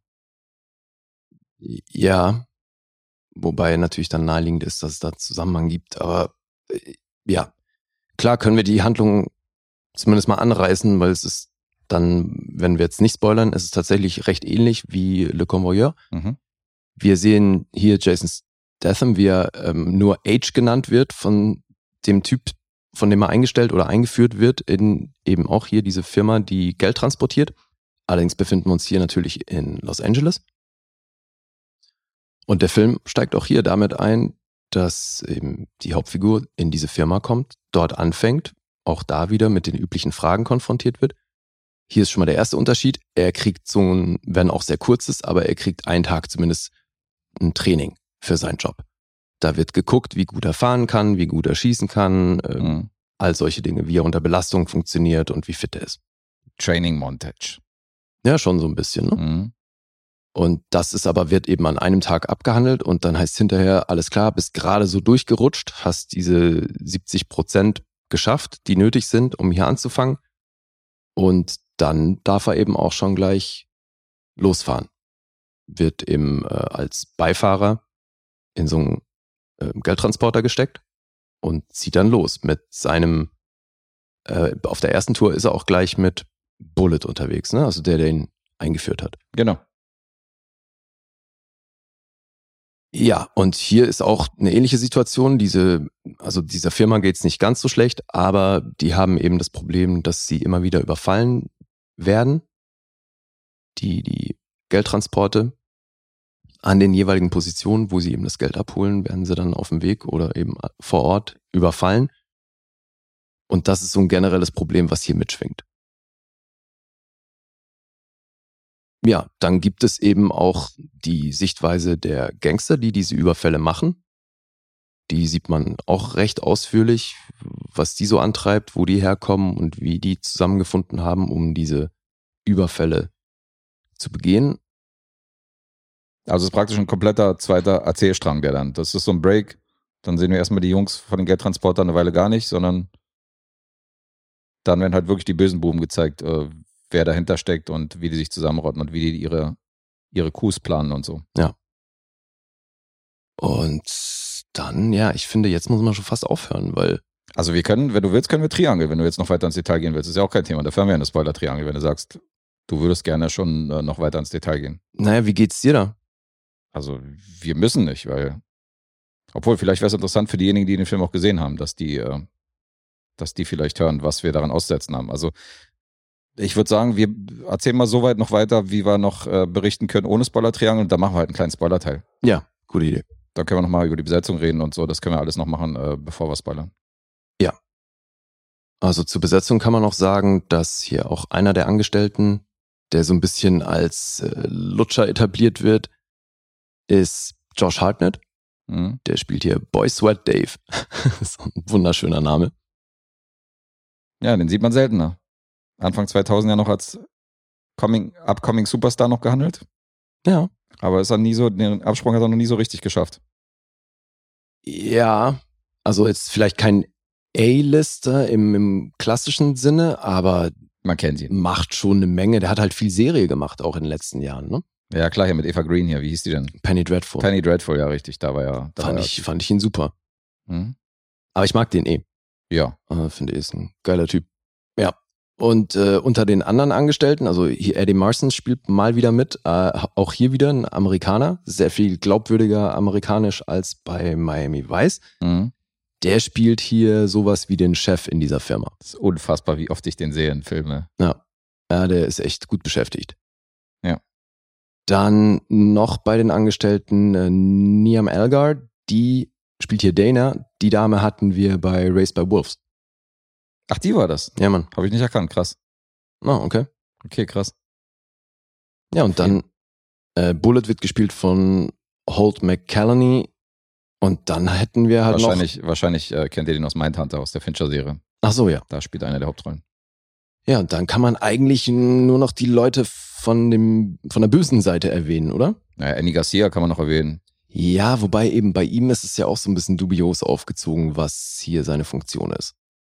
Ja. Wobei natürlich dann naheliegend ist, dass es da Zusammenhang gibt. Aber ja, klar können wir die Handlung zumindest mal anreißen, weil es ist dann, wenn wir jetzt nicht spoilern, ist es tatsächlich recht ähnlich wie Le Convoyeur. Mhm. Wir sehen hier Jason Statham, wie er nur Age genannt wird von dem Typ, von dem er eingestellt oder eingeführt wird in eben auch hier diese Firma, die Geld transportiert. Allerdings befinden wir uns hier natürlich in Los Angeles. Und der Film steigt auch hier damit ein, dass eben die Hauptfigur in diese Firma kommt, dort anfängt, auch da wieder mit den üblichen Fragen konfrontiert wird. Hier ist schon mal der erste Unterschied. Er kriegt so ein, wenn auch sehr kurzes, aber er kriegt einen Tag zumindest ein Training für seinen Job. Da wird geguckt, wie gut er fahren kann, wie gut er schießen kann, all solche Dinge, wie er unter Belastung funktioniert und wie fit er ist. Training Montage. Ja, schon so ein bisschen, ne? Mhm. Und das wird eben an einem Tag abgehandelt und dann heißt hinterher, alles klar, bist gerade so durchgerutscht, hast diese 70% geschafft, die nötig sind, um hier anzufangen. Und dann darf er eben auch schon gleich losfahren. Wird eben als Beifahrer in so einen Geldtransporter gesteckt und zieht dann los mit seinem, auf der ersten Tour ist er auch gleich mit Bullet unterwegs, ne? Also der ihn eingeführt hat. Genau. Ja, und hier ist auch eine ähnliche Situation. Dieser Firma geht's nicht ganz so schlecht, aber die haben eben das Problem, dass sie immer wieder überfallen werden. Die Geldtransporte. An den jeweiligen Positionen, wo sie eben das Geld abholen, werden sie dann auf dem Weg oder eben vor Ort überfallen. Und das ist so ein generelles Problem, was hier mitschwingt. Ja, dann gibt es eben auch die Sichtweise der Gangster, die diese Überfälle machen. Die sieht man auch recht ausführlich, was die so antreibt, wo die herkommen und wie die zusammengefunden haben, um diese Überfälle zu begehen. Also es ist praktisch ein kompletter zweiter Erzählstrang, der dann. Das ist so ein Break. Dann sehen wir erstmal die Jungs von den Geldtransportern eine Weile gar nicht, sondern dann werden halt wirklich die bösen Buben gezeigt, wer dahinter steckt und wie die sich zusammenrotten und wie die ihre Coups planen und so. Ja. Und dann, ja, ich finde, jetzt muss man schon fast aufhören, weil... Also wir können, wenn du willst, können wir Triangel, wenn du jetzt noch weiter ins Detail gehen willst. Das ist ja auch kein Thema. Dafür haben wir ja eine Spoiler-Triangel, wenn du sagst, du würdest gerne schon noch weiter ins Detail gehen. Naja, wie geht's dir da? Also wir müssen nicht, weil... Obwohl, vielleicht wäre es interessant für diejenigen, die den Film auch gesehen haben, dass die vielleicht hören, was wir daran auszusetzen haben. Also ich würde sagen, wir erzählen mal so weit noch weiter, wie wir noch berichten können ohne Spoiler-Triangel und dann machen wir halt einen kleinen Spoiler-Teil. Ja, gute Idee. Dann können wir nochmal über die Besetzung reden und so. Das können wir alles noch machen, bevor wir spoilern. Ja. Also zur Besetzung kann man noch sagen, dass hier auch einer der Angestellten, der so ein bisschen als Lutscher etabliert wird, ist Josh Hartnett. Mhm. Der spielt hier Boy Sweat Dave. Das ist ein wunderschöner Name. Ja, den sieht man seltener. Anfang 2000 ja noch als upcoming Superstar noch gehandelt. Ja. Aber ist er nie so, den Absprung hat er noch nie so richtig geschafft. Ja, also jetzt vielleicht kein A-Lister im klassischen Sinne, aber man kennt ihn. Macht schon eine Menge. Der hat halt viel Serie gemacht, auch in den letzten Jahren, ne? Ja, klar, hier mit Eva Green hier. Wie hieß die denn? Penny Dreadful. Penny Dreadful, ja, richtig. Da war ja. Fand ich ihn super. Mhm. Aber ich mag den eh. Ja. Finde ich, ist ein geiler Typ. Ja. Und unter den anderen Angestellten, also hier Eddie Marsan spielt mal wieder mit, auch hier wieder ein Amerikaner, sehr viel glaubwürdiger amerikanisch als bei Miami Vice. Mhm. Der spielt hier sowas wie den Chef in dieser Firma. Das ist unfassbar, wie oft ich den sehe in Filmen. Ja, der ist echt gut beschäftigt. Ja. Dann noch bei den Angestellten Niamh Algar, die spielt hier Dana. Die Dame hatten wir bei Raised by Wolves. Ach, die war das? Ja, Mann. Habe ich nicht erkannt, krass. Okay. Okay, krass. Ja, und dann Bullet wird gespielt von Holt McCallany. Und dann hätten wir halt Wahrscheinlich kennt ihr den aus Mindhunter, aus der Fincher-Serie. Ach so, ja. Da spielt einer der Hauptrollen. Ja, und dann kann man eigentlich nur noch die Leute von der bösen Seite erwähnen, oder? Naja, Annie Garcia kann man noch erwähnen. Ja, wobei eben bei ihm ist es ja auch so ein bisschen dubios aufgezogen, was hier seine Funktion ist.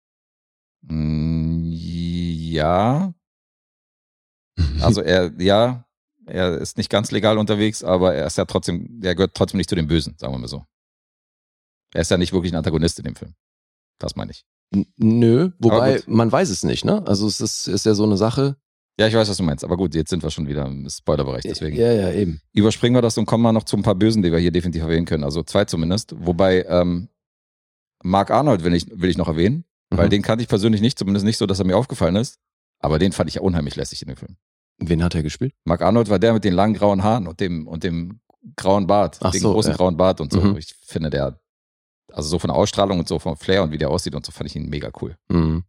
Ja. Also er ist nicht ganz legal unterwegs, aber er gehört trotzdem nicht zu den Bösen, sagen wir mal so. Er ist ja nicht wirklich ein Antagonist in dem Film. Das meine ich. Nö, wobei man weiß es nicht, ne? Also es ist ja so eine Sache. Ja, ich weiß, was du meinst, aber gut, jetzt sind wir schon wieder im Spoilerbereich, deswegen. Ja, eben. Überspringen wir das und kommen mal noch zu ein paar Bösen, die wir hier definitiv erwähnen können, also 2 zumindest. Wobei Mark Arnold will ich noch erwähnen, weil den kannte ich persönlich nicht, zumindest nicht so, dass er mir aufgefallen ist, aber den fand ich ja unheimlich lässig in dem Film. Wen hat er gespielt? Mark Arnold war der mit den langen grauen Haaren und dem grauen Bart, großen grauen Bart und so. Mhm. Ich finde also so von der Ausstrahlung und so, vom Flair und wie der aussieht und so, fand ich ihn mega cool. Mhm.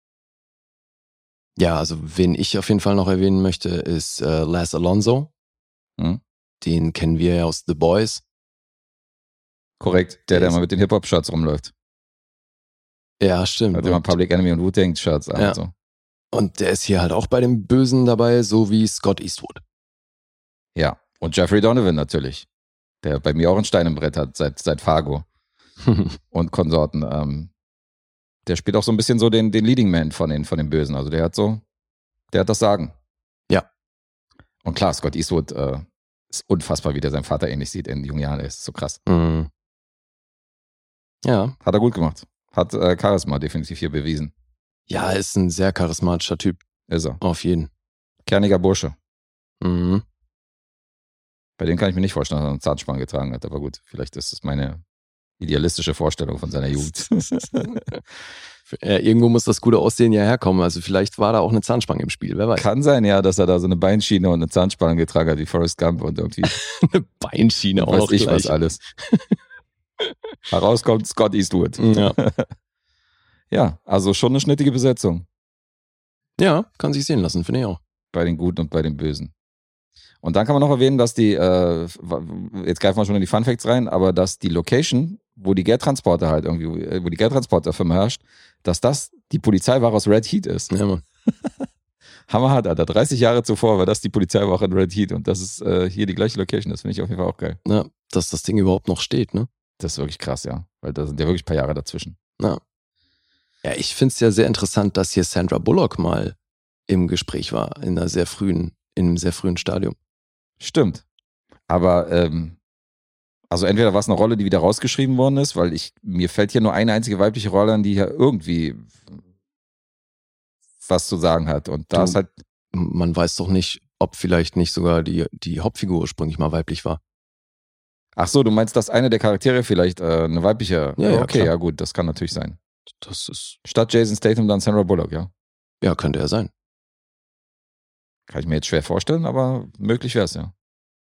Ja, also wen ich auf jeden Fall noch erwähnen möchte, ist Laz Alonso. Mhm. Den kennen wir ja aus The Boys. Korrekt, der mal mit den Hip-Hop-Shirts rumläuft. Ja, stimmt. Hat immer Public Enemy und Wu-Tang-Shirts an und so. Und der ist hier halt auch bei den Bösen dabei, so wie Scott Eastwood. Ja, und Jeffrey Donovan natürlich, der bei mir auch einen Stein im Brett hat, seit Fargo und Konsorten. Der spielt auch so ein bisschen so den Leading Man von den Bösen. Also der hat das Sagen. Ja. Und klar, Scott Eastwood ist unfassbar, wie der seinen Vater ähnlich sieht in jungen Jahren. Ist so krass. Mhm. Ja. Hat er gut gemacht. Hat Charisma definitiv hier bewiesen. Ja, ist ein sehr charismatischer Typ. Ist er. Auf jeden. Kerniger Bursche. Mhm. Bei dem kann ich mir nicht vorstellen, dass er einen Zahnspange getragen hat. Aber gut, vielleicht ist es meine Idealistische Vorstellung von seiner Jugend. Ja, irgendwo muss das gute Aussehen ja herkommen. Also vielleicht war da auch eine Zahnspange im Spiel, wer weiß. Kann sein, ja, dass er da so eine Beinschiene und eine Zahnspange getragen hat, wie Forrest Gump und irgendwie Eine Beinschiene auch weiß noch ich gleich. was alles. Herauskommt Scott Eastwood. Ja. Ja, also schon eine schnittige Besetzung. Ja, kann sich sehen lassen, finde ich auch. Bei den Guten und bei den Bösen. Und dann kann man noch erwähnen, dass die, jetzt greifen wir schon in die Fun Facts rein, aber dass die Location, wo die Geldtransporter halt irgendwie, wo die Geldtransporterfirma herrscht, dass das die Polizeiwache aus Red Heat ist. Ja, Mann. Hammerhart, Alter. 30 Jahre zuvor war das die Polizeiwache in Red Heat und das ist hier die gleiche Location. Das finde ich auf jeden Fall auch geil. Ja, dass das Ding überhaupt noch steht, ne? Das ist wirklich krass, ja. Weil da sind ja wirklich ein paar Jahre dazwischen. Ja, ich finde es ja sehr interessant, dass hier Sandra Bullock mal im Gespräch war, in einem sehr frühen Stadium. Stimmt. Aber, also entweder war es eine Rolle, die wieder rausgeschrieben worden ist, weil mir fällt hier nur eine einzige weibliche Rolle an, die hier irgendwie was zu sagen hat. Und da ist halt. Man weiß doch nicht, ob vielleicht nicht sogar die Hauptfigur ursprünglich mal weiblich war. Ach so, du meinst, dass eine der Charaktere vielleicht eine weibliche. Ja, okay, klar. ja gut, das kann natürlich sein. Das ist, Statt Jason Statham dann Sandra Bullock, ja. ja, könnte er sein. Kann ich mir jetzt schwer vorstellen, aber möglich wäre es ja.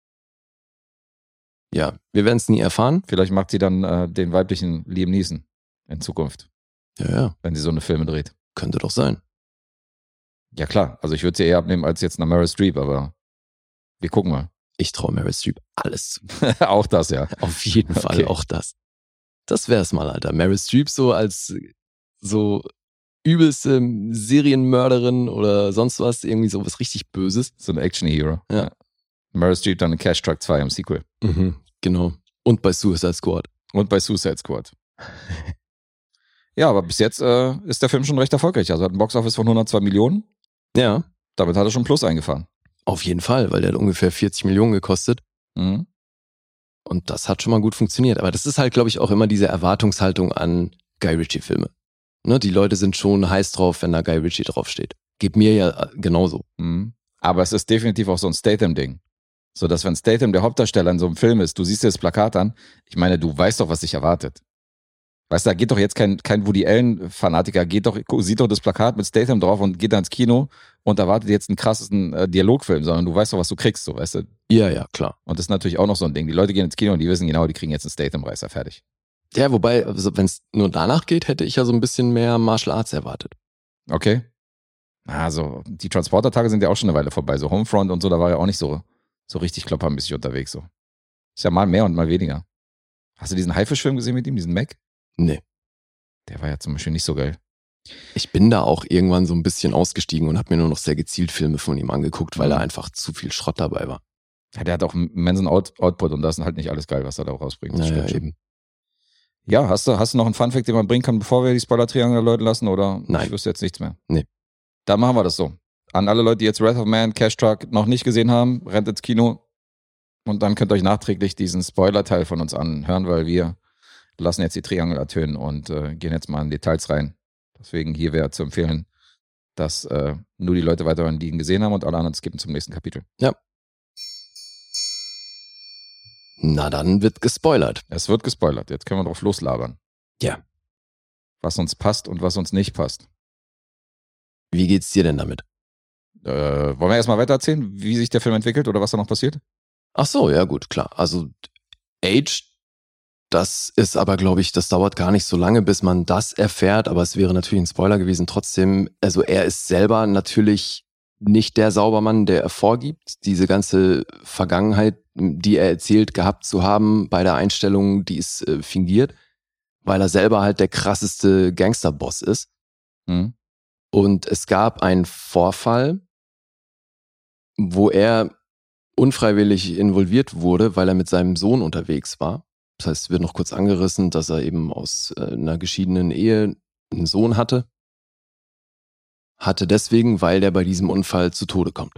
Ja, wir werden es nie erfahren. Vielleicht macht sie dann den weiblichen Liam Neeson in Zukunft, Ja, wenn sie so eine Filme dreht. könnte doch sein. Ja klar, also ich würde sie eher abnehmen als jetzt eine Meryl Streep, aber wir gucken mal. Ich traue Meryl Streep alles zu. Auch das, ja. Auf jeden Fall Okay. auch das. Das wär's mal, Alter. Meryl Streep so als so übelste Serienmörderin oder sonst was, irgendwie so was richtig Böses. So ein Action-Hero. Ja. Meryl Streep dann in Cash Truck 2 im Sequel. Genau. Und bei Suicide Squad. Und bei Suicide Squad. Ja, aber bis jetzt ist der Film schon recht erfolgreich. Also hat ein Boxoffice von 102 Millionen. Ja, Damit hat er schon Plus eingefahren. auf jeden Fall, weil der hat ungefähr 40 Millionen gekostet. Mhm. Und das hat schon mal gut funktioniert. Aber das ist halt, glaube ich, auch immer diese Erwartungshaltung an Guy Ritchie-Filme. Ne, die Leute sind schon heiß drauf, wenn da Guy Ritchie draufsteht. Geht mir ja genauso. Mhm. Aber es ist definitiv auch so ein Statham-Ding. So, dass wenn Statham der Hauptdarsteller in so einem Film ist, du siehst dir das Plakat an, ich meine, du weißt doch, was dich erwartet. Weißt du, da geht doch jetzt kein Woody Allen-Fanatiker, sieht doch das Plakat mit Statham drauf und geht dann ins Kino und erwartet jetzt einen krassesten Dialogfilm, sondern du weißt doch, was du kriegst, so, weißt du. Ja, klar. Und das ist natürlich auch noch so ein Ding. Die Leute gehen ins Kino und die wissen genau, die kriegen jetzt einen Statham-Reißer fertig. Ja, wobei, also wenn es nur danach geht, hätte ich ja so ein bisschen mehr Martial Arts erwartet. Okay. Also, die Transporter-Tage sind ja auch schon eine Weile vorbei. So Homefront und so, da war ja auch nicht so richtig kloppermäßig unterwegs. So. Ist ja mal mehr und mal weniger. Hast du diesen Haifischfilm gesehen mit ihm, diesen Mac? Nee. Der war ja zum Beispiel nicht so geil. Ich bin da auch irgendwann so ein bisschen ausgestiegen und habe mir nur noch sehr gezielt Filme von ihm angeguckt, weil da einfach zu viel Schrott dabei war. Ja, der hat auch einen immensen Output und das ist halt nicht alles geil, was er da rausbringt. Das Naja, stimmt schon. eben. Ja, hast du noch einen Funfact, den man bringen kann, bevor wir die Spoiler-Triangel läuten lassen? Oder Nein. Ich wüsste jetzt nichts mehr. Nee. Dann machen wir das so. An alle Leute, die jetzt Wrath of Man, Cash Truck noch nicht gesehen haben, rennt ins Kino und dann könnt ihr euch nachträglich diesen Spoiler-Teil von uns anhören, weil wir lassen jetzt die Triangel ertönen und gehen jetzt mal in Details rein. Deswegen hier wäre zu empfehlen, dass nur die Leute weiterhören, die ihn gesehen haben und alle anderen skippen zum nächsten Kapitel. Ja. Na, dann wird gespoilert. Es wird gespoilert. Jetzt können wir drauf loslabern. Ja. Was uns passt und was uns nicht passt. Wie geht's dir denn damit? Wollen wir erstmal weitererzählen, wie sich der Film entwickelt oder was da noch passiert? Ach so, ja gut, klar. Also Age, das ist aber, glaube ich, das dauert gar nicht so lange, bis man das erfährt, aber es wäre natürlich ein Spoiler gewesen. Trotzdem, also er ist selber natürlich nicht der Saubermann, der er vorgibt. Diese ganze Vergangenheit, die er erzählt gehabt zu haben bei der Einstellung, die ist fingiert, weil er selber halt der krasseste Gangsterboss ist. Mhm. Und es gab einen Vorfall, wo er unfreiwillig involviert wurde, weil er mit seinem Sohn unterwegs war. Das heißt, es wird noch kurz angerissen, dass er eben aus einer geschiedenen Ehe einen Sohn hatte. Hatte deswegen, weil der bei diesem Unfall zu Tode kommt.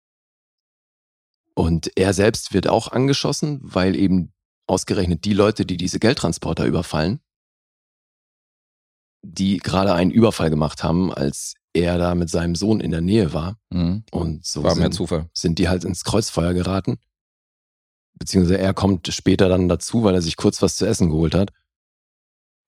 Und er selbst wird auch angeschossen, weil eben ausgerechnet die Leute, die diese Geldtransporter überfallen, die gerade einen Überfall gemacht haben, als er da mit seinem Sohn in der Nähe war. Mhm. Und so War mehr Zufall. sind die halt ins Kreuzfeuer geraten. Beziehungsweise er kommt später dann dazu, weil er sich kurz was zu essen geholt hat.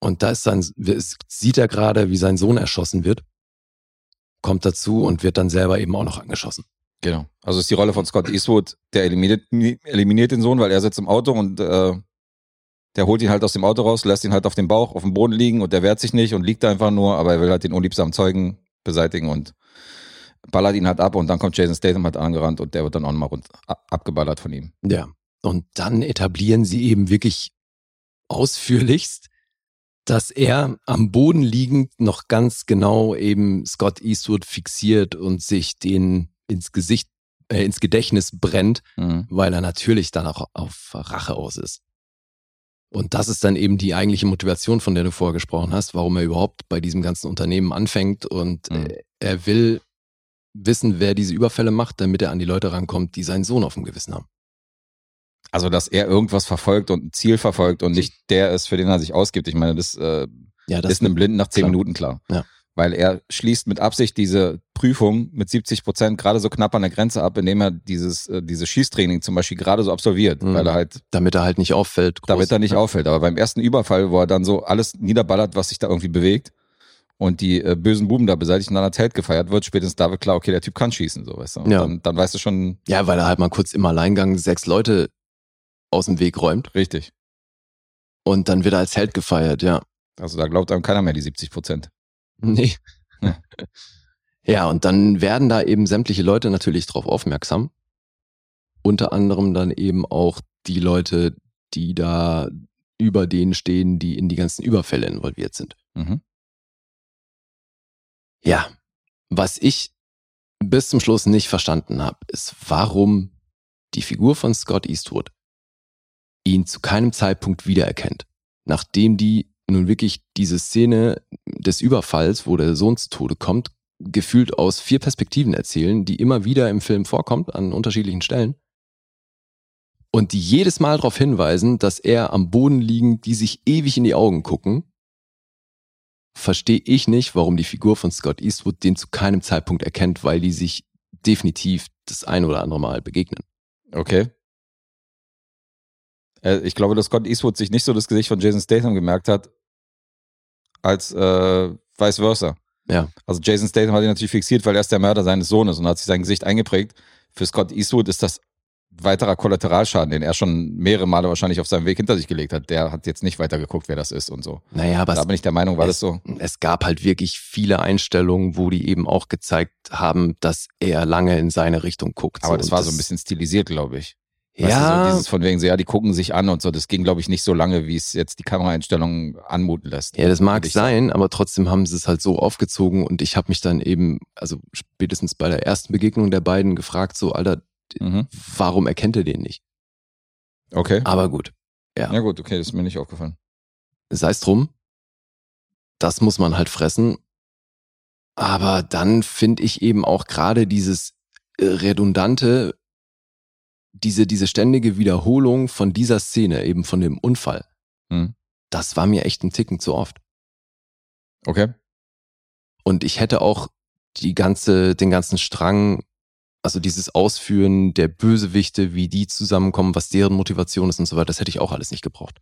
Und da sieht er gerade, wie sein Sohn erschossen wird, kommt dazu und wird dann selber eben auch noch angeschossen. Genau. Also ist die Rolle von Scott Eastwood, der eliminiert den Sohn, weil er sitzt im Auto und der holt ihn halt aus dem Auto raus, lässt ihn halt auf dem Bauch, auf dem Boden liegen und der wehrt sich nicht und liegt da einfach nur, aber er will halt den unliebsamen Zeugen beseitigen und ballert ihn halt ab und dann kommt Jason Statham halt angerannt und der wird dann auch nochmal abgeballert von ihm. Ja. Und dann etablieren sie eben wirklich ausführlichst, dass er am Boden liegend noch ganz genau eben Scott Eastwood fixiert und sich den ins Gedächtnis brennt, weil er natürlich dann auch auf Rache aus ist. Und das ist dann eben die eigentliche Motivation, von der du vorher gesprochen hast, warum er überhaupt bei diesem ganzen Unternehmen anfängt und er will wissen, wer diese Überfälle macht, damit er an die Leute rankommt, die seinen Sohn auf dem Gewissen haben. Also, dass er irgendwas verfolgt und ein Ziel verfolgt und nicht der ist, für den er sich ausgibt. Ich meine, das ist einem Blinden nach 10 Minuten klar. Ja. Weil er schließt mit Absicht diese Prüfung mit 70% gerade so knapp an der Grenze ab, indem er dieses Schießtraining zum Beispiel gerade so absolviert. Weil er halt, damit er halt nicht auffällt. Damit er nicht auffällt. Aber beim ersten Überfall, wo er dann so alles niederballert, was sich da irgendwie bewegt und die bösen Buben da beseitigt und dann als Held gefeiert wird, spätestens da wird klar, okay, der Typ kann schießen, so, weißt du. Und dann weißt du schon. Ja, weil er halt mal kurz im Alleingang 6 Leute aus dem Weg räumt. Richtig. Und dann wird er als Held gefeiert, ja. Also da glaubt einem keiner mehr die 70%. Nee. Ja, und dann werden da eben sämtliche Leute natürlich drauf aufmerksam. Unter anderem dann eben auch die Leute, die da über denen stehen, die in die ganzen Überfälle involviert sind. Ja, was ich bis zum Schluss nicht verstanden habe, ist, warum die Figur von Scott Eastwood ihn zu keinem Zeitpunkt wiedererkennt, nachdem die nun wirklich diese Szene des Überfalls, wo der Sohn zu Tode kommt, gefühlt aus 4 Perspektiven erzählen, die immer wieder im Film vorkommt, an unterschiedlichen Stellen. Und die jedes Mal darauf hinweisen, dass er am Boden liegend, die sich ewig in die Augen gucken, verstehe ich nicht, warum die Figur von Scott Eastwood den zu keinem Zeitpunkt erkennt, weil die sich definitiv das ein oder andere Mal begegnen. Okay. Ich glaube, dass Scott Eastwood sich nicht so das Gesicht von Jason Statham gemerkt hat, als vice versa. Ja. Also Jason Statham hat ihn natürlich fixiert, weil er ist der Mörder seines Sohnes und hat sich sein Gesicht eingeprägt. Für Scott Eastwood ist das weiterer Kollateralschaden, den er schon mehrere Male wahrscheinlich auf seinem Weg hinter sich gelegt hat. Der hat jetzt nicht weiter geguckt, wer das ist und so. Naja, aber da bin ich der Meinung, war das so. Es gab halt wirklich viele Einstellungen, wo die eben auch gezeigt haben, dass er lange in seine Richtung guckt. Aber das war so ein bisschen stilisiert, glaube ich. Ja. Weißt du, so dieses von wegen so, ja, die gucken sich an und so. Das ging, glaube ich, nicht so lange, wie es jetzt die Kameraeinstellung anmuten lässt. Ja, das mag sein, aber trotzdem haben sie es halt so aufgezogen und ich habe mich dann eben, also spätestens bei der ersten Begegnung der beiden gefragt, so, Alter, warum erkennt er den nicht? Okay. Aber gut. Ja gut, okay, das ist mir nicht aufgefallen. Sei es drum, das muss man halt fressen. Aber dann finde ich eben auch gerade dieses redundante, diese ständige Wiederholung von dieser Szene, eben von dem Unfall, das war mir echt ein Ticken zu oft. Okay. Und ich hätte auch den ganzen Strang, also dieses Ausführen der Bösewichte, wie die zusammenkommen, was deren Motivation ist und so weiter, das hätte ich auch alles nicht gebraucht.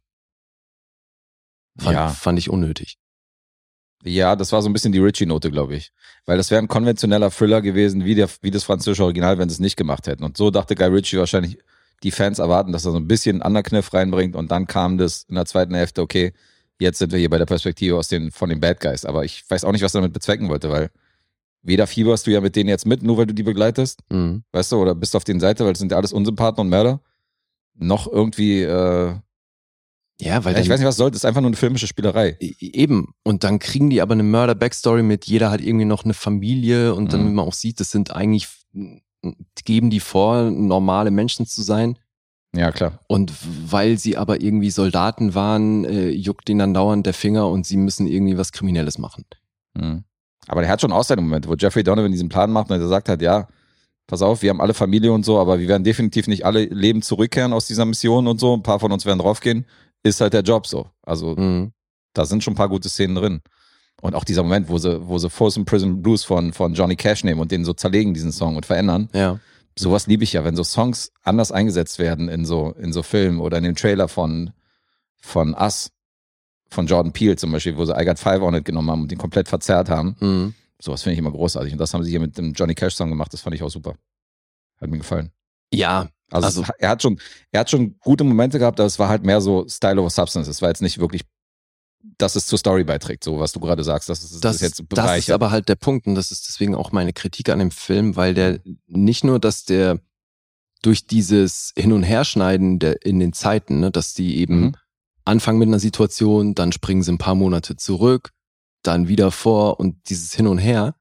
Fand ich unnötig. Ja, das war so ein bisschen die Ritchie-Note, glaube ich. Weil das wäre ein konventioneller Thriller gewesen, wie das französische Original, wenn sie es nicht gemacht hätten. Und so dachte Guy Ritchie wahrscheinlich, die Fans erwarten, dass er so ein bisschen einen Underkniff reinbringt und dann kam das in der zweiten Hälfte, okay, jetzt sind wir hier bei der Perspektive von den Bad Guys. Aber ich weiß auch nicht, was er damit bezwecken wollte, weil weder fieberst du ja mit denen jetzt mit, nur weil du die begleitest, weißt du, oder bist du auf den Seite, weil das sind ja alles Unsympathen und Mörder, noch irgendwie ja, weil ich weiß nicht, was soll, das ist einfach nur eine filmische Spielerei. Eben. Und dann kriegen die aber eine Mörder-Backstory mit, jeder hat irgendwie noch eine Familie und dann, wenn man auch sieht, das sind eigentlich, geben die vor, normale Menschen zu sein. Ja, klar. Und weil sie aber irgendwie Soldaten waren, juckt ihnen dann dauernd der Finger und sie müssen irgendwie was Kriminelles machen. Aber der hat schon auch seine Momente, wo Jeffrey Donovan diesen Plan macht und er sagt halt, ja, pass auf, wir haben alle Familie und so, aber wir werden definitiv nicht alle lebend zurückkehren aus dieser Mission und so. Ein paar von uns werden draufgehen. Ist halt der Job so. Also da sind schon ein paar gute Szenen drin. Und auch dieser Moment, wo sie Folsom Prison Blues von Johnny Cash nehmen und den so zerlegen, diesen Song, und verändern. Ja. Sowas liebe ich ja, wenn so Songs anders eingesetzt werden in so Filmen oder in dem Trailer von Us, von Jordan Peele zum Beispiel, wo sie I Got Five on It genommen haben und den komplett verzerrt haben. Sowas finde ich immer großartig. Und das haben sie hier mit dem Johnny Cash Song gemacht, das fand ich auch super. Hat mir gefallen. Ja. Also er hat schon gute Momente gehabt, aber es war halt mehr so Style over Substance. Es war jetzt nicht wirklich, dass es zur Story beiträgt, so was du gerade sagst. Das ist jetzt bereichert. Das ist aber halt der Punkt und das ist deswegen auch meine Kritik an dem Film, weil der nicht nur, dass der durch dieses Hin- und Herschneiden in den Zeiten, ne, dass die eben anfangen mit einer Situation, dann springen sie ein paar Monate zurück, dann wieder vor und dieses Hin und Her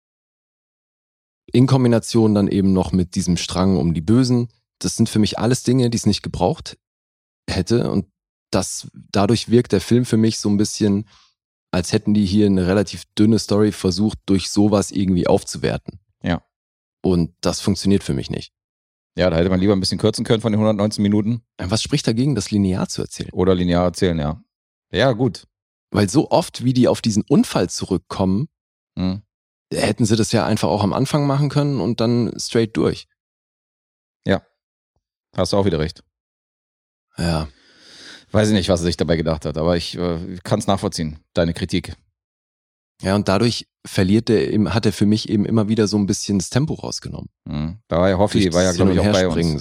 in Kombination dann eben noch mit diesem Strang um die Bösen, das sind für mich alles Dinge, die es nicht gebraucht hätte und dadurch wirkt der Film für mich so ein bisschen, als hätten die hier eine relativ dünne Story versucht, durch sowas irgendwie aufzuwerten. Ja. Und das funktioniert für mich nicht. Ja, da hätte man lieber ein bisschen kürzen können von den 119 Minuten. Was spricht dagegen, das linear zu erzählen? Oder linear erzählen, ja. Ja, gut. Weil so oft, wie die auf diesen Unfall zurückkommen, hätten sie das ja einfach auch am Anfang machen können und dann straight durch. Ja. Hast du auch wieder recht. Ja. Weiß ich nicht, was er sich dabei gedacht hat, aber ich kann es nachvollziehen, deine Kritik. Ja, und dadurch hat er für mich eben immer wieder so ein bisschen das Tempo rausgenommen. Da war ja Hoffi, glaube ich, auch bei uns.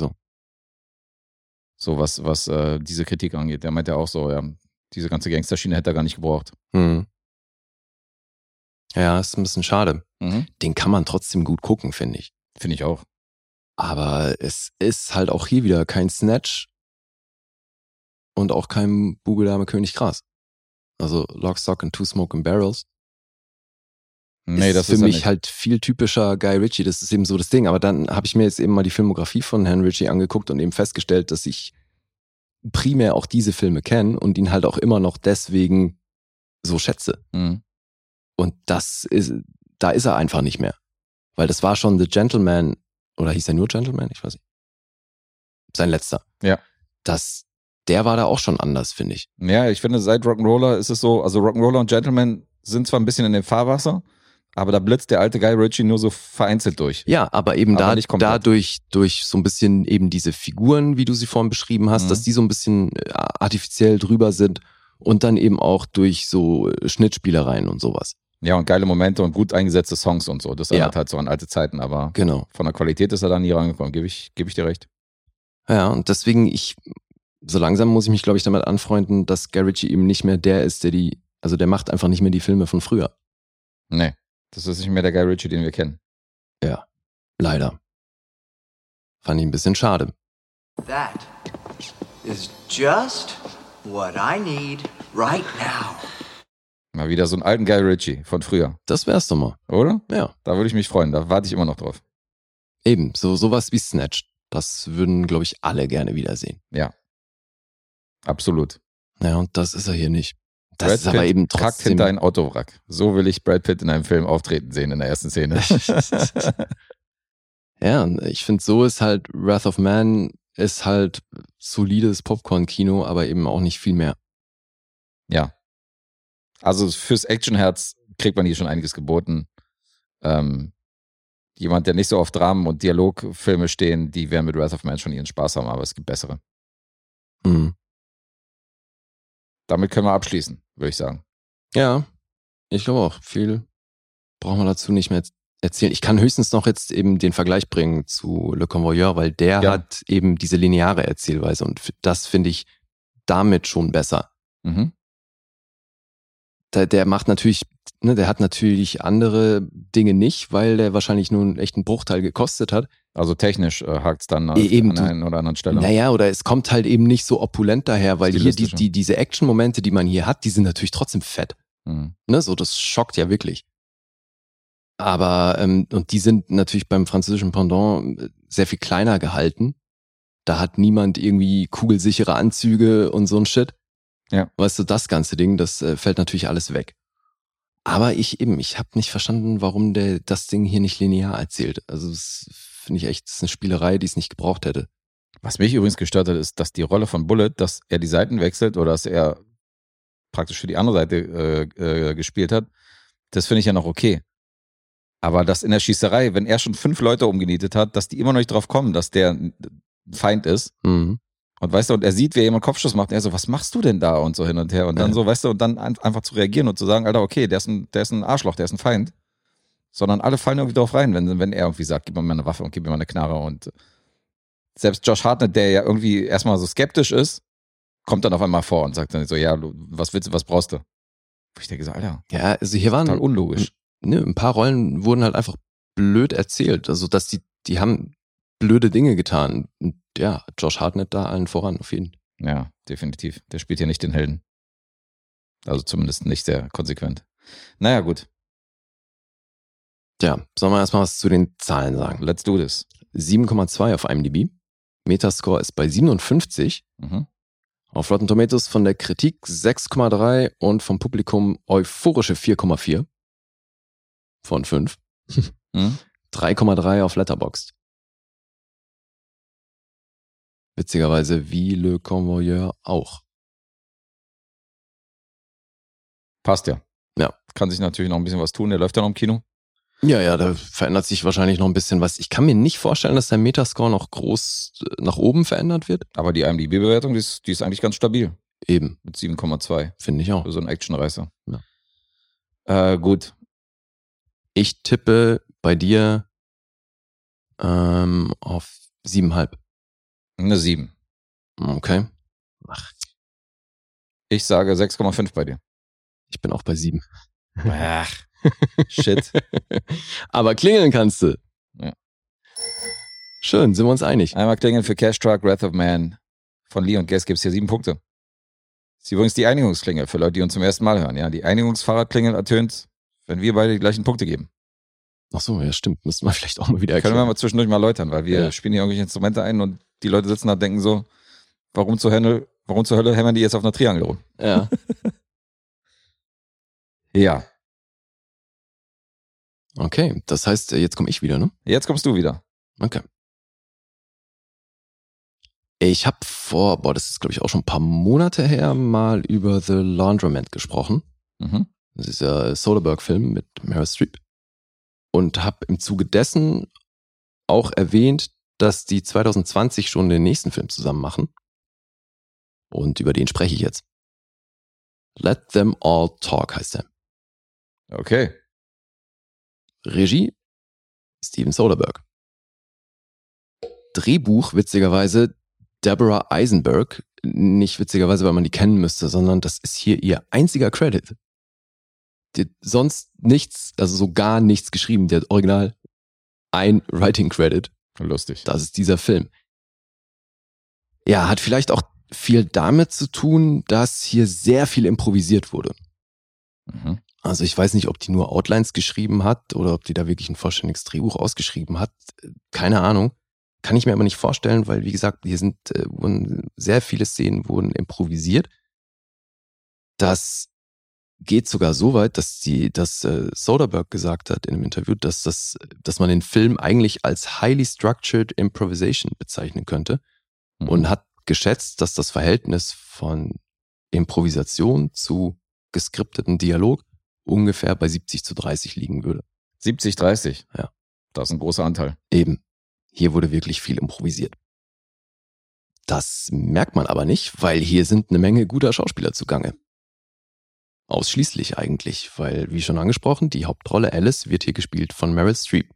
So was diese Kritik angeht. Der meint ja auch so, ja, diese ganze Gangsterschiene hätte er gar nicht gebraucht. Ja, ist ein bisschen schade. Den kann man trotzdem gut gucken, finde ich. Finde ich auch. Aber es ist halt auch hier wieder kein Snatch und auch kein Bube, Dame, König, Gras. Also Lock, Stock and Two Smoking Barrels. Nee, das ist für mich halt viel typischer Guy Ritchie. Das ist eben so das Ding. Aber dann habe ich mir jetzt eben mal die Filmografie von Herrn Ritchie angeguckt und eben festgestellt, dass ich primär auch diese Filme kenne und ihn halt auch immer noch deswegen so schätze. Und da ist er einfach nicht mehr. Weil das war schon The Gentleman, oder hieß er nur Gentleman? Ich weiß nicht. Sein letzter. Ja. Der war da auch schon anders, finde ich. Ja, ich finde, seit Rock'n'Roller ist es so, also Rock'n'Roller und Gentleman sind zwar ein bisschen in dem Fahrwasser, aber da blitzt der alte Guy Ritchie nur so vereinzelt durch. Ja, aber eben dadurch durch so ein bisschen eben diese Figuren, wie du sie vorhin beschrieben hast, dass die so ein bisschen artifiziell drüber sind und dann eben auch durch so Schnittspielereien und sowas. Ja, und geile Momente und gut eingesetzte Songs und so. Das erinnert halt so an alte Zeiten, aber von der Qualität ist er da nie rangekommen, gebe ich dir recht. Ja, und deswegen so langsam muss ich mich, glaube ich, damit anfreunden, dass Guy Ritchie eben nicht mehr der ist, der macht einfach nicht mehr die Filme von früher. Nee, das ist nicht mehr der Guy Ritchie, den wir kennen. Ja, leider. Fand ich ein bisschen schade. That is just what I need right now. Mal wieder so einen alten Guy Ritchie von früher. Das wär's doch mal. Oder? Ja. Da würde ich mich freuen, da warte ich immer noch drauf. Eben, sowas wie Snatch. Das würden, glaube ich, alle gerne wiedersehen. Ja. Absolut. Ja, und das ist er hier nicht. Das Brad ist aber Pitt eben kackt trotzdem... hinter ein Autowrack. So will ich Brad Pitt in einem Film auftreten sehen in der ersten Szene. Ja, und ich finde, so ist halt Wrath of Man ist halt solides Popcorn-Kino, aber eben auch nicht viel mehr. Ja. Also fürs Actionherz kriegt man hier schon einiges geboten. Jemand, der nicht so auf Dramen und Dialogfilme stehen, die werden mit Wrath of Man schon ihren Spaß haben, aber es gibt bessere. Damit können wir abschließen, würde ich sagen. Ja, ich glaube auch. Viel brauchen wir dazu nicht mehr erzählen. Ich kann höchstens noch jetzt eben den Vergleich bringen zu Le Convoyeur, weil der hat eben diese lineare Erzählweise und das finde ich damit schon besser. Der macht natürlich, der hat natürlich andere Dinge nicht, weil der wahrscheinlich nur einen echten Bruchteil gekostet hat. Also technisch hakt es dann an einer oder anderen Stelle. Naja, oder es kommt halt eben nicht so opulent daher, weil hier diese Action-Momente, die man hier hat, die sind natürlich trotzdem fett. So, das schockt ja wirklich. Aber, und die sind natürlich beim französischen Pendant sehr viel kleiner gehalten. Da hat niemand irgendwie kugelsichere Anzüge und so ein Shit. Ja. Weißt du, das ganze Ding, das fällt natürlich alles weg. Aber ich habe nicht verstanden, warum das Ding hier nicht linear erzählt. Also das finde ich echt, das ist eine Spielerei, die es nicht gebraucht hätte. Was mich übrigens gestört hat, ist, dass die Rolle von Bullet, dass er die Seiten wechselt oder dass er praktisch für die andere Seite gespielt hat, das finde ich ja noch okay. Aber dass in der Schießerei, wenn er schon 5 Leute umgenietet hat, dass die immer noch nicht drauf kommen, dass der ein Feind ist, Und weißt du, und er sieht, wie jemand Kopfschuss macht, und er so, was machst du denn da? Und so hin und her. Und dann so, weißt du, und dann einfach zu reagieren und zu sagen, Alter, okay, der ist ein Arschloch, der ist ein Feind. Sondern alle fallen irgendwie drauf rein, wenn er irgendwie sagt, gib mir mal eine Waffe und gib mir mal eine Knarre. Und selbst Josh Hartnett, der ja irgendwie erstmal so skeptisch ist, kommt dann auf einmal vor und sagt dann so, ja, was willst du, was brauchst du? Wo ich denke so, Alter, ja, also hier waren total unlogisch. Ein paar Rollen wurden halt einfach blöd erzählt. Also, dass die haben blöde Dinge getan. Und ja, Josh Hartnett da allen voran auf jeden Fall. Ja, definitiv. Der spielt hier nicht den Helden. Also zumindest nicht sehr konsequent. Naja, gut. Tja, sollen wir erstmal was zu den Zahlen sagen? Let's do this. 7,2 auf IMDb. Metascore ist bei 57. Mhm. Auf Rotten Tomatoes von der Kritik 6,3 und vom Publikum euphorische 4,4 von 5. Mhm. 3,3 auf Letterboxd. Witzigerweise wie Le Convoyeur auch. Passt ja. Ja. Kann sich natürlich noch ein bisschen was tun. Der läuft ja noch im Kino. Ja, da verändert sich wahrscheinlich noch ein bisschen was. Ich kann mir nicht vorstellen, dass der Metascore noch groß nach oben verändert wird. Aber die IMDb-Bewertung, die ist eigentlich ganz stabil. Eben. Mit 7,2. Finde ich auch. Für so einen Actionreißer. Ja. Gut. Ich tippe bei dir auf 7,5. Eine 7. Okay. Ach, Ich sage 6,5 bei dir. ich bin auch bei 7. Ach, shit. Aber klingeln kannst du. Ja. Schön, sind wir uns einig. Einmal klingeln für Cash Truck, Wrath of Man. Von Lee und Guess gibt es hier 7 Punkte. Das ist übrigens die Einigungsklingel für Leute, die uns zum ersten Mal hören. Ja, die Einigungsfahrradklingel ertönt, wenn wir beide die gleichen Punkte geben. Ach so, ja stimmt. Müssten wir vielleicht auch mal wieder erklären. Können wir mal zwischendurch mal läutern, weil wir spielen hier irgendwelche Instrumente ein und die Leute sitzen da und denken so, warum zur Hölle hämmern die jetzt auf einer Triangel rum? Ja. Ja. Okay, das heißt, jetzt komme ich wieder, ne? Jetzt kommst du wieder. Okay. Ich habe das ist glaube ich auch schon ein paar Monate her, mal über The Laundromat gesprochen. Mhm. Das ist ja Soderbergh-Film mit Meryl Streep. Und habe im Zuge dessen auch erwähnt, dass die 2020 schon den nächsten Film zusammen machen. Und über den spreche ich jetzt. Let Them All Talk heißt er. Okay. Regie Steven Soderbergh. Drehbuch, witzigerweise, Deborah Eisenberg. Nicht witzigerweise, weil man die kennen müsste, sondern das ist hier ihr einziger Credit. Die hat sonst nichts, also so gar nichts geschrieben. Die hat original ein Writing Credit. Lustig. Das ist dieser Film. Ja, hat vielleicht auch viel damit zu tun, dass hier sehr viel improvisiert wurde. Mhm. Also ich weiß nicht, ob die nur Outlines geschrieben hat oder ob die da wirklich ein vollständiges Drehbuch ausgeschrieben hat. Keine Ahnung. Kann ich mir aber nicht vorstellen, weil wie gesagt, hier wurden sehr viele Szenen wurden improvisiert. Das geht sogar so weit, dass Soderbergh gesagt hat in einem Interview, dass man den Film eigentlich als highly structured improvisation bezeichnen könnte und hat geschätzt, dass das Verhältnis von Improvisation zu geskripteten Dialog ungefähr bei 70:30 liegen würde. 70-30? Ja. Das ist ein großer Anteil. Eben. Hier wurde wirklich viel improvisiert. Das merkt man aber nicht, weil hier sind eine Menge guter Schauspieler zugange. Ausschließlich eigentlich, weil, wie schon angesprochen, die Hauptrolle Alice wird hier gespielt von Meryl Streep.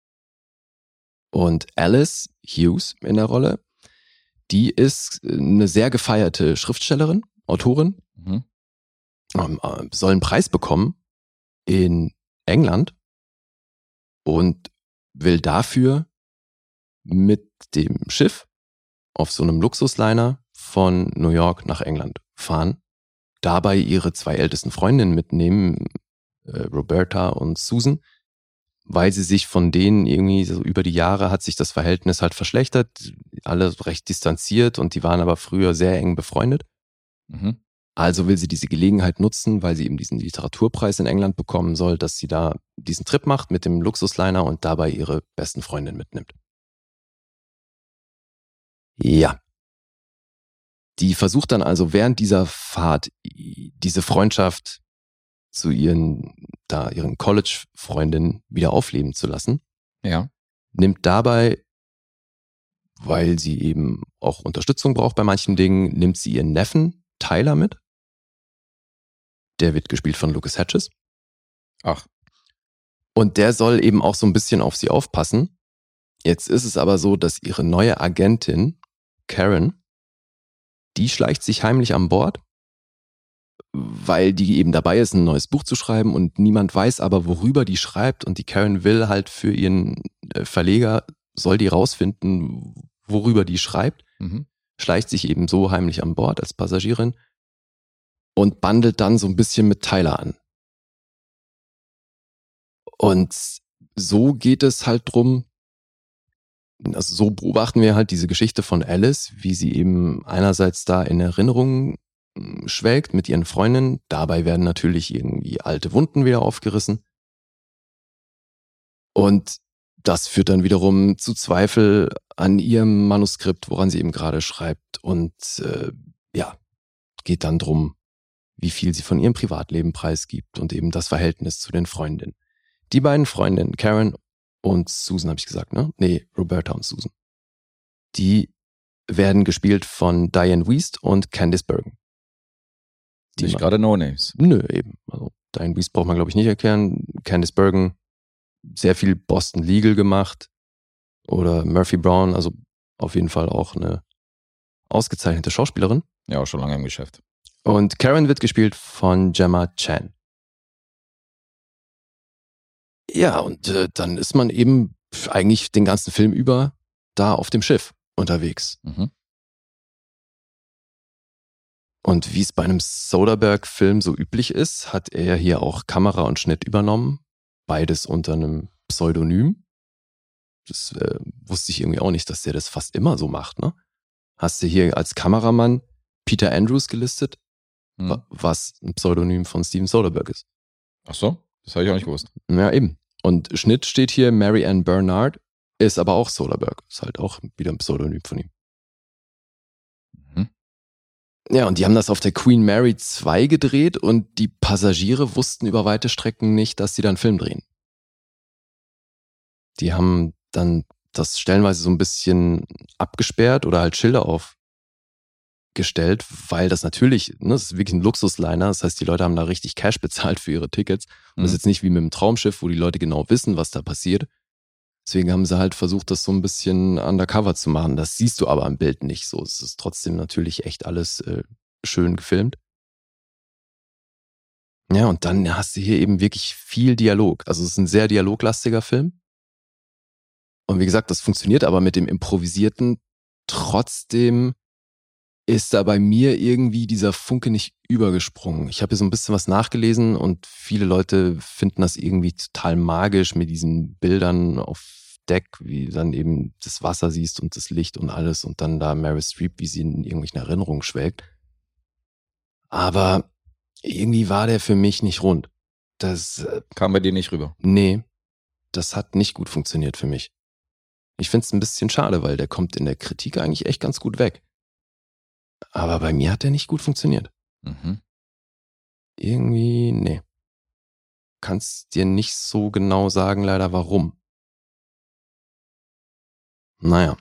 Und Alice Hughes in der Rolle, die ist eine sehr gefeierte Schriftstellerin, Autorin, soll einen Preis bekommen in England und will dafür mit dem Schiff auf so einem Luxusliner von New York nach England fahren, dabei ihre 2 ältesten Freundinnen mitnehmen, Roberta und Susan, weil sie sich von denen irgendwie so über die Jahre hat sich das Verhältnis halt verschlechtert, alle recht distanziert und die waren aber früher sehr eng befreundet. Mhm. Also will sie diese Gelegenheit nutzen, weil sie eben diesen Literaturpreis in England bekommen soll, dass sie da diesen Trip macht mit dem Luxusliner und dabei ihre besten Freundinnen mitnimmt. Ja. Die versucht dann also während dieser Fahrt diese Freundschaft zu ihren College-Freundinnen wieder aufleben zu lassen. Ja. Nimmt dabei weil sie eben auch Unterstützung braucht bei manchen Dingen, nimmt sie ihren Neffen Tyler mit. Der wird gespielt von Lucas Hedges. Ach. Und der soll eben auch so ein bisschen auf sie aufpassen. Jetzt ist es aber so, dass ihre neue Agentin, Karen, die schleicht sich heimlich an Bord, weil die eben dabei ist, ein neues Buch zu schreiben und niemand weiß aber, worüber die schreibt und die Karen will halt für ihren Verleger, soll die rausfinden, worüber die schreibt, schleicht sich eben so heimlich an Bord als Passagierin und bandelt dann so ein bisschen mit Tyler an. Und so geht es halt drum, also so beobachten wir halt diese Geschichte von Alice, wie sie eben einerseits da in Erinnerungen schwelgt mit ihren Freundinnen. Dabei werden natürlich irgendwie alte Wunden wieder aufgerissen. Und das führt dann wiederum zu Zweifel an ihrem Manuskript, woran sie eben gerade schreibt. Und geht dann drum, wie viel sie von ihrem Privatleben preisgibt und eben das Verhältnis zu den Freundinnen. Die beiden Freundinnen, Karen und Susan, habe ich gesagt, ne? Nee, Roberta und Susan. Die werden gespielt von Diane Wiest und Candice Bergen. Nicht gerade No-Names. Nö, eben. Also Diane Wiest braucht man, glaube ich, nicht erklären. Candice Bergen, sehr viel Boston Legal gemacht. Oder Murphy Brown, also auf jeden Fall auch eine ausgezeichnete Schauspielerin. Ja, auch schon lange im Geschäft. Und Karen wird gespielt von Gemma Chan. Ja, und dann ist man eben eigentlich den ganzen Film über da auf dem Schiff unterwegs. Und wie es bei einem Soderbergh-Film so üblich ist, hat er hier auch Kamera und Schnitt übernommen. Beides unter einem Pseudonym. Das wusste ich irgendwie auch nicht, dass der das fast immer so macht, ne? Hast du hier als Kameramann Peter Andrews gelistet, was ein Pseudonym von Steven Soderbergh ist. Ach so, das habe ich auch nicht gewusst. Ja, eben. Und Schnitt steht hier Mary Ann Bernard, ist aber auch Soderbergh. Ist halt auch wieder ein Pseudonym von ihm. Ja, und die haben das auf der Queen Mary 2 gedreht und die Passagiere wussten über weite Strecken nicht, dass sie da einen Film drehen. Die haben dann das stellenweise so ein bisschen abgesperrt oder halt Schilder aufgestellt, weil das natürlich, das ist wirklich ein Luxusliner, das heißt, die Leute haben da richtig Cash bezahlt für ihre Tickets. Und das ist jetzt nicht wie mit dem Traumschiff, wo die Leute genau wissen, was da passiert. Deswegen haben sie halt versucht, das so ein bisschen undercover zu machen. Das siehst du aber im Bild nicht so. Es ist trotzdem natürlich echt alles schön gefilmt. Ja, und dann hast du hier eben wirklich viel Dialog. Also es ist ein sehr dialoglastiger Film. Und wie gesagt, das funktioniert aber mit dem Improvisierten. Trotzdem ist da bei mir irgendwie dieser Funke nicht übergesprungen. Ich habe hier so ein bisschen was nachgelesen und viele Leute finden das irgendwie total magisch mit diesen Bildern auf Deck, wie dann eben das Wasser siehst und das Licht und alles und dann da Meryl Streep, wie sie in irgendwelchen Erinnerungen schwelgt. Aber irgendwie war der für mich nicht rund. Das kam bei dir nicht rüber? Nee, das hat nicht gut funktioniert für mich. Ich finde es ein bisschen schade, weil der kommt in der Kritik eigentlich echt ganz gut weg. Aber bei mir hat der nicht gut funktioniert. Irgendwie, nee. Kannst dir nicht so genau sagen, leider warum. Naja.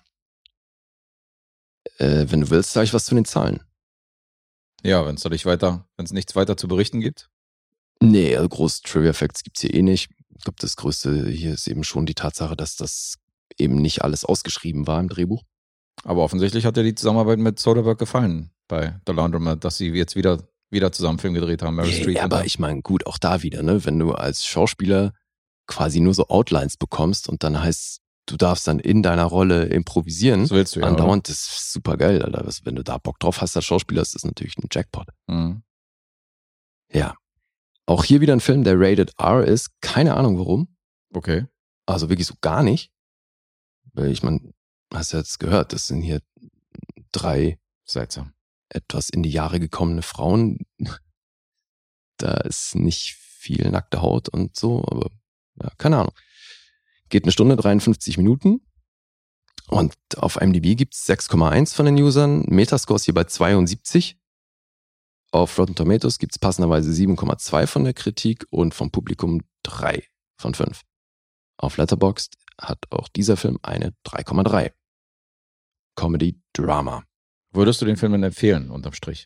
Wenn du willst, sage ich was zu den Zahlen. Ja, wenn es nichts weiter zu berichten gibt. Nee, also große Trivia-Facts gibt's hier eh nicht. Ich glaube, das Größte hier ist eben schon die Tatsache, dass das eben nicht alles ausgeschrieben war im Drehbuch. Aber offensichtlich hat dir die Zusammenarbeit mit Soderbergh gefallen bei The Laundromat, dass sie jetzt wieder zusammen einen Film gedreht haben. Meryl Streep. Ja, aber ich meine, gut, auch da wieder, ne? Wenn du als Schauspieler quasi nur so Outlines bekommst und dann heißt, du darfst dann in deiner Rolle improvisieren. Das willst du ja. Andauernd, das ist super geil, Alter. Wenn du da Bock drauf hast als Schauspieler, ist das natürlich ein Jackpot. Ja. Auch hier wieder ein Film, der rated R ist. Keine Ahnung warum. Okay. Also wirklich so gar nicht. Weil ich meine, hast du jetzt gehört, das sind hier 3 seltsam etwas in die Jahre gekommene Frauen. Da ist nicht viel nackte Haut und so, aber ja, keine Ahnung. Geht 1 Stunde, 53 Minuten und auf IMDb gibt's 6,1 von den Usern, Metascore ist hier bei 72. Auf Rotten Tomatoes gibt's passenderweise 7,2 von der Kritik und vom Publikum 3 von 5. Auf Letterboxd hat auch dieser Film eine 3,3. Comedy, Drama. Würdest du den Film denn empfehlen, unterm Strich?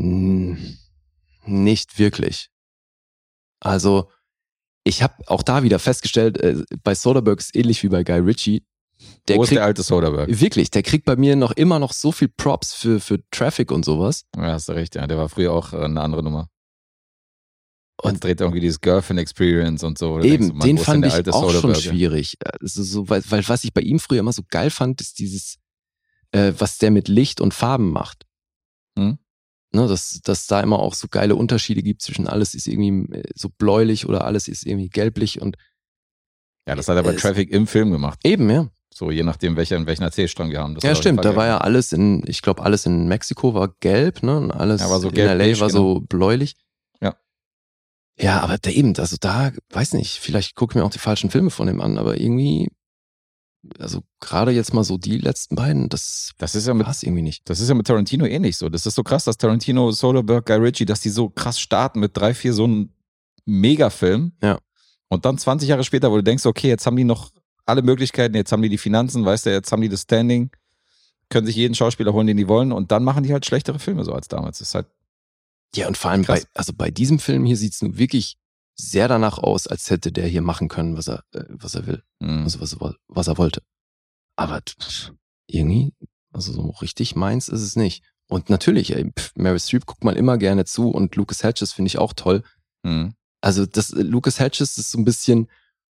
Nicht wirklich. Also, ich habe auch da wieder festgestellt, bei Soderbergh ist ähnlich wie bei Guy Ritchie. Wo ist der alte Soderbergh? Wirklich, der kriegt bei mir immer noch so viel Props für Traffic und sowas. Ja, hast du recht, ja. Der war früher auch eine andere Nummer. Und dreht irgendwie dieses Girlfriend Experience und so. Eben, Mann, den fand ich auch Soderbergh? schon schwierig. Also so, weil was ich bei ihm früher immer so geil fand, ist dieses, was der mit Licht und Farben macht. Hm? Ne, dass da immer auch so geile Unterschiede gibt zwischen alles ist irgendwie so bläulich oder alles ist irgendwie gelblich und ja, das hat er bei Traffic im Film gemacht. Eben, ja. So, je nachdem, welchen Erzählstrang wir haben. Das ja, stimmt, da war ja alles ich glaube, alles in Mexiko war gelb, ne? Und alles ja, war so in gelb, LA war so bläulich. Ja. Ja, aber also da, weiß nicht, vielleicht gucke ich mir auch die falschen Filme von dem an, aber irgendwie, also gerade jetzt mal so die letzten beiden, das ist ja war's irgendwie nicht. Das ist ja mit Tarantino ähnlich so. Das ist so krass, dass Tarantino, Soderbergh, Guy Ritchie, dass die so krass starten mit 3, 4 so einen Megafilm. Ja. Und dann 20 Jahre später, wo du denkst, okay, jetzt haben die noch alle Möglichkeiten, jetzt haben die Finanzen, weißt du, jetzt haben die das Standing, können sich jeden Schauspieler holen, den die wollen und dann machen die halt schlechtere Filme so als damals. Das ist halt ja, und vor allem bei diesem Film hier sieht's nun wirklich sehr danach aus, als hätte der hier machen können, was er will. Also was er wollte. Aber irgendwie, also so richtig meins ist es nicht. Und natürlich, Meryl Streep guckt man immer gerne zu und Lucas Hedges finde ich auch toll. Also Lucas Hedges ist so ein bisschen,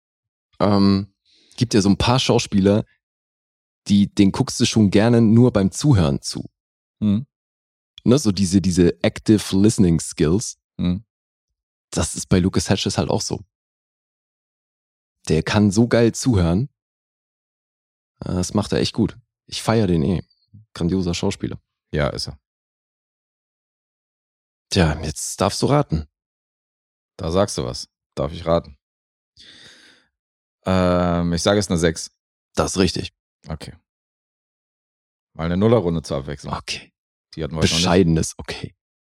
gibt ja so ein paar Schauspieler, den guckst du schon gerne nur beim Zuhören zu. Ne, so diese active listening skills. Das ist bei Lucas Hedges halt auch so. Der kann so geil zuhören. Das macht er echt gut. Ich feiere den Grandioser Schauspieler. Ja, ist er. Tja, jetzt darfst du raten. Da sagst du was. Darf ich raten? Ich sage es eine 6. Das ist richtig. Okay. Mal eine Nullerrunde zur Abwechslung. Okay. Die hatten wir Bescheidenes, okay.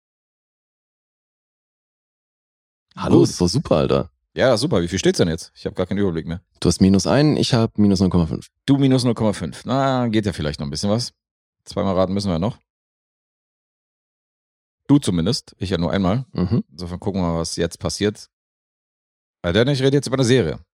Hallo, das ist doch super, Alter. Ja, super. Wie viel steht's denn jetzt? Ich habe gar keinen Überblick mehr. Du hast -1, ich habe -0,5. Du -0,5. Na, geht ja vielleicht noch ein bisschen was. 2-mal raten müssen wir noch. Du zumindest. Ich ja nur einmal. Insofern gucken wir mal, was jetzt passiert. Denn ich rede jetzt über eine Serie.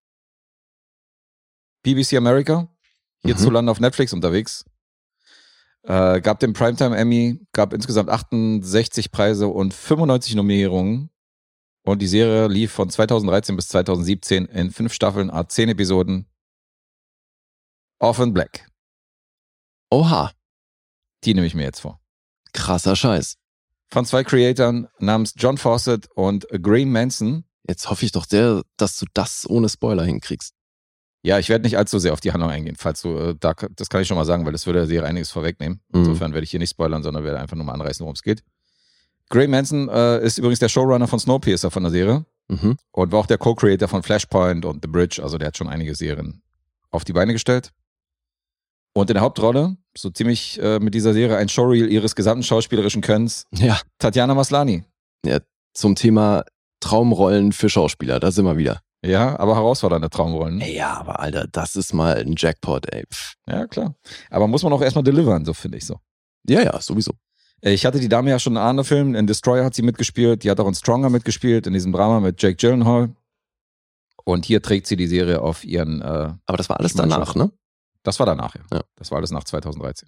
BBC America. Hierzulande auf Netflix unterwegs. Gab den Primetime Emmy, gab insgesamt 68 Preise und 95 Nominierungen. Und die Serie lief von 2013 bis 2017 in 5 Staffeln, 10 Episoden. Orphan Black. Oha. Die nehme ich mir jetzt vor. Krasser Scheiß. Von 2 Creatoren namens John Fawcett und Graham Manson. Jetzt hoffe ich doch dass du das ohne Spoiler hinkriegst. Ja, ich werde nicht allzu sehr auf die Handlung eingehen, falls du, das kann ich schon mal sagen, weil das würde der Serie einiges vorwegnehmen. Insofern werde ich hier nicht spoilern, sondern werde einfach nur mal anreißen, worum es geht. Graham Manson ist übrigens der Showrunner von Snowpiercer von der Serie und war auch der Co-Creator von Flashpoint und The Bridge, also der hat schon einige Serien auf die Beine gestellt. Und in der Hauptrolle, so ziemlich mit dieser Serie ein Showreel ihres gesamten schauspielerischen Könnens, Tatjana Maslany. Ja, zum Thema Traumrollen für Schauspieler, da sind wir wieder. Ja, aber herausfordernde Traumrollen. Ja, aber Alter, das ist mal ein Jackpot, ey. Ja, klar. Aber muss man auch erstmal delivern, so finde ich so. Ja, sowieso. Ich hatte die Dame ja schon in anderen Filmen. In Destroyer hat sie mitgespielt. Die hat auch in Stronger mitgespielt, in diesem Drama mit Jake Gyllenhaal. Und hier trägt sie die Serie auf ihren... aber das war alles danach, ne? Das war danach, ja. Das war alles nach 2013.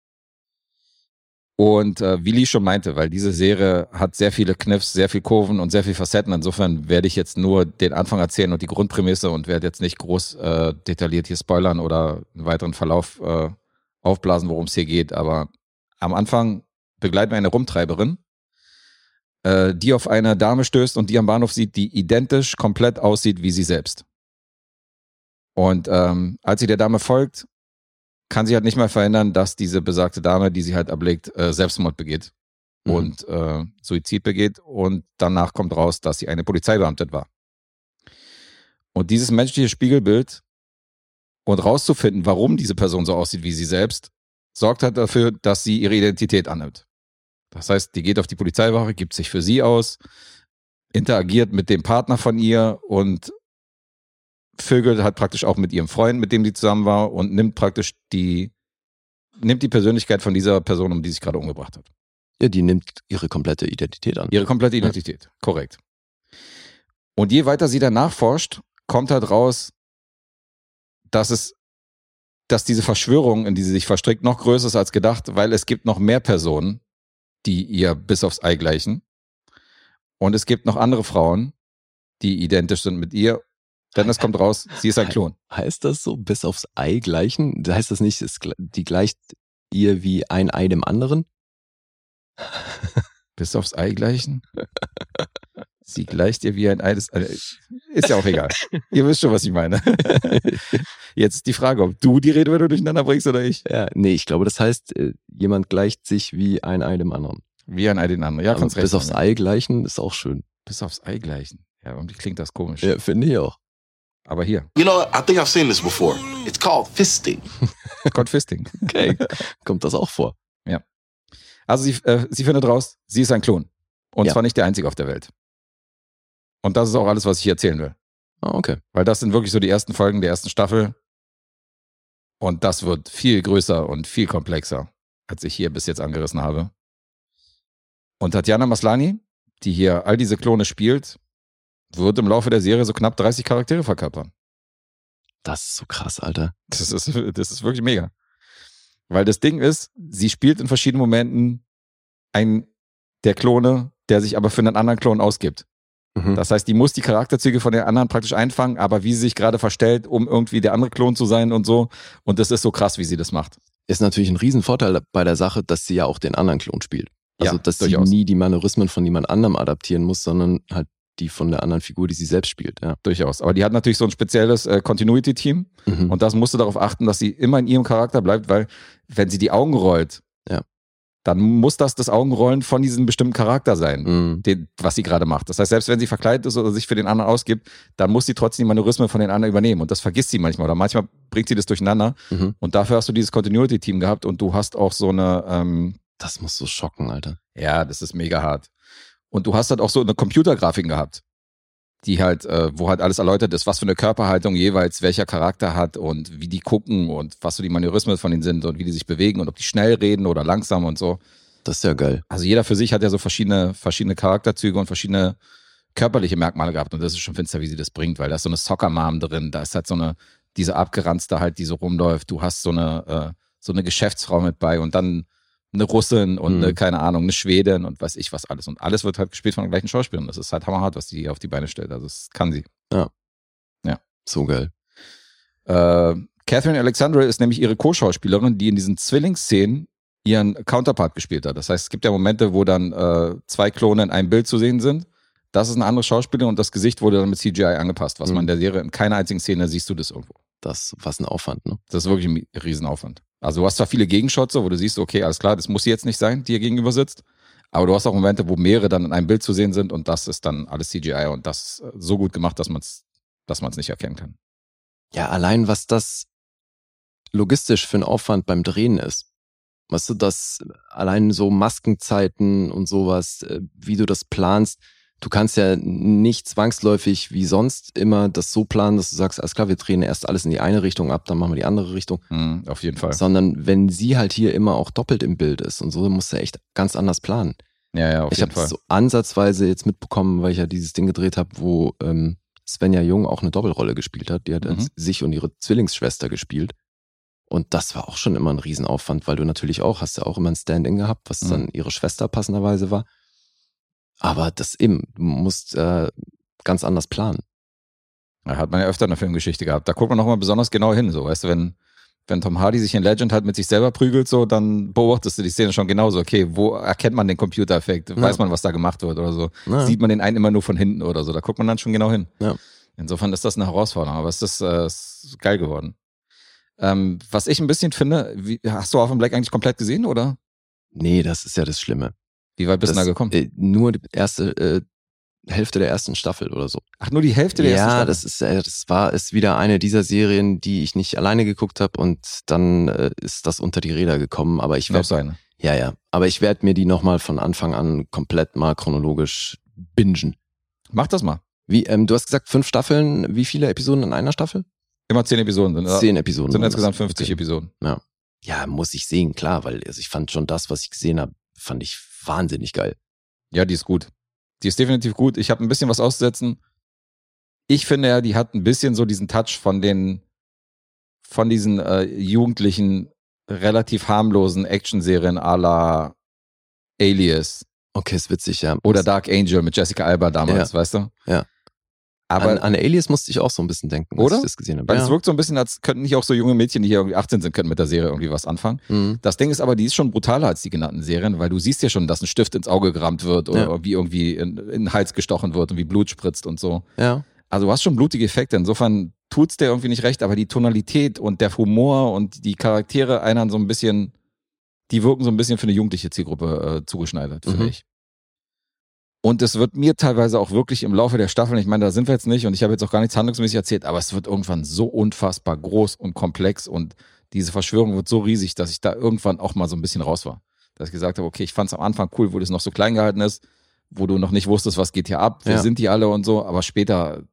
Und wie Lee schon meinte, weil diese Serie hat sehr viele Kniffs, sehr viel Kurven und sehr viele Facetten. Insofern werde ich jetzt nur den Anfang erzählen und die Grundprämisse und werde jetzt nicht groß detailliert hier spoilern oder einen weiteren Verlauf aufblasen, worum es hier geht. Aber am Anfang begleiten wir eine Rumtreiberin, die auf eine Dame stößt und die am Bahnhof sieht, die identisch komplett aussieht wie sie selbst. Und als sie der Dame folgt, kann sie halt nicht mehr verhindern, dass diese besagte Dame, die sie halt erblickt, Selbstmord begeht und Suizid begeht. Und danach kommt raus, dass sie eine Polizeibeamtin war. Und dieses menschliche Spiegelbild und rauszufinden, warum diese Person so aussieht wie sie selbst, sorgt halt dafür, dass sie ihre Identität annimmt. Das heißt, die geht auf die Polizeiwache, gibt sich für sie aus, interagiert mit dem Partner von ihr und vögelt halt praktisch auch mit ihrem Freund, mit dem sie zusammen war und nimmt praktisch die nimmt die Persönlichkeit von dieser Person, um die sich gerade umgebracht hat. Ja, die nimmt ihre komplette Identität an. Ihre komplette Identität, korrekt. Und je weiter sie danach forscht, kommt halt raus, dass diese Verschwörung, in die sie sich verstrickt, noch größer ist als gedacht, weil es gibt noch mehr Personen, die ihr bis aufs Ei gleichen. Und es gibt noch andere Frauen, die identisch sind mit ihr. Denn es kommt raus, sie ist ein Klon. Heißt das so, bis aufs Ei gleichen? Heißt das nicht, die gleicht ihr wie ein Ei dem anderen? Bis aufs Ei gleichen? Sie gleicht ihr wie ein Ei des... Ist ja auch egal. Ihr wisst schon, was ich meine. Jetzt ist die Frage, ob du die Redewendung durcheinander bringst oder ich. Ja, nee, ich glaube, das heißt, jemand gleicht sich wie ein Ei dem anderen. Wie ein Ei den anderen. Ja, kannst recht. Bis aufs Ei gleichen ist auch schön. Bis aufs Ei gleichen. Ja, irgendwie klingt das komisch. Ja, finde ich auch. Aber hier. You know, I think I've seen this before. It's called fisting. Gott Fisting. Okay, kommt das auch vor? Ja. Also sie findet raus, sie ist ein Klon. Und zwar nicht der einzige auf der Welt. Und das ist auch alles, was ich hier erzählen will. Ah, okay. Weil das sind wirklich so die ersten Folgen der ersten Staffel. Und das wird viel größer und viel komplexer, als ich hier bis jetzt angerissen habe. Und Tatiana Maslany, die hier all diese Klone spielt, wird im Laufe der Serie so knapp 30 Charaktere verkörpern. Das ist so krass, Alter. Das ist wirklich mega. Weil das Ding ist, sie spielt in verschiedenen Momenten einen der Klone, der sich aber für einen anderen Klon ausgibt. Mhm. Das heißt, die muss die Charakterzüge von den anderen praktisch einfangen, aber wie sie sich gerade verstellt, um irgendwie der andere Klon zu sein und so. Und das ist so krass, wie sie das macht. Ist natürlich ein Riesenvorteil bei der Sache, dass sie ja auch den anderen Klon spielt. Also, dass durchaus. sie nie die Mannerismen von jemand anderem adaptieren muss, sondern halt die von der anderen Figur, die sie selbst spielt. Ja. Durchaus. Aber die hat natürlich so ein spezielles Continuity-Team und das musste darauf achten, dass sie immer in ihrem Charakter bleibt, weil wenn sie die Augen rollt, dann muss das Augenrollen von diesem bestimmten Charakter sein, was sie gerade macht. Das heißt, selbst wenn sie verkleidet ist oder sich für den anderen ausgibt, dann muss sie trotzdem die Mannerismen von den anderen übernehmen und das vergisst sie manchmal oder manchmal bringt sie das durcheinander und dafür hast du dieses Continuity-Team gehabt und du hast auch so eine... das muss so schocken, Alter. Ja, das ist mega hart. Und du hast halt auch so eine Computergrafik gehabt, die halt, wo halt alles erläutert ist, was für eine Körperhaltung jeweils welcher Charakter hat und wie die gucken und was so die Manörismen von denen sind und wie die sich bewegen und ob die schnell reden oder langsam und so. Das ist ja geil. Also jeder für sich hat ja so verschiedene Charakterzüge und verschiedene körperliche Merkmale gehabt und das ist schon finster, wie sie das bringt, weil da ist so eine Soccer-Mom drin, da ist halt diese Abgeranzte halt, die so rumläuft, du hast so eine Geschäftsfrau mit bei und dann eine Russin und eine Schwedin und weiß ich was alles. Und alles wird halt gespielt von der gleichen Schauspielerin. Das ist halt hammerhart, was die auf die Beine stellt. Also das kann sie. Ja. Ja. So geil. Catherine Alexandra ist nämlich ihre Co-Schauspielerin, die in diesen Zwillingsszenen ihren Counterpart gespielt hat. Das heißt, es gibt ja Momente, wo dann 2 Klone in einem Bild zu sehen sind. Das ist eine andere Schauspielerin und das Gesicht wurde dann mit CGI angepasst. Was man in der Serie, in keiner einzigen Szene siehst du das irgendwo. Das was ein Aufwand, ne? Das ist wirklich ein Riesenaufwand. Also du hast zwar viele Gegenshots, wo du siehst, okay, alles klar, das muss sie jetzt nicht sein, die ihr gegenüber sitzt, aber du hast auch Momente, wo mehrere dann in einem Bild zu sehen sind und das ist dann alles CGI und das ist so gut gemacht, dass man es nicht erkennen kann. Ja, allein was das logistisch für ein Aufwand beim Drehen ist. Weißt du, dass allein so Maskenzeiten und sowas, wie du das planst, du kannst ja nicht zwangsläufig wie sonst immer das so planen, dass du sagst, alles klar, wir drehen erst alles in die eine Richtung ab, dann machen wir die andere Richtung. Auf jeden Fall. Sondern wenn sie halt hier immer auch doppelt im Bild ist und so, musst du echt ganz anders planen. Ja, auf jeden Fall. Ich habe so ansatzweise jetzt mitbekommen, weil ich ja dieses Ding gedreht habe, wo Svenja Jung auch eine Doppelrolle gespielt hat. Die hat sich und ihre Zwillingsschwester gespielt. Und das war auch schon immer ein Riesenaufwand, weil du natürlich hast ja auch immer ein Stand-in gehabt, was dann ihre Schwester passenderweise war. Aber das eben, du musst ganz anders planen. Ja, hat man ja öfter in der Filmgeschichte gehabt. Da guckt man nochmal besonders genau hin. So, weißt du, wenn Tom Hardy sich in Legend halt mit sich selber prügelt, so, dann beobachtest du die Szene schon genauso. Okay, wo erkennt man den Computereffekt? Weiß man, was da gemacht wird oder so? Ja. Sieht man den einen immer nur von hinten oder so? Da guckt man dann schon genau hin. Ja. Insofern ist das eine Herausforderung, aber es ist geil geworden. Was ich ein bisschen finde, hast du Orphan Black eigentlich komplett gesehen, oder? Nee, das ist ja das Schlimme. Wie weit bist du da gekommen? Nur die erste Hälfte der ersten Staffel oder so. Ach, nur die Hälfte der ersten Staffel? Ja, das ist wieder eine dieser Serien, die ich nicht alleine geguckt habe und dann ist das unter die Räder gekommen. Aber ich werde aber ich werde mir die nochmal von Anfang an komplett mal chronologisch bingen. Mach das mal. Wie, du hast gesagt 5 Staffeln, wie viele Episoden in einer Staffel? Immer 10 Episoden sind. 10 Episoden. Sind insgesamt 50 Episoden. Ja. Ja, muss ich sehen, klar, weil also ich fand schon das, was ich gesehen habe, fand ich wahnsinnig geil. Ja, die ist gut. Die ist definitiv gut. Ich habe ein bisschen was auszusetzen. Ich finde ja, die hat ein bisschen so diesen Touch von diesen jugendlichen, relativ harmlosen Actionserien à la Alias. Okay, ist witzig, ja. Oder Dark Angel mit Jessica Alba damals, weißt du? Ja. Aber an Alias musste ich auch so ein bisschen denken, als oder? ich das gesehen habe. Weil es wirkt so ein bisschen, als könnten nicht auch so junge Mädchen, die hier irgendwie 18 sind, könnten mit der Serie irgendwie was anfangen. Mhm. Das Ding ist aber, die ist schon brutaler als die genannten Serien, weil du siehst ja schon, dass ein Stift ins Auge gerammt wird oder wie irgendwie in den Hals gestochen wird und wie Blut spritzt und so. Ja. Also du hast schon blutige Effekte. Insofern tut's dir irgendwie nicht recht, aber die Tonalität und der Humor und die Charaktere erinnern so ein bisschen, die wirken so ein bisschen für eine jugendliche Zielgruppe zugeschneidert, finde ich. Und es wird mir teilweise auch wirklich im Laufe der Staffeln, ich meine, da sind wir jetzt nicht und ich habe jetzt auch gar nichts handlungsmäßig erzählt, aber es wird irgendwann so unfassbar groß und komplex und diese Verschwörung wird so riesig, dass ich da irgendwann auch mal so ein bisschen raus war. Dass ich gesagt habe, okay, ich fand es am Anfang cool, wo das noch so klein gehalten ist, wo du noch nicht wusstest, was geht hier ab, wer sind die alle und so, aber später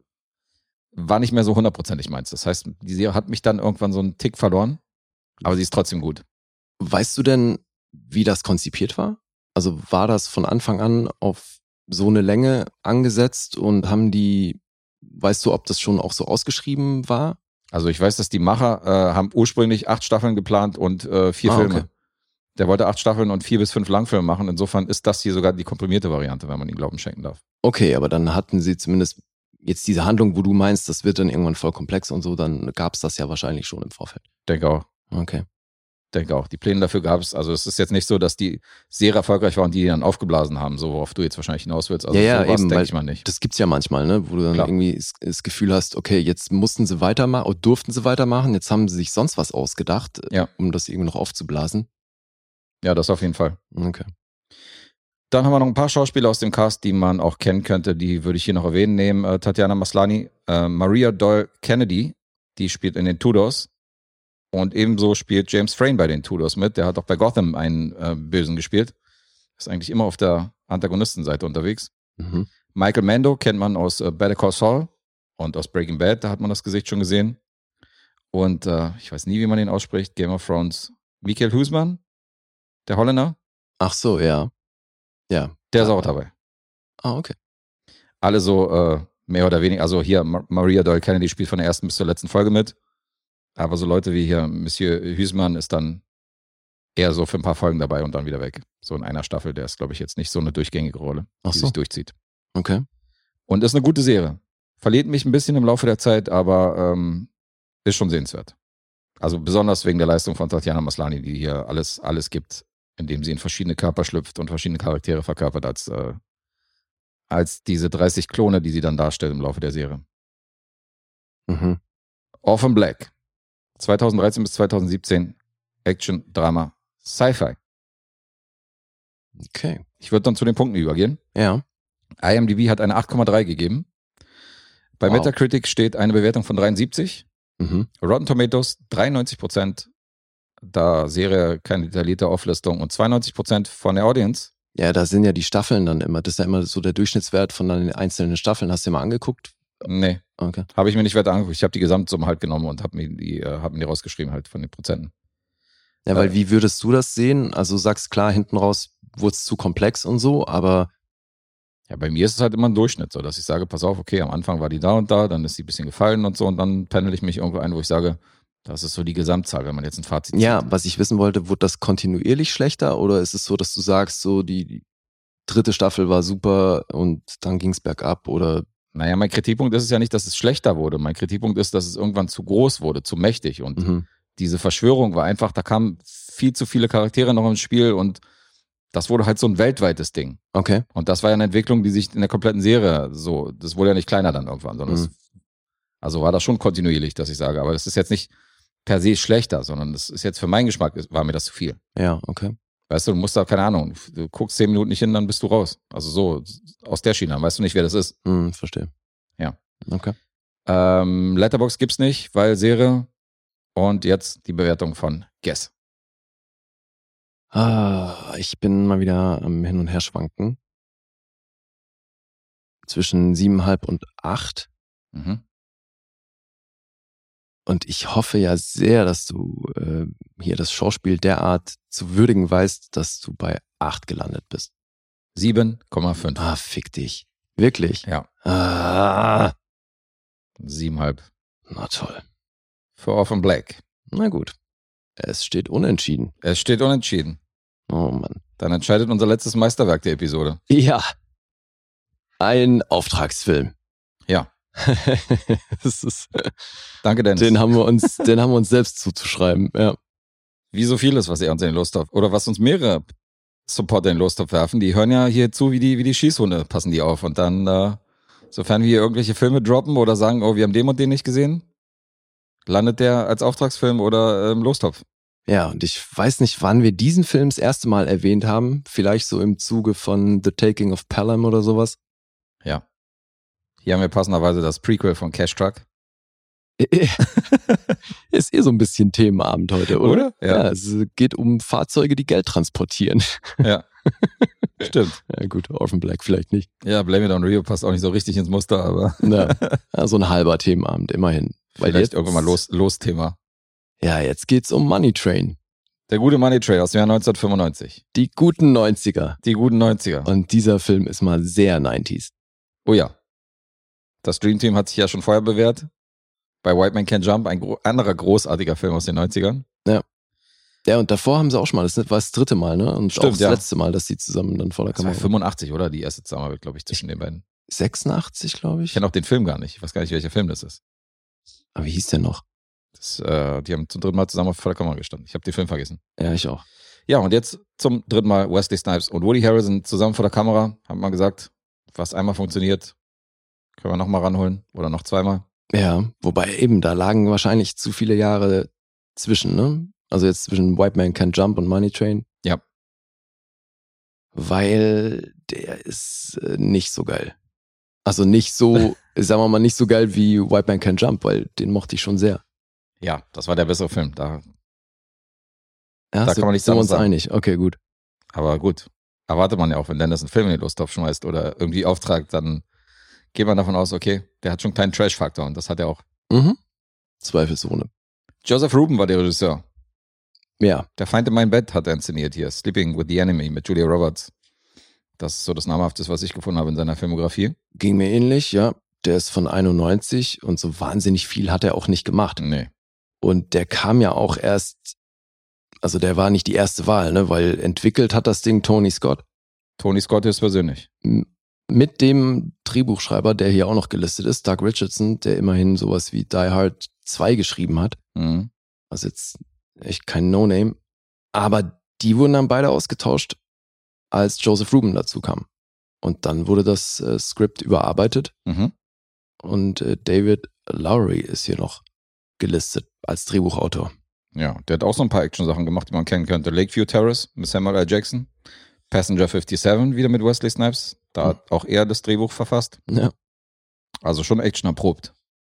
war nicht mehr so 100%ig meins. Das heißt, die Serie hat mich dann irgendwann so einen Tick verloren, aber sie ist trotzdem gut. Weißt du denn, wie das konzipiert war? Also war das von Anfang an auf so eine Länge angesetzt und weißt du, ob das schon auch so ausgeschrieben war? Also ich weiß, dass die Macher haben ursprünglich 8 Staffeln geplant und 4 Filme. Okay. Der wollte 8 Staffeln und 4 bis 5 Langfilme machen. Insofern ist das hier sogar die komprimierte Variante, wenn man ihm Glauben schenken darf. Okay, aber dann hatten sie zumindest jetzt diese Handlung, wo du meinst, das wird dann irgendwann voll komplex und so, dann gab es das ja wahrscheinlich schon im Vorfeld. Denke auch. Okay. Denke auch. Die Pläne dafür gab es. Also es ist jetzt nicht so, dass die sehr erfolgreich war und die dann aufgeblasen haben, so worauf du jetzt wahrscheinlich hinaus willst. Also ja, sowas eben, denke ich mal nicht. Das gibt's ja manchmal, ne, wo du dann irgendwie das Gefühl hast, okay, jetzt mussten sie weitermachen oder durften sie weitermachen, jetzt haben sie sich sonst was ausgedacht, um das irgendwie noch aufzublasen. Ja, das auf jeden Fall. Okay. Dann haben wir noch ein paar Schauspieler aus dem Cast, die man auch kennen könnte, die würde ich hier noch erwähnen. Nehmen Tatiana Maslany, Maria Doyle Kennedy, die spielt in den Tudors. Und ebenso spielt James Frain bei den Tudors mit. Der hat auch bei Gotham einen Bösen gespielt. Ist eigentlich immer auf der Antagonistenseite unterwegs. Mhm. Michael Mando kennt man aus Better Call Saul und aus Breaking Bad. Da hat man das Gesicht schon gesehen. Und ich weiß nie, wie man den ausspricht. Game of Thrones. Michael Huisman, der Holländer. Ach so, ja. Ja. Der ist auch dabei. Ah, okay. Alle so mehr oder weniger. Also hier Maria Doyle Kennedy spielt von der ersten bis zur letzten Folge mit. Aber so Leute wie hier Monsieur Huisman ist dann eher so für ein paar Folgen dabei und dann wieder weg. So in einer Staffel, der ist, glaube ich, jetzt nicht so eine durchgängige Rolle, die sich durchzieht. Okay. Und ist eine gute Serie. Verliert mich ein bisschen im Laufe der Zeit, aber ist schon sehenswert. Also besonders wegen der Leistung von Tatiana Maslany, die hier alles gibt, indem sie in verschiedene Körper schlüpft und verschiedene Charaktere verkörpert als diese 30 Klone, die sie dann darstellt im Laufe der Serie. Mhm. Orphan Black. 2013 bis 2017 Action, Drama, Sci-Fi. Okay. Ich würde dann zu den Punkten übergehen. Ja. IMDb hat eine 8,3 gegeben. Bei Metacritic steht eine Bewertung von 73. Mhm. Rotten Tomatoes 93%. Da Serie keine detaillierte Auflistung und 92% von der Audience. Ja, da sind ja die Staffeln dann immer. Das ist ja immer so der Durchschnittswert von den einzelnen Staffeln. Hast du dir mal angeguckt? Nee. Okay. Habe ich mir nicht weiter angeguckt. Ich habe die Gesamtsumme halt genommen und habe mir die rausgeschrieben halt von den Prozenten. Ja, weil wie würdest du das sehen? Also sagst klar, hinten raus wurde es zu komplex und so, aber ja, bei mir ist es halt immer ein Durchschnitt, so dass ich sage, pass auf, okay, am Anfang war die da und da, dann ist die ein bisschen gefallen und so und dann pendel ich mich irgendwo ein, wo ich sage, das ist so die Gesamtzahl, wenn man jetzt ein Fazit zieht. Ja, was ich wissen wollte, wurde das kontinuierlich schlechter oder ist es so, dass du sagst, so die 3. Staffel war super und dann ging es bergab oder? Naja, mein Kritikpunkt ist es ja nicht, dass es schlechter wurde. Mein Kritikpunkt ist, dass es irgendwann zu groß wurde, zu mächtig. Und diese Verschwörung war einfach, da kamen viel zu viele Charaktere noch ins Spiel und das wurde halt so ein weltweites Ding. Okay. Und das war ja eine Entwicklung, die sich in der kompletten Serie so, das wurde ja nicht kleiner dann irgendwann, sondern also war das schon kontinuierlich, dass ich sage. Aber das ist jetzt nicht per se schlechter, sondern das ist jetzt für meinen Geschmack, war mir das zu viel. Ja, okay. Weißt du musst da, keine Ahnung, du guckst 10 Minuten nicht hin, dann bist du raus. Also so, aus der Schiene, weißt du nicht, wer das ist. Verstehe. Ja. Okay. Letterboxd gibt's nicht, weil Serie. Und jetzt die Bewertung von Guess. Ich bin mal wieder am Hin- und Herschwanken. Zwischen 7,5 und 8. Und ich hoffe ja sehr, dass du hier das Schauspiel derart zu würdigen weißt, dass du bei 8 gelandet bist. 7,5. Ah, fick dich. Wirklich? Ja. 7,5. Na toll. Für Orphan Black. Na gut. Es steht unentschieden. Es steht unentschieden. Oh Mann. Dann entscheidet unser letztes Meisterwerk der Episode. Ja. Ein Auftragsfilm. Ja. Das ist, Danke, Dennis. den haben wir uns selbst zuzuschreiben. Ja. Wie so vieles, was ihr uns in den Lostopf oder was uns mehrere Supporter in den Lostopf werfen, die hören ja hier zu wie die Schießhunde, passen die auf. Und dann, sofern wir hier irgendwelche Filme droppen oder sagen, oh, wir haben den und den nicht gesehen, landet der als Auftragsfilm oder im Lostopf. Ja, und ich weiß nicht, wann wir diesen Film das erste Mal erwähnt haben. Vielleicht so im Zuge von The Taking of Pelham oder sowas. Ja. Hier haben wir passenderweise das Prequel von Cash Truck. Ist so ein bisschen Themenabend heute, oder? Ja. Es geht um Fahrzeuge, die Geld transportieren. Ja. Stimmt. Ja gut, Orphan Black vielleicht nicht. Ja, Blame It on Rio passt auch nicht so richtig ins Muster, aber Ja, so ein halber Themenabend, immerhin. Weil vielleicht jetzt irgendwann mal Los-Thema. Ja, jetzt geht's um Money Train. Der gute Money Train aus dem Jahr 1995. Die guten 90er. Die guten 90er. Und dieser Film ist mal sehr 90s. Oh ja. Das Dream Team hat sich ja schon vorher bewährt. Bei White Man Can't Jump, ein anderer großartiger Film aus den 90ern. Ja, und davor haben sie auch schon mal, das war das 3. Mal, ne? Und Stimmt, auch das letzte Mal, dass sie zusammen dann vor der Das war Kamera 85, oder? Die erste Zusammenarbeit, glaube ich, zwischen den beiden. 86, glaube Ich ich. kenne auch den Film gar nicht. Ich weiß gar nicht, welcher Film das ist. Aber wie hieß der noch? Die haben zum 3. Mal zusammen vor der Kamera gestanden. Ich habe den Film vergessen. Ja, ich auch. Ja, und jetzt zum 3. Mal Wesley Snipes und Woody Harrelson zusammen vor der Kamera. Haben wir gesagt, was einmal funktioniert, können wir nochmal ranholen oder noch 2 Mal. Ja, wobei eben, da lagen wahrscheinlich zu viele Jahre zwischen, ne? Also jetzt zwischen White Man Can't Jump und Money Train. Ja. Weil der ist nicht so geil. Also nicht so, sagen wir mal, nicht so geil wie White Man Can't Jump, weil den mochte ich schon sehr. Ja, das war der bessere Film. Da Ja, kann man nicht sind wir uns sagen. einig. Okay, gut. Aber gut, erwartet man ja auch, wenn Dennis einen Film in den Lostopf schmeißt oder irgendwie auftragt, dann geht man davon aus, okay, der hat schon einen kleinen Trash-Faktor und das hat er auch. Mhm. Zweifelsohne. Joseph Ruben war der Regisseur. Ja. Der Feind in meinem Bett hat er inszeniert hier. Sleeping with the Enemy mit Julia Roberts. Das ist so das Namhafteste, was ich gefunden habe in seiner Filmografie. Ging mir ähnlich, ja. Der ist von 91 und so wahnsinnig viel hat er auch nicht gemacht. Nee. Und der kam ja auch erst, also der war nicht die erste Wahl, ne, weil entwickelt hat das Ding Tony Scott. Tony Scott ist persönlich. Mit dem Drehbuchschreiber, der hier auch noch gelistet ist, Doug Richardson, der immerhin sowas wie Die Hard 2 geschrieben hat. Mhm. Also jetzt echt kein No-Name. Aber die wurden dann beide ausgetauscht, als Joseph Ruben dazu kam. Und dann wurde das Skript überarbeitet. Mhm. Und David Lowery ist hier noch gelistet als Drehbuchautor. Ja, der hat auch so ein paar Action-Sachen gemacht, die man kennen könnte. Lakeview Terrace mit Samuel L. Jackson. Passenger 57 wieder mit Wesley Snipes. Da hat auch er das Drehbuch verfasst. Ja. Also schon Action erprobt.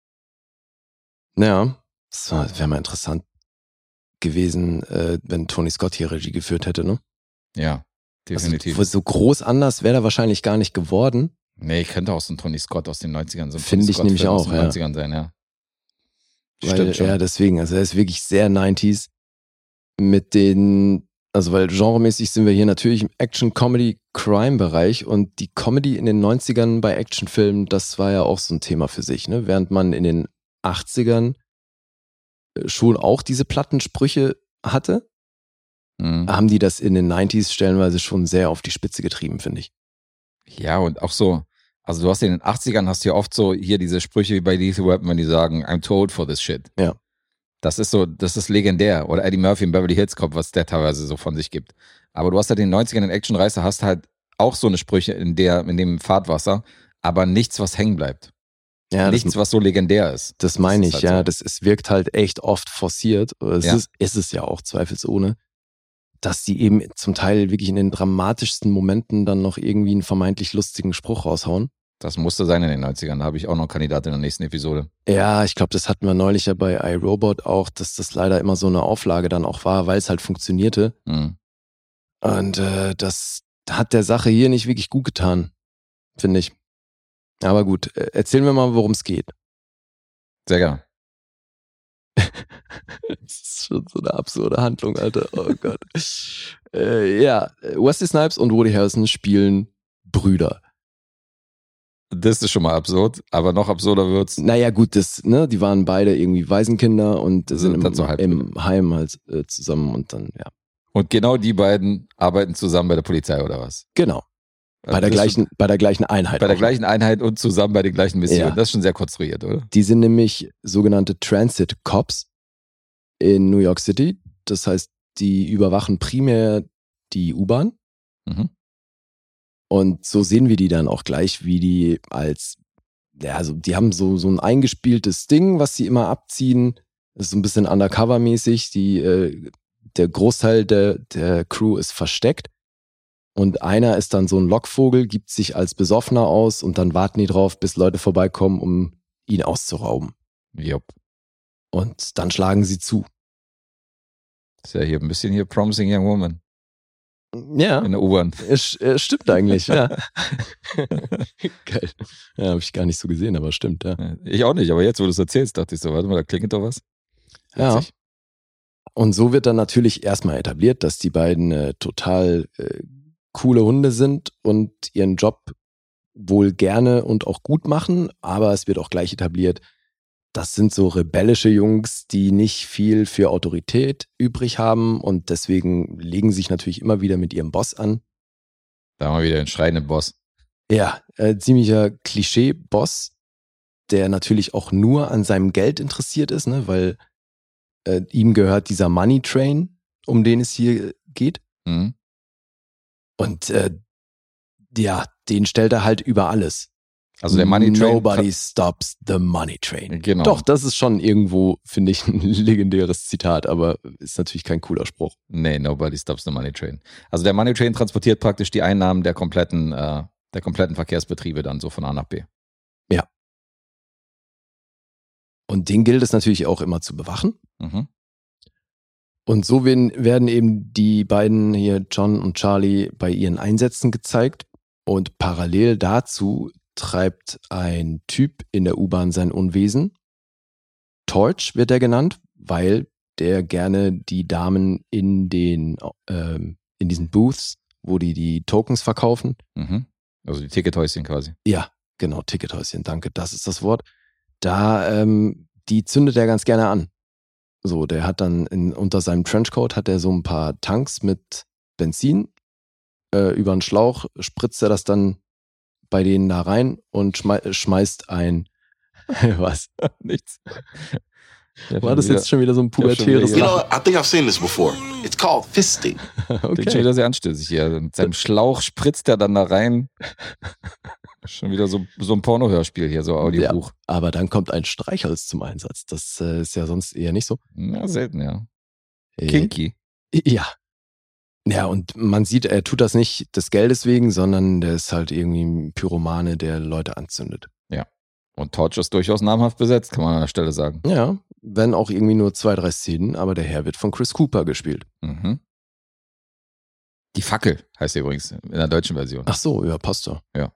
Ja, das wäre mal interessant gewesen, wenn Tony Scott hier Regie geführt hätte, ne? Ja, definitiv. Also, so groß anders wäre er wahrscheinlich gar nicht geworden. Nee, ich könnte auch so ein Tony Scott aus den 90ern. So ein Finde ich nämlich auch, ja. aus den 90ern sein, ja. Weil, Stimmt schon. Ja, deswegen, also er ist wirklich sehr 90s mit den, also weil genremäßig sind wir hier natürlich im Action-Comedy-Crime-Bereich und die Comedy in den 90ern bei Actionfilmen, das war ja auch so ein Thema für sich, ne? Während man in den 80ern schon auch diese Plattensprüche hatte, haben die das in den 90s stellenweise schon sehr auf die Spitze getrieben, finde ich. Ja, und auch so, also du hast in den 80ern hast du ja oft so hier diese Sprüche wie bei Lethal Weapon, wenn die sagen, I'm too old for this shit. Ja. Das ist so, das ist legendär. Oder Eddie Murphy in Beverly Hills Cop, was der teilweise so von sich gibt. Aber du hast halt in den 90ern in Actionreißer hast halt auch so eine Sprüche in dem Fahrtwasser, aber nichts, was hängen bleibt. Ja, nichts, was so legendär ist. Das meine ich, halt ja. so. Es wirkt halt echt oft forciert. Ist es ja auch zweifelsohne, dass die eben zum Teil wirklich in den dramatischsten Momenten dann noch irgendwie einen vermeintlich lustigen Spruch raushauen. Das musste sein in den 90ern. Da habe ich auch noch einen Kandidat in der nächsten Episode. Ja, ich glaube, das hatten wir neulich ja bei iRobot auch, dass das leider immer so eine Auflage dann auch war, weil es halt funktionierte. Mhm. Und das hat der Sache hier nicht wirklich gut getan, finde ich. Aber gut, erzählen wir mal, worum es geht. Sehr gerne. Das ist schon so eine absurde Handlung, Alter. Oh Gott. Ja, Wesley Snipes und Woody Harrelson spielen Brüder. Das ist schon mal absurd, aber noch absurder wird's. Naja, gut, die waren beide irgendwie Waisenkinder und sind dann so im Heim halt zusammen und dann, ja. Und genau die beiden arbeiten zusammen bei der Polizei, oder was? Genau. Bei der gleichen Einheit. Bei der gleichen Einheit und zusammen bei den gleichen Missionen. Ja. Das ist schon sehr konstruiert, oder? Die sind nämlich sogenannte Transit Cops in New York City. Das heißt, die überwachen primär die U-Bahn. Mhm. Und so sehen wir die dann auch gleich, wie die die haben so ein eingespieltes Ding, was sie immer abziehen. Das ist so ein bisschen undercover-mäßig. Der Großteil der Crew ist versteckt. Und einer ist dann so ein Lockvogel, gibt sich als Besoffener aus und dann warten die drauf, bis Leute vorbeikommen, um ihn auszurauben. Jupp. Und dann schlagen sie zu. Ist ja hier ein bisschen hier Promising Young Woman. Ja. In der U-Bahn. Es stimmt eigentlich, ja. Geil. Ja, habe ich gar nicht so gesehen, aber stimmt, ja. Ich auch nicht, aber jetzt, wo du es erzählst, dachte ich so, warte mal, da klingelt doch was. Ja. Witzig. Und so wird dann natürlich erstmal etabliert, dass die beiden total coole Hunde sind und ihren Job wohl gerne und auch gut machen, aber es wird auch gleich etabliert, das sind so rebellische Jungs, die nicht viel für Autorität übrig haben und deswegen legen sich natürlich immer wieder mit ihrem Boss an. Da haben wir wieder den schreienden Boss. Ja, ziemlicher Klischee-Boss, der natürlich auch nur an seinem Geld interessiert ist, ne, weil ihm gehört dieser Money Train, um den es hier geht. Mhm. Und den stellt er halt über alles. Also der Money Train. Nobody stops the Money Train. Genau. Doch, das ist schon irgendwo, finde ich, ein legendäres Zitat, aber ist natürlich kein cooler Spruch. Nee, nobody stops the Money Train. Also der Money Train transportiert praktisch die Einnahmen der kompletten Verkehrsbetriebe dann so von A nach B. Ja. Und den gilt es natürlich auch immer zu bewachen. Mhm. Und so werden eben die beiden hier, John und Charlie, bei ihren Einsätzen gezeigt. Und parallel dazu treibt ein Typ in der U-Bahn sein Unwesen. Torch wird er genannt, weil der gerne die Damen in diesen Booths, wo die Tokens verkaufen. Mhm. Also die Tickethäuschen quasi. Ja, genau, Tickethäuschen, danke, das ist das Wort. Da, die zündet er ganz gerne an. So, der hat dann unter seinem Trenchcoat hat er so ein paar Tanks mit Benzin. Über einen Schlauch spritzt er das dann bei denen da rein und schmeißt ein was? Nichts. War das jetzt schon wieder so ein pubertäres You know, I think I've seen this before. It's called fisting. Klingt schon wieder sehr anstößig hier. Mit seinem Schlauch spritzt er dann da rein. Schon wieder so ein Pornohörspiel hier, so Audiobuch. Ja, aber dann kommt ein Streichholz zum Einsatz. Das ist ja sonst eher nicht so. Ja, selten, ja. Kinky. Ja. Ja, und man sieht, er tut das nicht des Geldes wegen, sondern der ist halt irgendwie ein Pyromane, der Leute anzündet. Ja. Und Torch ist durchaus namhaft besetzt, kann man an der Stelle sagen. Ja, wenn auch irgendwie nur 2, 3 Szenen, aber der Herr wird von Chris Cooper gespielt. Mhm. Die Fackel heißt er übrigens in der deutschen Version. Ach so, ja, passt doch. Ja.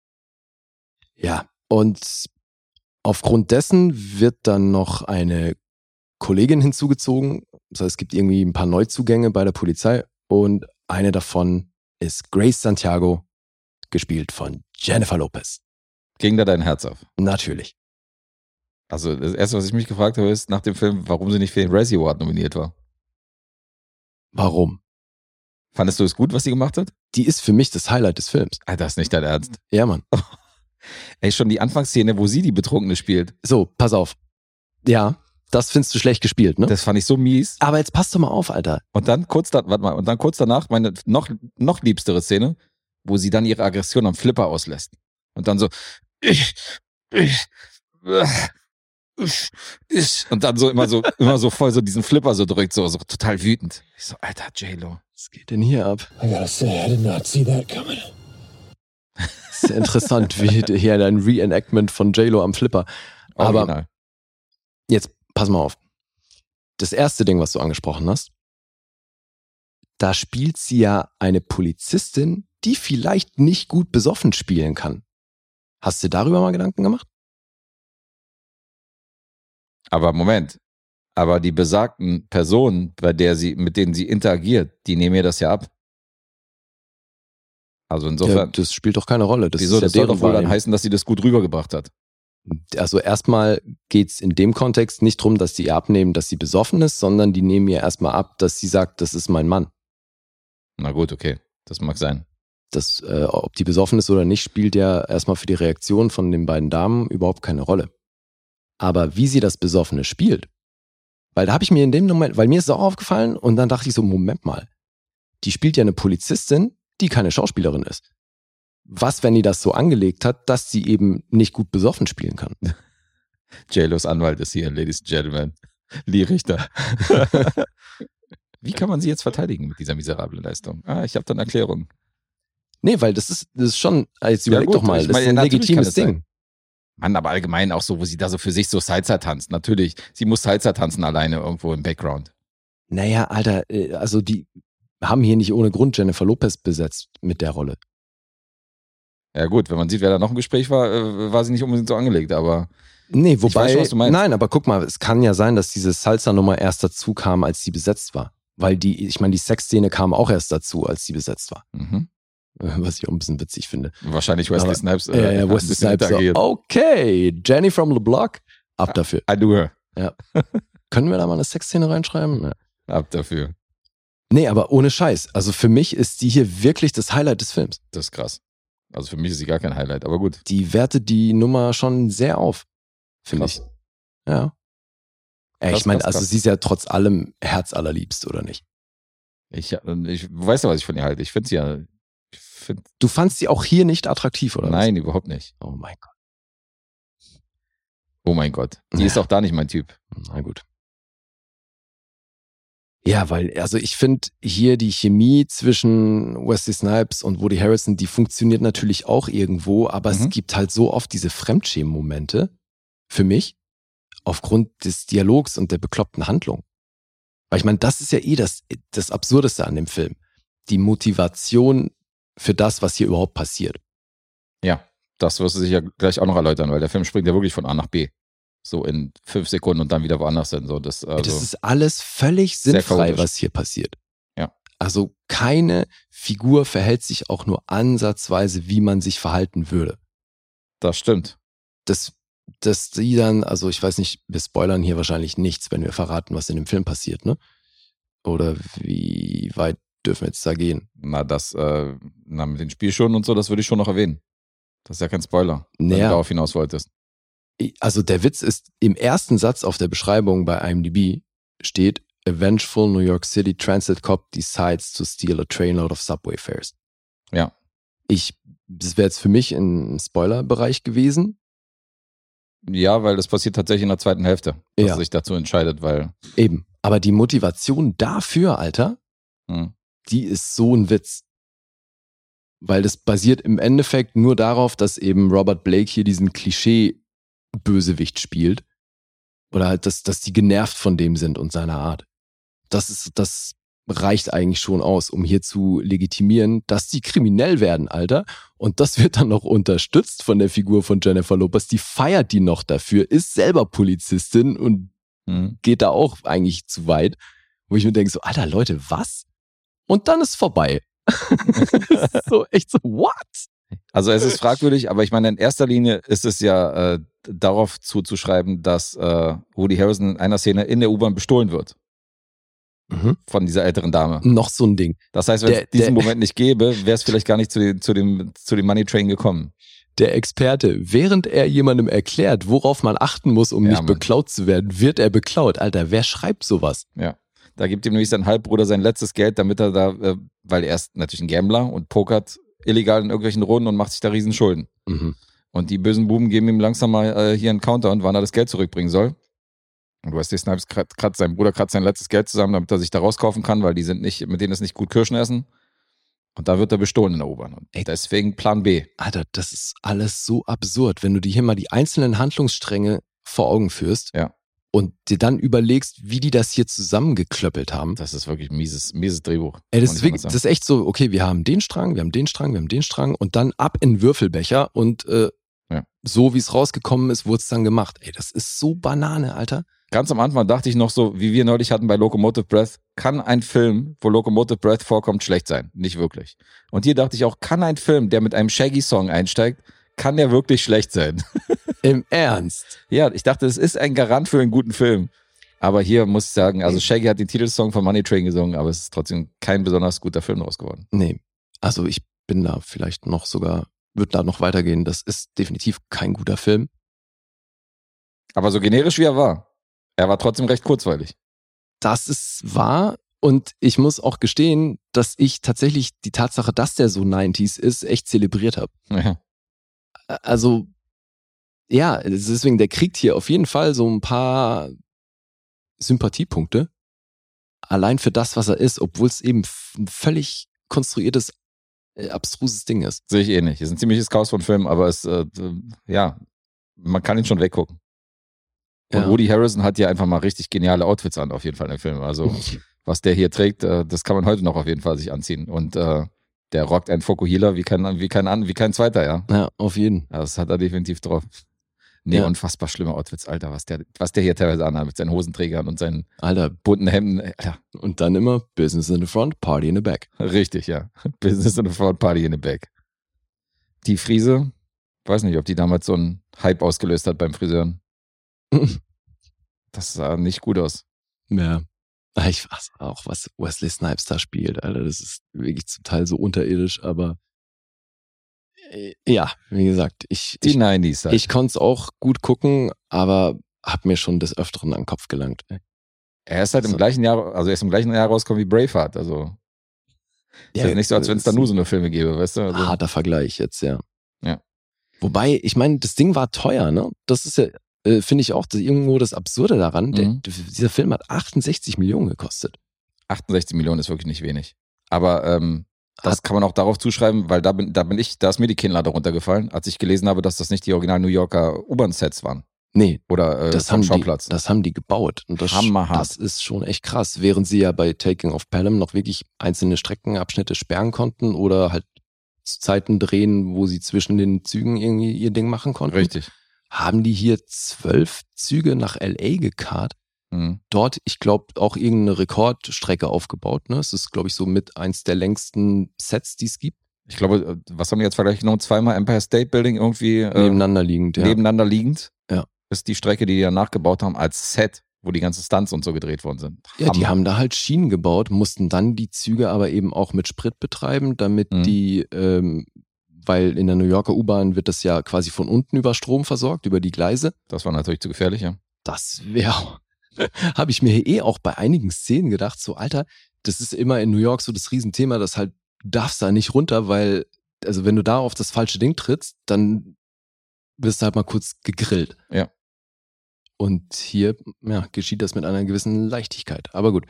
Ja, und aufgrund dessen wird dann noch eine Kollegin hinzugezogen. Das heißt, es gibt irgendwie ein paar Neuzugänge bei der Polizei und eine davon ist Grace Santiago, gespielt von Jennifer Lopez. Ging da dein Herz auf? Natürlich. Also das Erste, was ich mich gefragt habe, ist nach dem Film, warum sie nicht für den Razzie Award nominiert war. Warum? Fandest du es gut, was sie gemacht hat? Die ist für mich das Highlight des Films. Alter, das ist nicht dein Ernst. Ja, Mann. Ey, schon die Anfangsszene, wo sie die Betrunkene spielt. So, pass auf. Ja, das findest du schlecht gespielt, ne? Das fand ich so mies. Aber jetzt passt doch mal auf, Alter. Und dann kurz danach meine noch liebstere Szene, wo sie dann ihre Aggression am Flipper auslässt. Und dann so und dann so immer so voll so diesen Flipper so drückt, so total wütend. Ich so, Alter, J-Lo. Was geht denn hier ab? I gotta say, I did not see that coming. Das ist interessant, wie hier ein Reenactment von J-Lo am Flipper. Aber Original. Jetzt pass mal auf. Das erste Ding, was du angesprochen hast, da spielt sie ja eine Polizistin, die vielleicht nicht gut besoffen spielen kann. Hast du dir darüber mal Gedanken gemacht? Aber Moment. Aber die besagten Personen, mit denen sie interagiert, die nehmen ihr das ja ab. Also insofern. Ja, das spielt doch keine Rolle. Wieso? Das soll doch wohl dann heißen, dass sie das gut rübergebracht hat. Also erstmal geht's in dem Kontext nicht drum, dass die ihr abnehmen, dass sie besoffen ist, sondern die nehmen ihr erstmal ab, dass sie sagt, das ist mein Mann. Na gut, okay. Das mag sein. Das, ob die besoffen ist oder nicht, spielt ja erstmal für die Reaktion von den beiden Damen überhaupt keine Rolle. Aber wie sie das Besoffene spielt, weil da habe ich mir in dem Moment, weil mir ist es auch aufgefallen und dann dachte ich so, Moment mal, die spielt ja eine Polizistin, die keine Schauspielerin ist. Was, wenn die das so angelegt hat, dass sie eben nicht gut besoffen spielen kann? J-Los Anwalt ist hier, Ladies and Gentlemen. Lee Richter. Wie kann man sie jetzt verteidigen mit dieser miserablen Leistung? Ich habe da eine Erklärung. Nee, weil das ist schon, jetzt überleg gut, doch mal, das ist ein legitimes Ding. Mann, aber allgemein auch so, wo sie da so für sich so Salsa tanzt. Natürlich, sie muss Salsa tanzen alleine irgendwo im Background. Naja, Alter, also die haben hier nicht ohne Grund Jennifer Lopez besetzt mit der Rolle. Ja gut, wenn man sieht, wer da noch im Gespräch war, war sie nicht unbedingt so angelegt, aber... Nee, wobei, ich weiß schon, was du meinst. Nein, aber guck mal, es kann ja sein, dass diese Salsa-Nummer erst dazu kam, als sie besetzt war. Weil die Sexszene kam auch erst dazu, als sie besetzt war. Mhm. Was ich auch ein bisschen witzig finde. Wahrscheinlich Wesley Snipes. Wesley Snipes so, okay, Jenny from the Block, ab dafür. I do her. Ja. Können wir da mal eine Sexszene reinschreiben? Ja. Ab dafür. Nee, aber ohne Scheiß. Also für mich ist die hier wirklich das Highlight des Films. Das ist krass. Also für mich ist sie gar kein Highlight, aber gut. Die wertet die Nummer schon sehr auf, finde ich. Ja. Ich meine, also sie ist ja trotz allem herzallerliebst, oder nicht? Ich weiß ja, was ich von ihr halte. Ich finde sie ja... Du fandst sie auch hier nicht attraktiv, oder? Nein, überhaupt nicht. Oh mein Gott. Oh mein Gott. Die ist auch da nicht mein Typ. Na gut. Ja, weil, also ich finde hier die Chemie zwischen Wesley Snipes und Woody Harrelson, die funktioniert natürlich auch irgendwo, aber es gibt halt so oft diese Fremdschämen-Momente für mich aufgrund des Dialogs und der bekloppten Handlung. Weil ich meine, das ist ja das Absurdeste an dem Film. Die Motivation für das, was hier überhaupt passiert. Ja, das wirst du sicher gleich auch noch erläutern, weil der Film springt ja wirklich von A nach B. So in 5 Sekunden und dann wieder woanders hin. So, das ist alles völlig sinnfrei, was hier passiert. Ja. Also keine Figur verhält sich auch nur ansatzweise, wie man sich verhalten würde. Das stimmt. Dass die dann, also ich weiß nicht, wir spoilern hier wahrscheinlich nichts, wenn wir verraten, was in dem Film passiert, ne? Oder wie weit dürfen wir jetzt da gehen? Na, mit den Spielschulen und so, das würde ich schon noch erwähnen. Das ist ja kein Spoiler, wenn du darauf hinaus wolltest. Also der Witz ist, im ersten Satz auf der Beschreibung bei IMDb steht, a vengeful New York City transit cop decides to steal a trainload of subway fares. Ja. Das wäre jetzt für mich im Spoiler-Bereich gewesen. Ja, weil das passiert tatsächlich in der zweiten Hälfte, dass er sich dazu entscheidet, weil... Eben, aber die Motivation dafür, Alter, die ist so ein Witz. Weil das basiert im Endeffekt nur darauf, dass eben Robert Blake hier diesen Klischee-Bösewicht spielt. Oder halt, dass die genervt von dem sind und seiner Art. Das reicht eigentlich schon aus, um hier zu legitimieren, dass die kriminell werden, Alter. Und das wird dann noch unterstützt von der Figur von Jennifer Lopez. Die feiert die noch dafür, ist selber Polizistin und geht da auch eigentlich zu weit. Wo ich mir denke so, Alter, Leute, was? Und dann ist vorbei. So, echt so, what? Also es ist fragwürdig, aber ich meine, in erster Linie ist es ja darauf zuzuschreiben, dass Woody Harrelson in einer Szene in der U-Bahn bestohlen wird. Von dieser älteren Dame. Noch so ein Ding. Das heißt, wenn es diesen Moment nicht gäbe, wäre es vielleicht gar nicht zu dem Money Train gekommen. Der Experte, während er jemandem erklärt, worauf man achten muss, um nicht beklaut zu werden, wird er beklaut. Alter, wer schreibt sowas? Ja. Da gibt ihm nämlich sein Halbbruder sein letztes Geld, damit er da, weil er ist natürlich ein Gambler und pokert illegal in irgendwelchen Runden und macht sich da riesen Schulden. Und die bösen Buben geben ihm langsam mal hier einen Counter und wann er das Geld zurückbringen soll. Und Wesley Snipes sein Bruder kratzt sein letztes Geld zusammen, damit er sich da rauskaufen kann, weil mit denen ist nicht gut Kirschen essen. Und da wird er bestohlen in der U-Bahn. Und deswegen Plan B. Alter, das ist alles so absurd, wenn du dir hier mal die einzelnen Handlungsstränge vor Augen führst. Ja. Und dir dann überlegst, wie die das hier zusammengeklöppelt haben. Das ist wirklich mieses Drehbuch. Ey, das ist echt so, okay, wir haben den Strang, wir haben den Strang, wir haben den Strang und dann ab in den Würfelbecher und so wie es rausgekommen ist, wurde es dann gemacht. Ey, das ist so Banane, Alter. Ganz am Anfang dachte ich noch so, wie wir neulich hatten bei Locomotive Breath, kann ein Film, wo Locomotive Breath vorkommt, schlecht sein? Nicht wirklich. Und hier dachte ich auch, kann ein Film, der mit einem Shaggy-Song einsteigt, kann der wirklich schlecht sein? Im Ernst? Ja, ich dachte, es ist ein Garant für einen guten Film. Aber hier muss ich sagen, also Shaggy hat den Titelsong von Money Train gesungen, aber es ist trotzdem kein besonders guter Film daraus geworden. Nee, also ich bin da vielleicht noch sogar, würde da noch weitergehen. Das ist definitiv kein guter Film. Aber so generisch wie er war trotzdem recht kurzweilig. Das ist wahr und ich muss auch gestehen, dass ich tatsächlich die Tatsache, dass der so 90s ist, echt zelebriert habe. Ja. Also, ja, deswegen, der kriegt hier auf jeden Fall so ein paar Sympathiepunkte. Allein für das, was er ist, obwohl es eben ein völlig konstruiertes, abstruses Ding ist. Sehe ich eh nicht. Es ist ein ziemliches Chaos von Film, aber es, man kann ihn schon weggucken. Und Ja. Woody Harrelson hat ja einfach mal richtig geniale Outfits an, auf jeden Fall in dem Film. Also, was der hier trägt, das kann man heute noch auf jeden Fall sich anziehen. Und der rockt einen Fokuhila wie kein zweiter, ja. Ja, auf jeden. Das hat er definitiv drauf. Nee, Ja. unfassbar schlimme Outfits, Alter, was der hier teilweise anhat mit seinen Hosenträgern und seinen Alter, bunten Hemden. Alter. und dann immer Business in the front, Party in the back. Richtig, ja. Business in the front, Party in the back. Die Frise, weiß nicht, ob die damals so einen Hype ausgelöst hat beim Friseuren. Das sah nicht gut aus. Ja. Ich weiß auch, was Wesley Snipes da spielt, Alter. Das ist wirklich zum Teil so unterirdisch, aber ja, wie gesagt, Die 90s halt. ich konnte es auch gut gucken, aber hab mir schon des Öfteren an den Kopf gelangt. Er ist halt im So. gleichen Jahr, also er ist im gleichen Jahr rausgekommen wie Braveheart. Also ist jetzt nicht so, als wenn es da nur so eine Filme gäbe, weißt du? Also, Harter Vergleich jetzt, ja. Ja. Wobei, ich meine, das Ding war teuer, ne? Das ist ja, finde ich auch irgendwo das Absurde daran. Dieser Film hat 68 Millionen gekostet. 68 Millionen ist wirklich nicht wenig. Aber das kann man auch darauf zuschreiben, weil da ist mir die Kinnlade runtergefallen, als ich gelesen habe, dass das nicht die originalen New Yorker U-Bahn-Sets waren. Nee, Oder das vom haben Schauplatz. das haben die gebaut. Und das, Hammerhart. das ist schon echt krass. Während sie ja bei Taking of Pelham noch wirklich einzelne Streckenabschnitte sperren konnten oder halt zu Zeiten drehen, wo sie zwischen den Zügen irgendwie ihr Ding machen konnten. Richtig. Haben die hier 12 Züge nach L.A. gekarrt. Mhm. Dort, ich glaube, auch irgendeine Rekordstrecke aufgebaut. Ne? Es ist, glaube ich, so mit eins der längsten Sets, die es gibt. Ich glaube, was haben wir jetzt verglichen genommen? Zweimal Empire State Building irgendwie Nebeneinander liegend, ja. nebeneinander liegend. Ja. Ist die Strecke, die nachgebaut haben als Set, wo die ganzen Stunts und so gedreht worden sind. Ja, die Hammer. haben da halt Schienen gebaut, mussten dann die Züge aber eben auch mit Sprit betreiben, damit die, weil in der New Yorker U-Bahn wird das ja quasi von unten über Strom versorgt, über die Gleise. Das war natürlich zu gefährlich, ja. Das wäre, habe ich mir auch bei einigen Szenen gedacht, so Alter, das ist immer in New York so das Riesenthema, dass halt, du darfst da nicht runter, weil, also wenn du da auf das falsche Ding trittst, dann wirst du halt mal kurz gegrillt. Ja. Und hier, ja, geschieht das mit einer gewissen Leichtigkeit. Aber gut.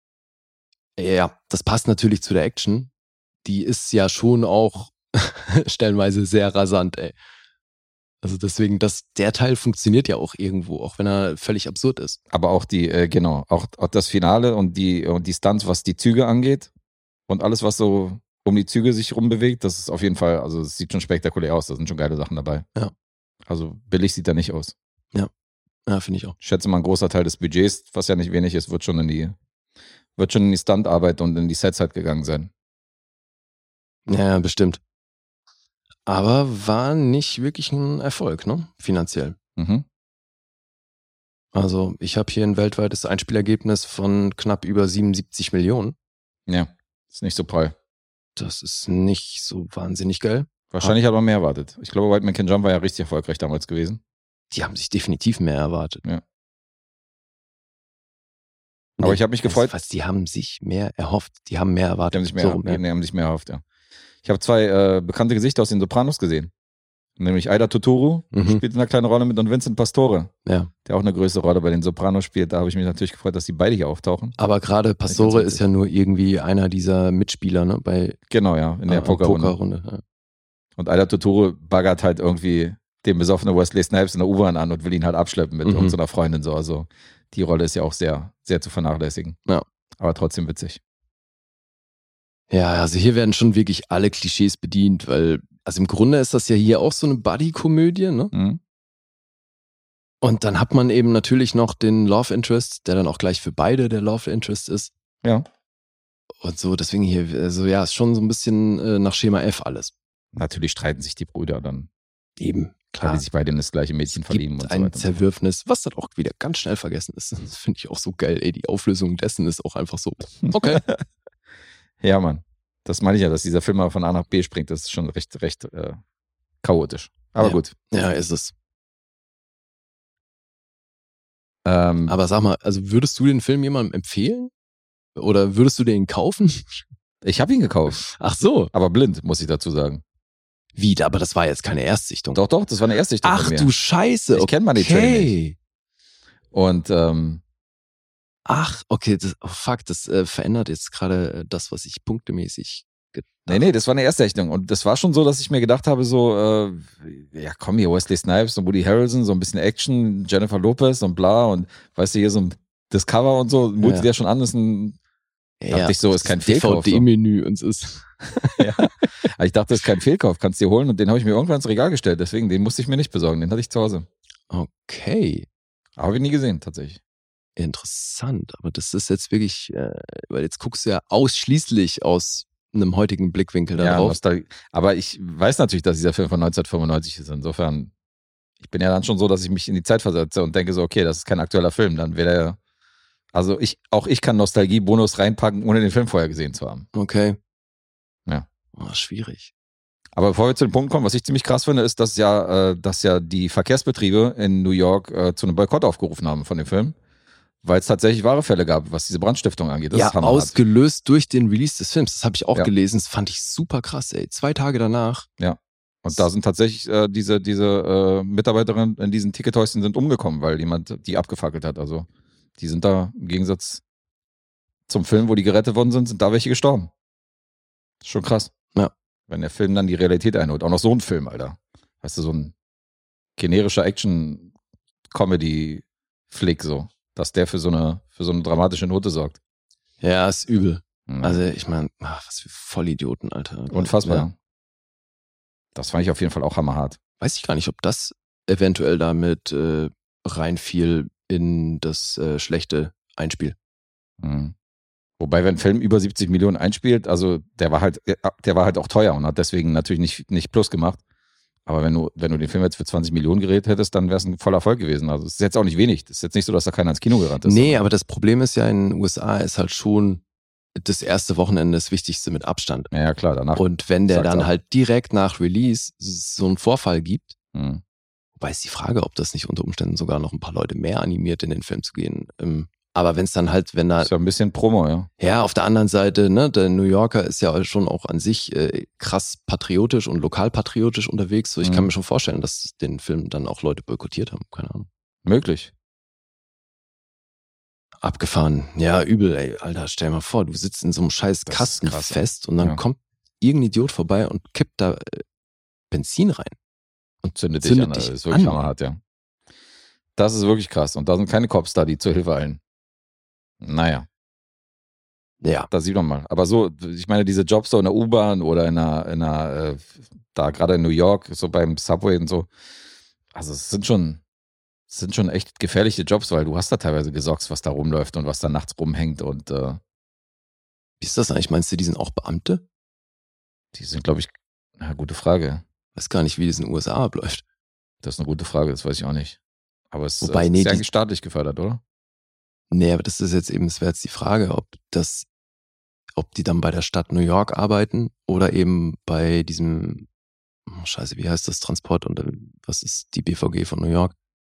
Ja, das passt natürlich zu der Action. Die ist ja schon auch stellenweise sehr rasant, ey. Also deswegen, der Teil funktioniert ja auch irgendwo, auch wenn er völlig absurd ist. Aber auch auch das Finale und die Stunts, was die Züge angeht und alles, was so um die Züge sich rumbewegt, das ist auf jeden Fall, also es sieht schon spektakulär aus, da sind schon geile Sachen dabei. Ja. Also billig sieht er nicht aus. Ja, finde ich auch. Ich schätze mal, ein großer Teil des Budgets, was ja nicht wenig ist, wird schon in die Stuntarbeit und in die Sets halt gegangen sein. Ja, bestimmt. Aber war nicht wirklich ein Erfolg, ne? Finanziell. Mhm. Also ich habe hier ein weltweites Einspielergebnis von knapp über 77 Millionen. Ja, ist nicht so prall. Das ist nicht so wahnsinnig geil. Wahrscheinlich hat man mehr erwartet. Ich glaube, White Man Can Jump war ja richtig erfolgreich damals gewesen. Die haben sich definitiv mehr erwartet. Ja. Aber ich habe mich gefreut. Die haben sich mehr erhofft. Die haben mehr erwartet. Die haben sich mehr erhofft, ja. Ich habe zwei bekannte Gesichter aus den Sopranos gesehen. Nämlich Aida Turturro spielt eine kleine Rolle mit und Vincent Pastore, der auch eine größere Rolle bei den Sopranos spielt. Da habe ich mich natürlich gefreut, dass die beide hier auftauchen. Aber gerade Pastore ist ja nur irgendwie einer dieser Mitspieler, ne? Genau, ja, in der Pokerrunde. Ja. Und Aida Turturro baggert halt irgendwie den besoffenen Wesley Snipes in der U-Bahn an und will ihn halt abschleppen mit irgendeiner Freundin so. Also die Rolle ist ja auch sehr, sehr zu vernachlässigen. Ja. Aber trotzdem witzig. Ja, also hier werden schon wirklich alle Klischees bedient, weil, also im Grunde ist das ja hier auch so eine Buddy-Komödie, ne? Mhm. Und dann hat man eben natürlich noch den Love Interest, der dann auch gleich für beide der Love Interest ist. Ja. Und so, deswegen hier, also ja, ist schon so ein bisschen nach Schema F alles. Natürlich streiten sich die Brüder dann. Eben, Klar. Weil die sich beide in das gleiche Mädchen verlieben und so weiter. Ein Zerwürfnis, was dann auch wieder ganz schnell vergessen ist. Das finde ich auch so geil. Ey, die Auflösung dessen ist auch einfach so, okay. Ja, Mann. Das meine ich ja, dass dieser Film mal von A nach B springt. Das ist schon recht chaotisch. Aber ja. gut. Ja, ist es. Aber sag mal, also würdest du den Film jemandem empfehlen? Oder würdest du den kaufen? Ich habe ihn gekauft. Ach so. Aber blind, muss ich dazu sagen. Wie, aber das war jetzt keine Erstsichtung. Doch, das war eine Erstsichtung. Ach du Scheiße. Ich kenne Money Train nicht. Und ach, okay, das verändert jetzt gerade das, was ich punktemäßig Nee, das war eine Erstsichtung. Und das war schon so, dass ich mir gedacht habe, so, ja komm hier, Wesley Snipes und Woody Harrelson, so ein bisschen Action, Jennifer Lopez und bla und weißt du, hier so ein Discover und so, mutet ja schon an, ist ein, dachte ich so, ist kein Fehlkauf. DVD-Menü und so ist. Ja, aber ich dachte, das ist kein Fehlkauf, kannst du dir holen und den habe ich mir irgendwann ins Regal gestellt, deswegen, den musste ich mir nicht besorgen, den hatte ich zu Hause. Okay. Habe ich nie gesehen, tatsächlich. Interessant, aber das ist jetzt wirklich, weil jetzt guckst du ja ausschließlich aus einem heutigen Blickwinkel da drauf. Aber ich weiß natürlich, dass dieser Film von 1995 ist. Insofern, ich bin ja dann schon so, dass ich mich in die Zeit versetze und denke so, okay, das ist kein aktueller Film. Dann wäre der, also ich kann Nostalgie-Bonus reinpacken, ohne den Film vorher gesehen zu haben. Okay. Ja. Oh, schwierig. Aber bevor wir zu dem Punkt kommen, was ich ziemlich krass finde, ist, dass ja die Verkehrsbetriebe in New York zu einem Boykott aufgerufen haben von dem Film. Weil es tatsächlich wahre Fälle gab, was diese Brandstiftung angeht. Das ja, ist hammerhart. Ausgelöst durch den Release des Films. Das habe ich auch gelesen. Das fand ich super krass, ey. 2 Tage danach. Ja. Und da sind tatsächlich diese Mitarbeiterinnen in diesen Tickethäuschen sind umgekommen, weil jemand die abgefackelt hat. Also die sind da im Gegensatz zum Film, wo die gerettet worden sind da welche gestorben. Das ist schon krass. Ja. Wenn der Film dann die Realität einholt. Auch noch so ein Film, Alter. Weißt du, so ein generischer Action-Comedy-Flick so. Dass der für so eine dramatische Note sorgt. Ja, ist übel. Mhm. Also ich meine, was für Vollidioten, Alter. Unfassbar. Ja. Das fand ich auf jeden Fall auch hammerhart. Weiß ich gar nicht, ob das eventuell damit reinfiel in das schlechte Einspiel. Mhm. Wobei, wenn ein Film über 70 Millionen einspielt, also der war halt auch teuer und hat deswegen natürlich nicht plus gemacht. Aber wenn du den Film jetzt für 20 Millionen geredet hättest, dann wäre es ein voller Erfolg gewesen. Also es ist jetzt auch nicht wenig. Es ist jetzt nicht so, dass da keiner ins Kino gerannt ist. Nee, aber das Problem ist ja, in den USA ist halt schon das erste Wochenende das Wichtigste mit Abstand. Ja, klar, danach. Und wenn der dann halt direkt nach Release so einen Vorfall gibt, wobei ist die Frage, ob das nicht unter Umständen sogar noch ein paar Leute mehr animiert, in den Film zu gehen. Aber wenn es dann halt, wenn da... Das ist ja ein bisschen Promo, ja. Ja, auf der anderen Seite, ne, der New Yorker ist ja schon auch an sich krass patriotisch und lokalpatriotisch unterwegs. So, ich kann mir schon vorstellen, dass den Film dann auch Leute boykottiert haben. Keine Ahnung. Möglich. Abgefahren. Ja, übel, ey. Alter, stell dir mal vor, du sitzt in so einem scheiß Kasten fest und dann kommt irgendein Idiot vorbei und kippt da Benzin rein. Und zündet dich an. Das ist wirklich hammerhart, ja. Das ist wirklich krass. Und da sind keine Cops da, die zur Hilfe eilen. Naja. Ja. Da sieht man mal. Aber so, ich meine, diese Jobs so in der U-Bahn oder in einer da gerade in New York, so beim Subway und so, also es sind schon echt gefährliche Jobs, weil du hast da teilweise Gesocks, was da rumläuft und was da nachts rumhängt und Wie ist das eigentlich? Meinst du, die sind auch Beamte? Die sind, glaube ich, gute Frage. Weiß gar nicht, wie das in den USA abläuft. Das ist eine gute Frage, das weiß ich auch nicht. Aber es ist nee, ja eigentlich staatlich gefördert, oder? Nee, aber das ist jetzt eben, das wäre jetzt die Frage, ob die dann bei der Stadt New York arbeiten oder eben bei diesem, scheiße, wie heißt das, Transport und was ist die BVG von New York?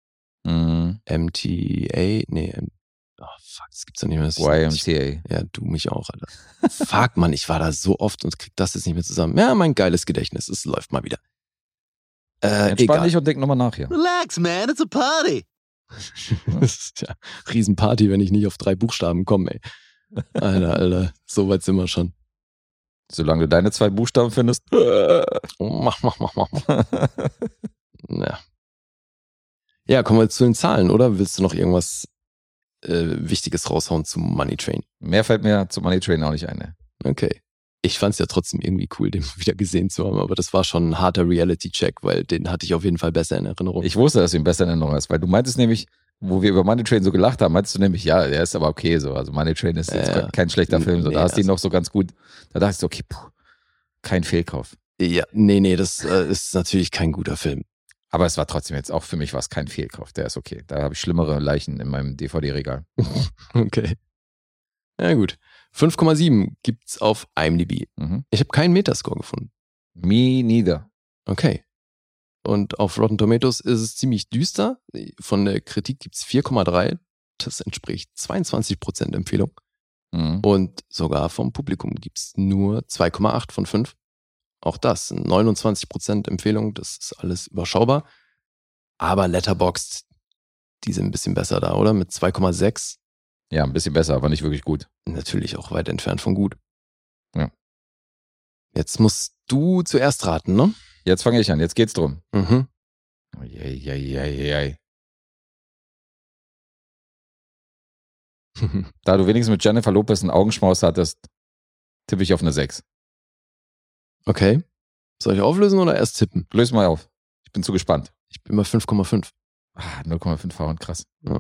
MTA? Nee, fuck, das gibt's doch nicht mehr. YMCA. Ja, du mich auch, Alter. Fuck, Mann, ich war da so oft und krieg das jetzt nicht mehr zusammen. Ja, mein geiles Gedächtnis, es läuft mal wieder. Entspann dich und denk nochmal nach hier. Relax, man, it's a party. Das ist ja Riesenparty, wenn ich nicht auf 3 Buchstaben komme, ey. Alter, so weit sind wir schon. Solange du deine 2 Buchstaben findest. Mach. Ja, kommen wir zu den Zahlen, oder? Willst du noch irgendwas Wichtiges raushauen zum Money Train? Mehr fällt mir zum Money Train auch nicht ein, ne? Okay. Ich fand es ja trotzdem irgendwie cool, den wieder gesehen zu haben, aber das war schon ein harter Reality-Check, weil den hatte ich auf jeden Fall besser in Erinnerung. Ich wusste, dass du ihn besser in Erinnerung hast, weil du meintest nämlich, wo wir über Money Train so gelacht haben, meintest du nämlich, ja, der ist aber okay so. Also Money Train ist jetzt kein schlechter Film. So. Da hast du ihn noch so ganz gut. Da dachte ich so, okay, kein Fehlkauf. Ja, nee, das ist natürlich kein guter Film. Aber es war trotzdem jetzt, auch für mich war es kein Fehlkauf. Der ist okay. Da habe ich schlimmere Leichen in meinem DVD-Regal. Okay. Ja gut. 5,7 gibt's auf IMDb. Ich habe keinen Metascore gefunden. Me neither. Okay. Und auf Rotten Tomatoes ist es ziemlich düster. Von der Kritik gibt's 4,3. Das entspricht 22% Empfehlung. Und sogar vom Publikum gibt's nur 2,8 von 5. Auch das, 29% Empfehlung, das ist alles überschaubar. Aber Letterboxd, die sind ein bisschen besser da, oder? Mit 2,6. Ja, ein bisschen besser, aber nicht wirklich gut. Natürlich auch weit entfernt von gut. Ja. Jetzt musst du zuerst raten, ne? Jetzt fange ich an, jetzt geht's drum. Mhm. Da du wenigstens mit Jennifer Lopez einen Augenschmaus hattest, tippe ich auf eine 6. Okay. Soll ich auflösen oder erst tippen? Löse mal auf. Ich bin zu gespannt. Ich bin bei 5,5. 0,5 Frauen, krass. Ja.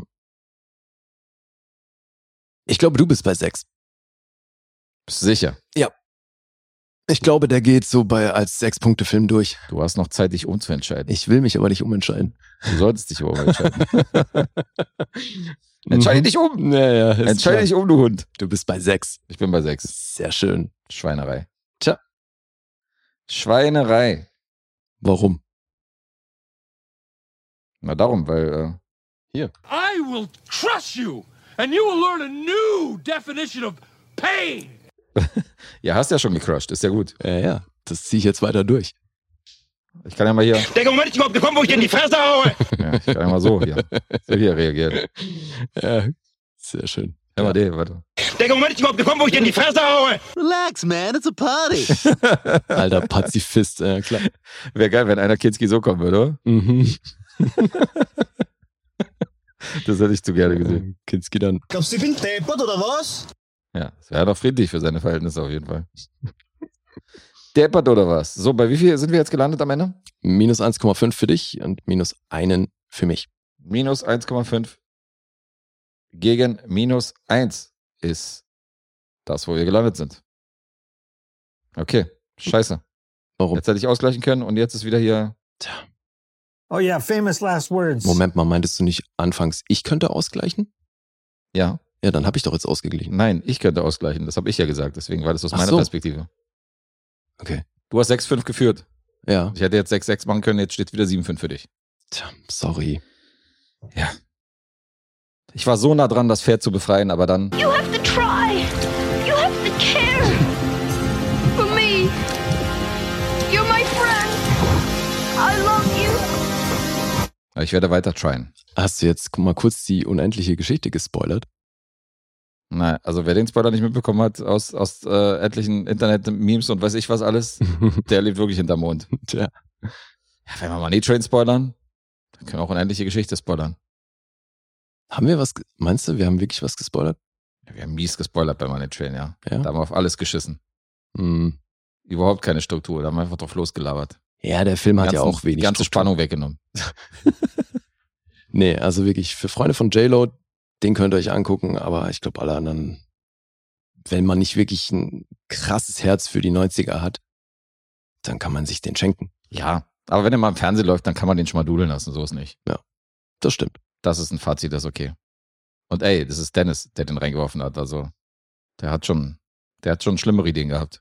Ich glaube, du bist bei 6. Bist du sicher? Ja. Ich glaube, der geht so als 6-Punkte-Film durch. Du hast noch Zeit, dich umzuentscheiden. Ich will mich aber nicht umentscheiden. Du solltest dich umentscheiden. Entscheide dich um. Ja, Entscheide dich um, du Hund. Du bist bei 6. Ich bin bei 6. Sehr schön. Schweinerei. Tja. Schweinerei. Warum? Na darum, weil hier. I will crush you and you will learn a new definition of pain. Ja, hast ja schon gecrushed, ist ja gut. Ja, das ziehe ich jetzt weiter durch. Ich kann ja mal hier... Der Moment ist überhaupt gekommen, wo ich dir in die Fresse haue. Ja, ich kann ja mal so hier reagieren. Ja, sehr schön. Hör mal den, warte. Der Moment ist überhaupt gekommen, wo ich dir in die Fresse haue. Relax, man, it's a party. Alter Pazifist, ja klar. Wäre geil, wenn einer Kinski so kommen würde, oder? Mhm. Das hätte ich zu gerne gesehen. Kinski dann. Glaubst du, ich bin deppert oder was? Ja, es wäre doch friedlich für seine Verhältnisse auf jeden Fall. Deppert oder was? So, bei wie viel sind wir jetzt gelandet am Ende? Minus 1,5 für dich und minus 1 für mich. Minus 1,5 gegen minus 1 ist das, wo wir gelandet sind. Okay, scheiße. Warum? Jetzt hätte ich ausgleichen können und jetzt ist wieder hier... Tja. Oh yeah, famous last words. Moment mal, meintest du nicht anfangs, ich könnte ausgleichen? Ja. Ja, dann habe ich doch jetzt ausgeglichen. Nein, ich könnte ausgleichen. Das habe ich ja gesagt. Deswegen war das aus meiner Perspektive. Okay. Du hast 6-5 geführt. Ja. Ich hätte jetzt 6-6 machen können. Jetzt steht wieder 7-5 für dich. Tja, sorry. Ja. Ich war so nah dran, das Pferd zu befreien, aber dann... You have to try. You have to care. For me. You're my friend. I love you. Ich werde weiter tryen. Hast du jetzt mal kurz die unendliche Geschichte gespoilert? Nein, also wer den Spoiler nicht mitbekommen hat aus etlichen Internet-Memes und weiß ich was alles, der lebt wirklich hinterm Mond. Tja. Ja, wenn wir Money Train spoilern, dann können wir auch unendliche Geschichte spoilern. Haben wir was, meinst du, wir haben wirklich was gespoilert? Ja, wir haben mies gespoilert bei Money Train, ja. Ja? Da haben wir auf alles geschissen. Mhm. Überhaupt keine Struktur, da haben wir einfach drauf losgelabert. Ja, der Film hat ja auch wenig die ganze Struktur. Spannung weggenommen. Nee, also wirklich, für Freunde von J-Lo, den könnt ihr euch angucken, aber ich glaube, alle anderen, wenn man nicht wirklich ein krasses Herz für die 90er hat, dann kann man sich den schenken. Ja, aber wenn er mal im Fernsehen läuft, dann kann man den schon mal dudeln lassen, so ist nicht. Ja, das stimmt. Das ist ein Fazit, das ist okay. Und ey, das ist Dennis, der den reingeworfen hat, also der hat schon schlimmere Ideen gehabt.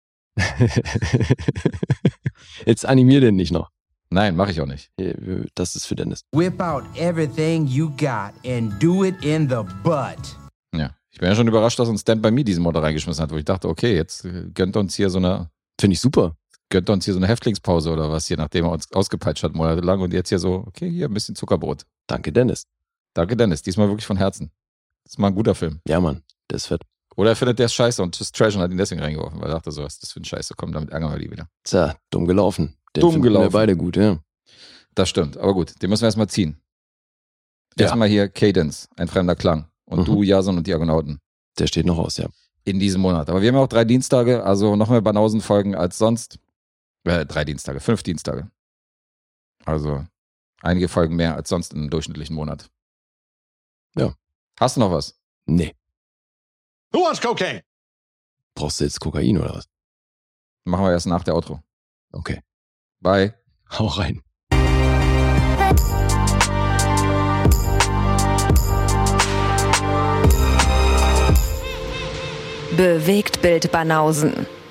Jetzt animier den nicht noch. Nein, mache ich auch nicht. Das ist für Dennis. Whip out everything you got and do it in the butt. Ja, ich bin ja schon überrascht, dass uns Stand By Me diesen Mod reingeschmissen hat, wo ich dachte, okay, jetzt gönnt uns hier so eine... Finde ich super. Gönnt uns hier so eine Häftlingspause oder was, je nachdem er uns ausgepeitscht hat monatelang und jetzt hier so, okay, hier ein bisschen Zuckerbrot. Danke, Dennis. Danke, Dennis. Diesmal wirklich von Herzen. Das ist mal ein guter Film. Ja, Mann, der ist fett. Oder er findet, der ist scheiße und ist Trash und hat ihn deswegen reingeworfen, weil er dachte so, was ist das für ein Scheiße, komm, damit ärgern wir die wieder. Tja, dumm gelaufen. Dumm gelaufen. Wir beide gut, ja. Das stimmt, aber gut, den müssen wir erstmal ziehen. Erstmal hier Cadence, ein fremder Klang. Und du, Jason und die Argonauten. Der steht noch aus, ja. in diesem Monat. Aber wir haben ja auch 3 Dienstage, also noch mehr Banausen-Folgen als sonst. 3 Dienstage, 5 Dienstage. Also einige Folgen mehr als sonst im durchschnittlichen Monat. Ja. Hast du noch was? Nee. Who wants cocaine? Brauchst du jetzt Kokain oder was? Machen wir erst nach der Outro. Okay. Bye. Hau rein. Bewegtbild Banausen.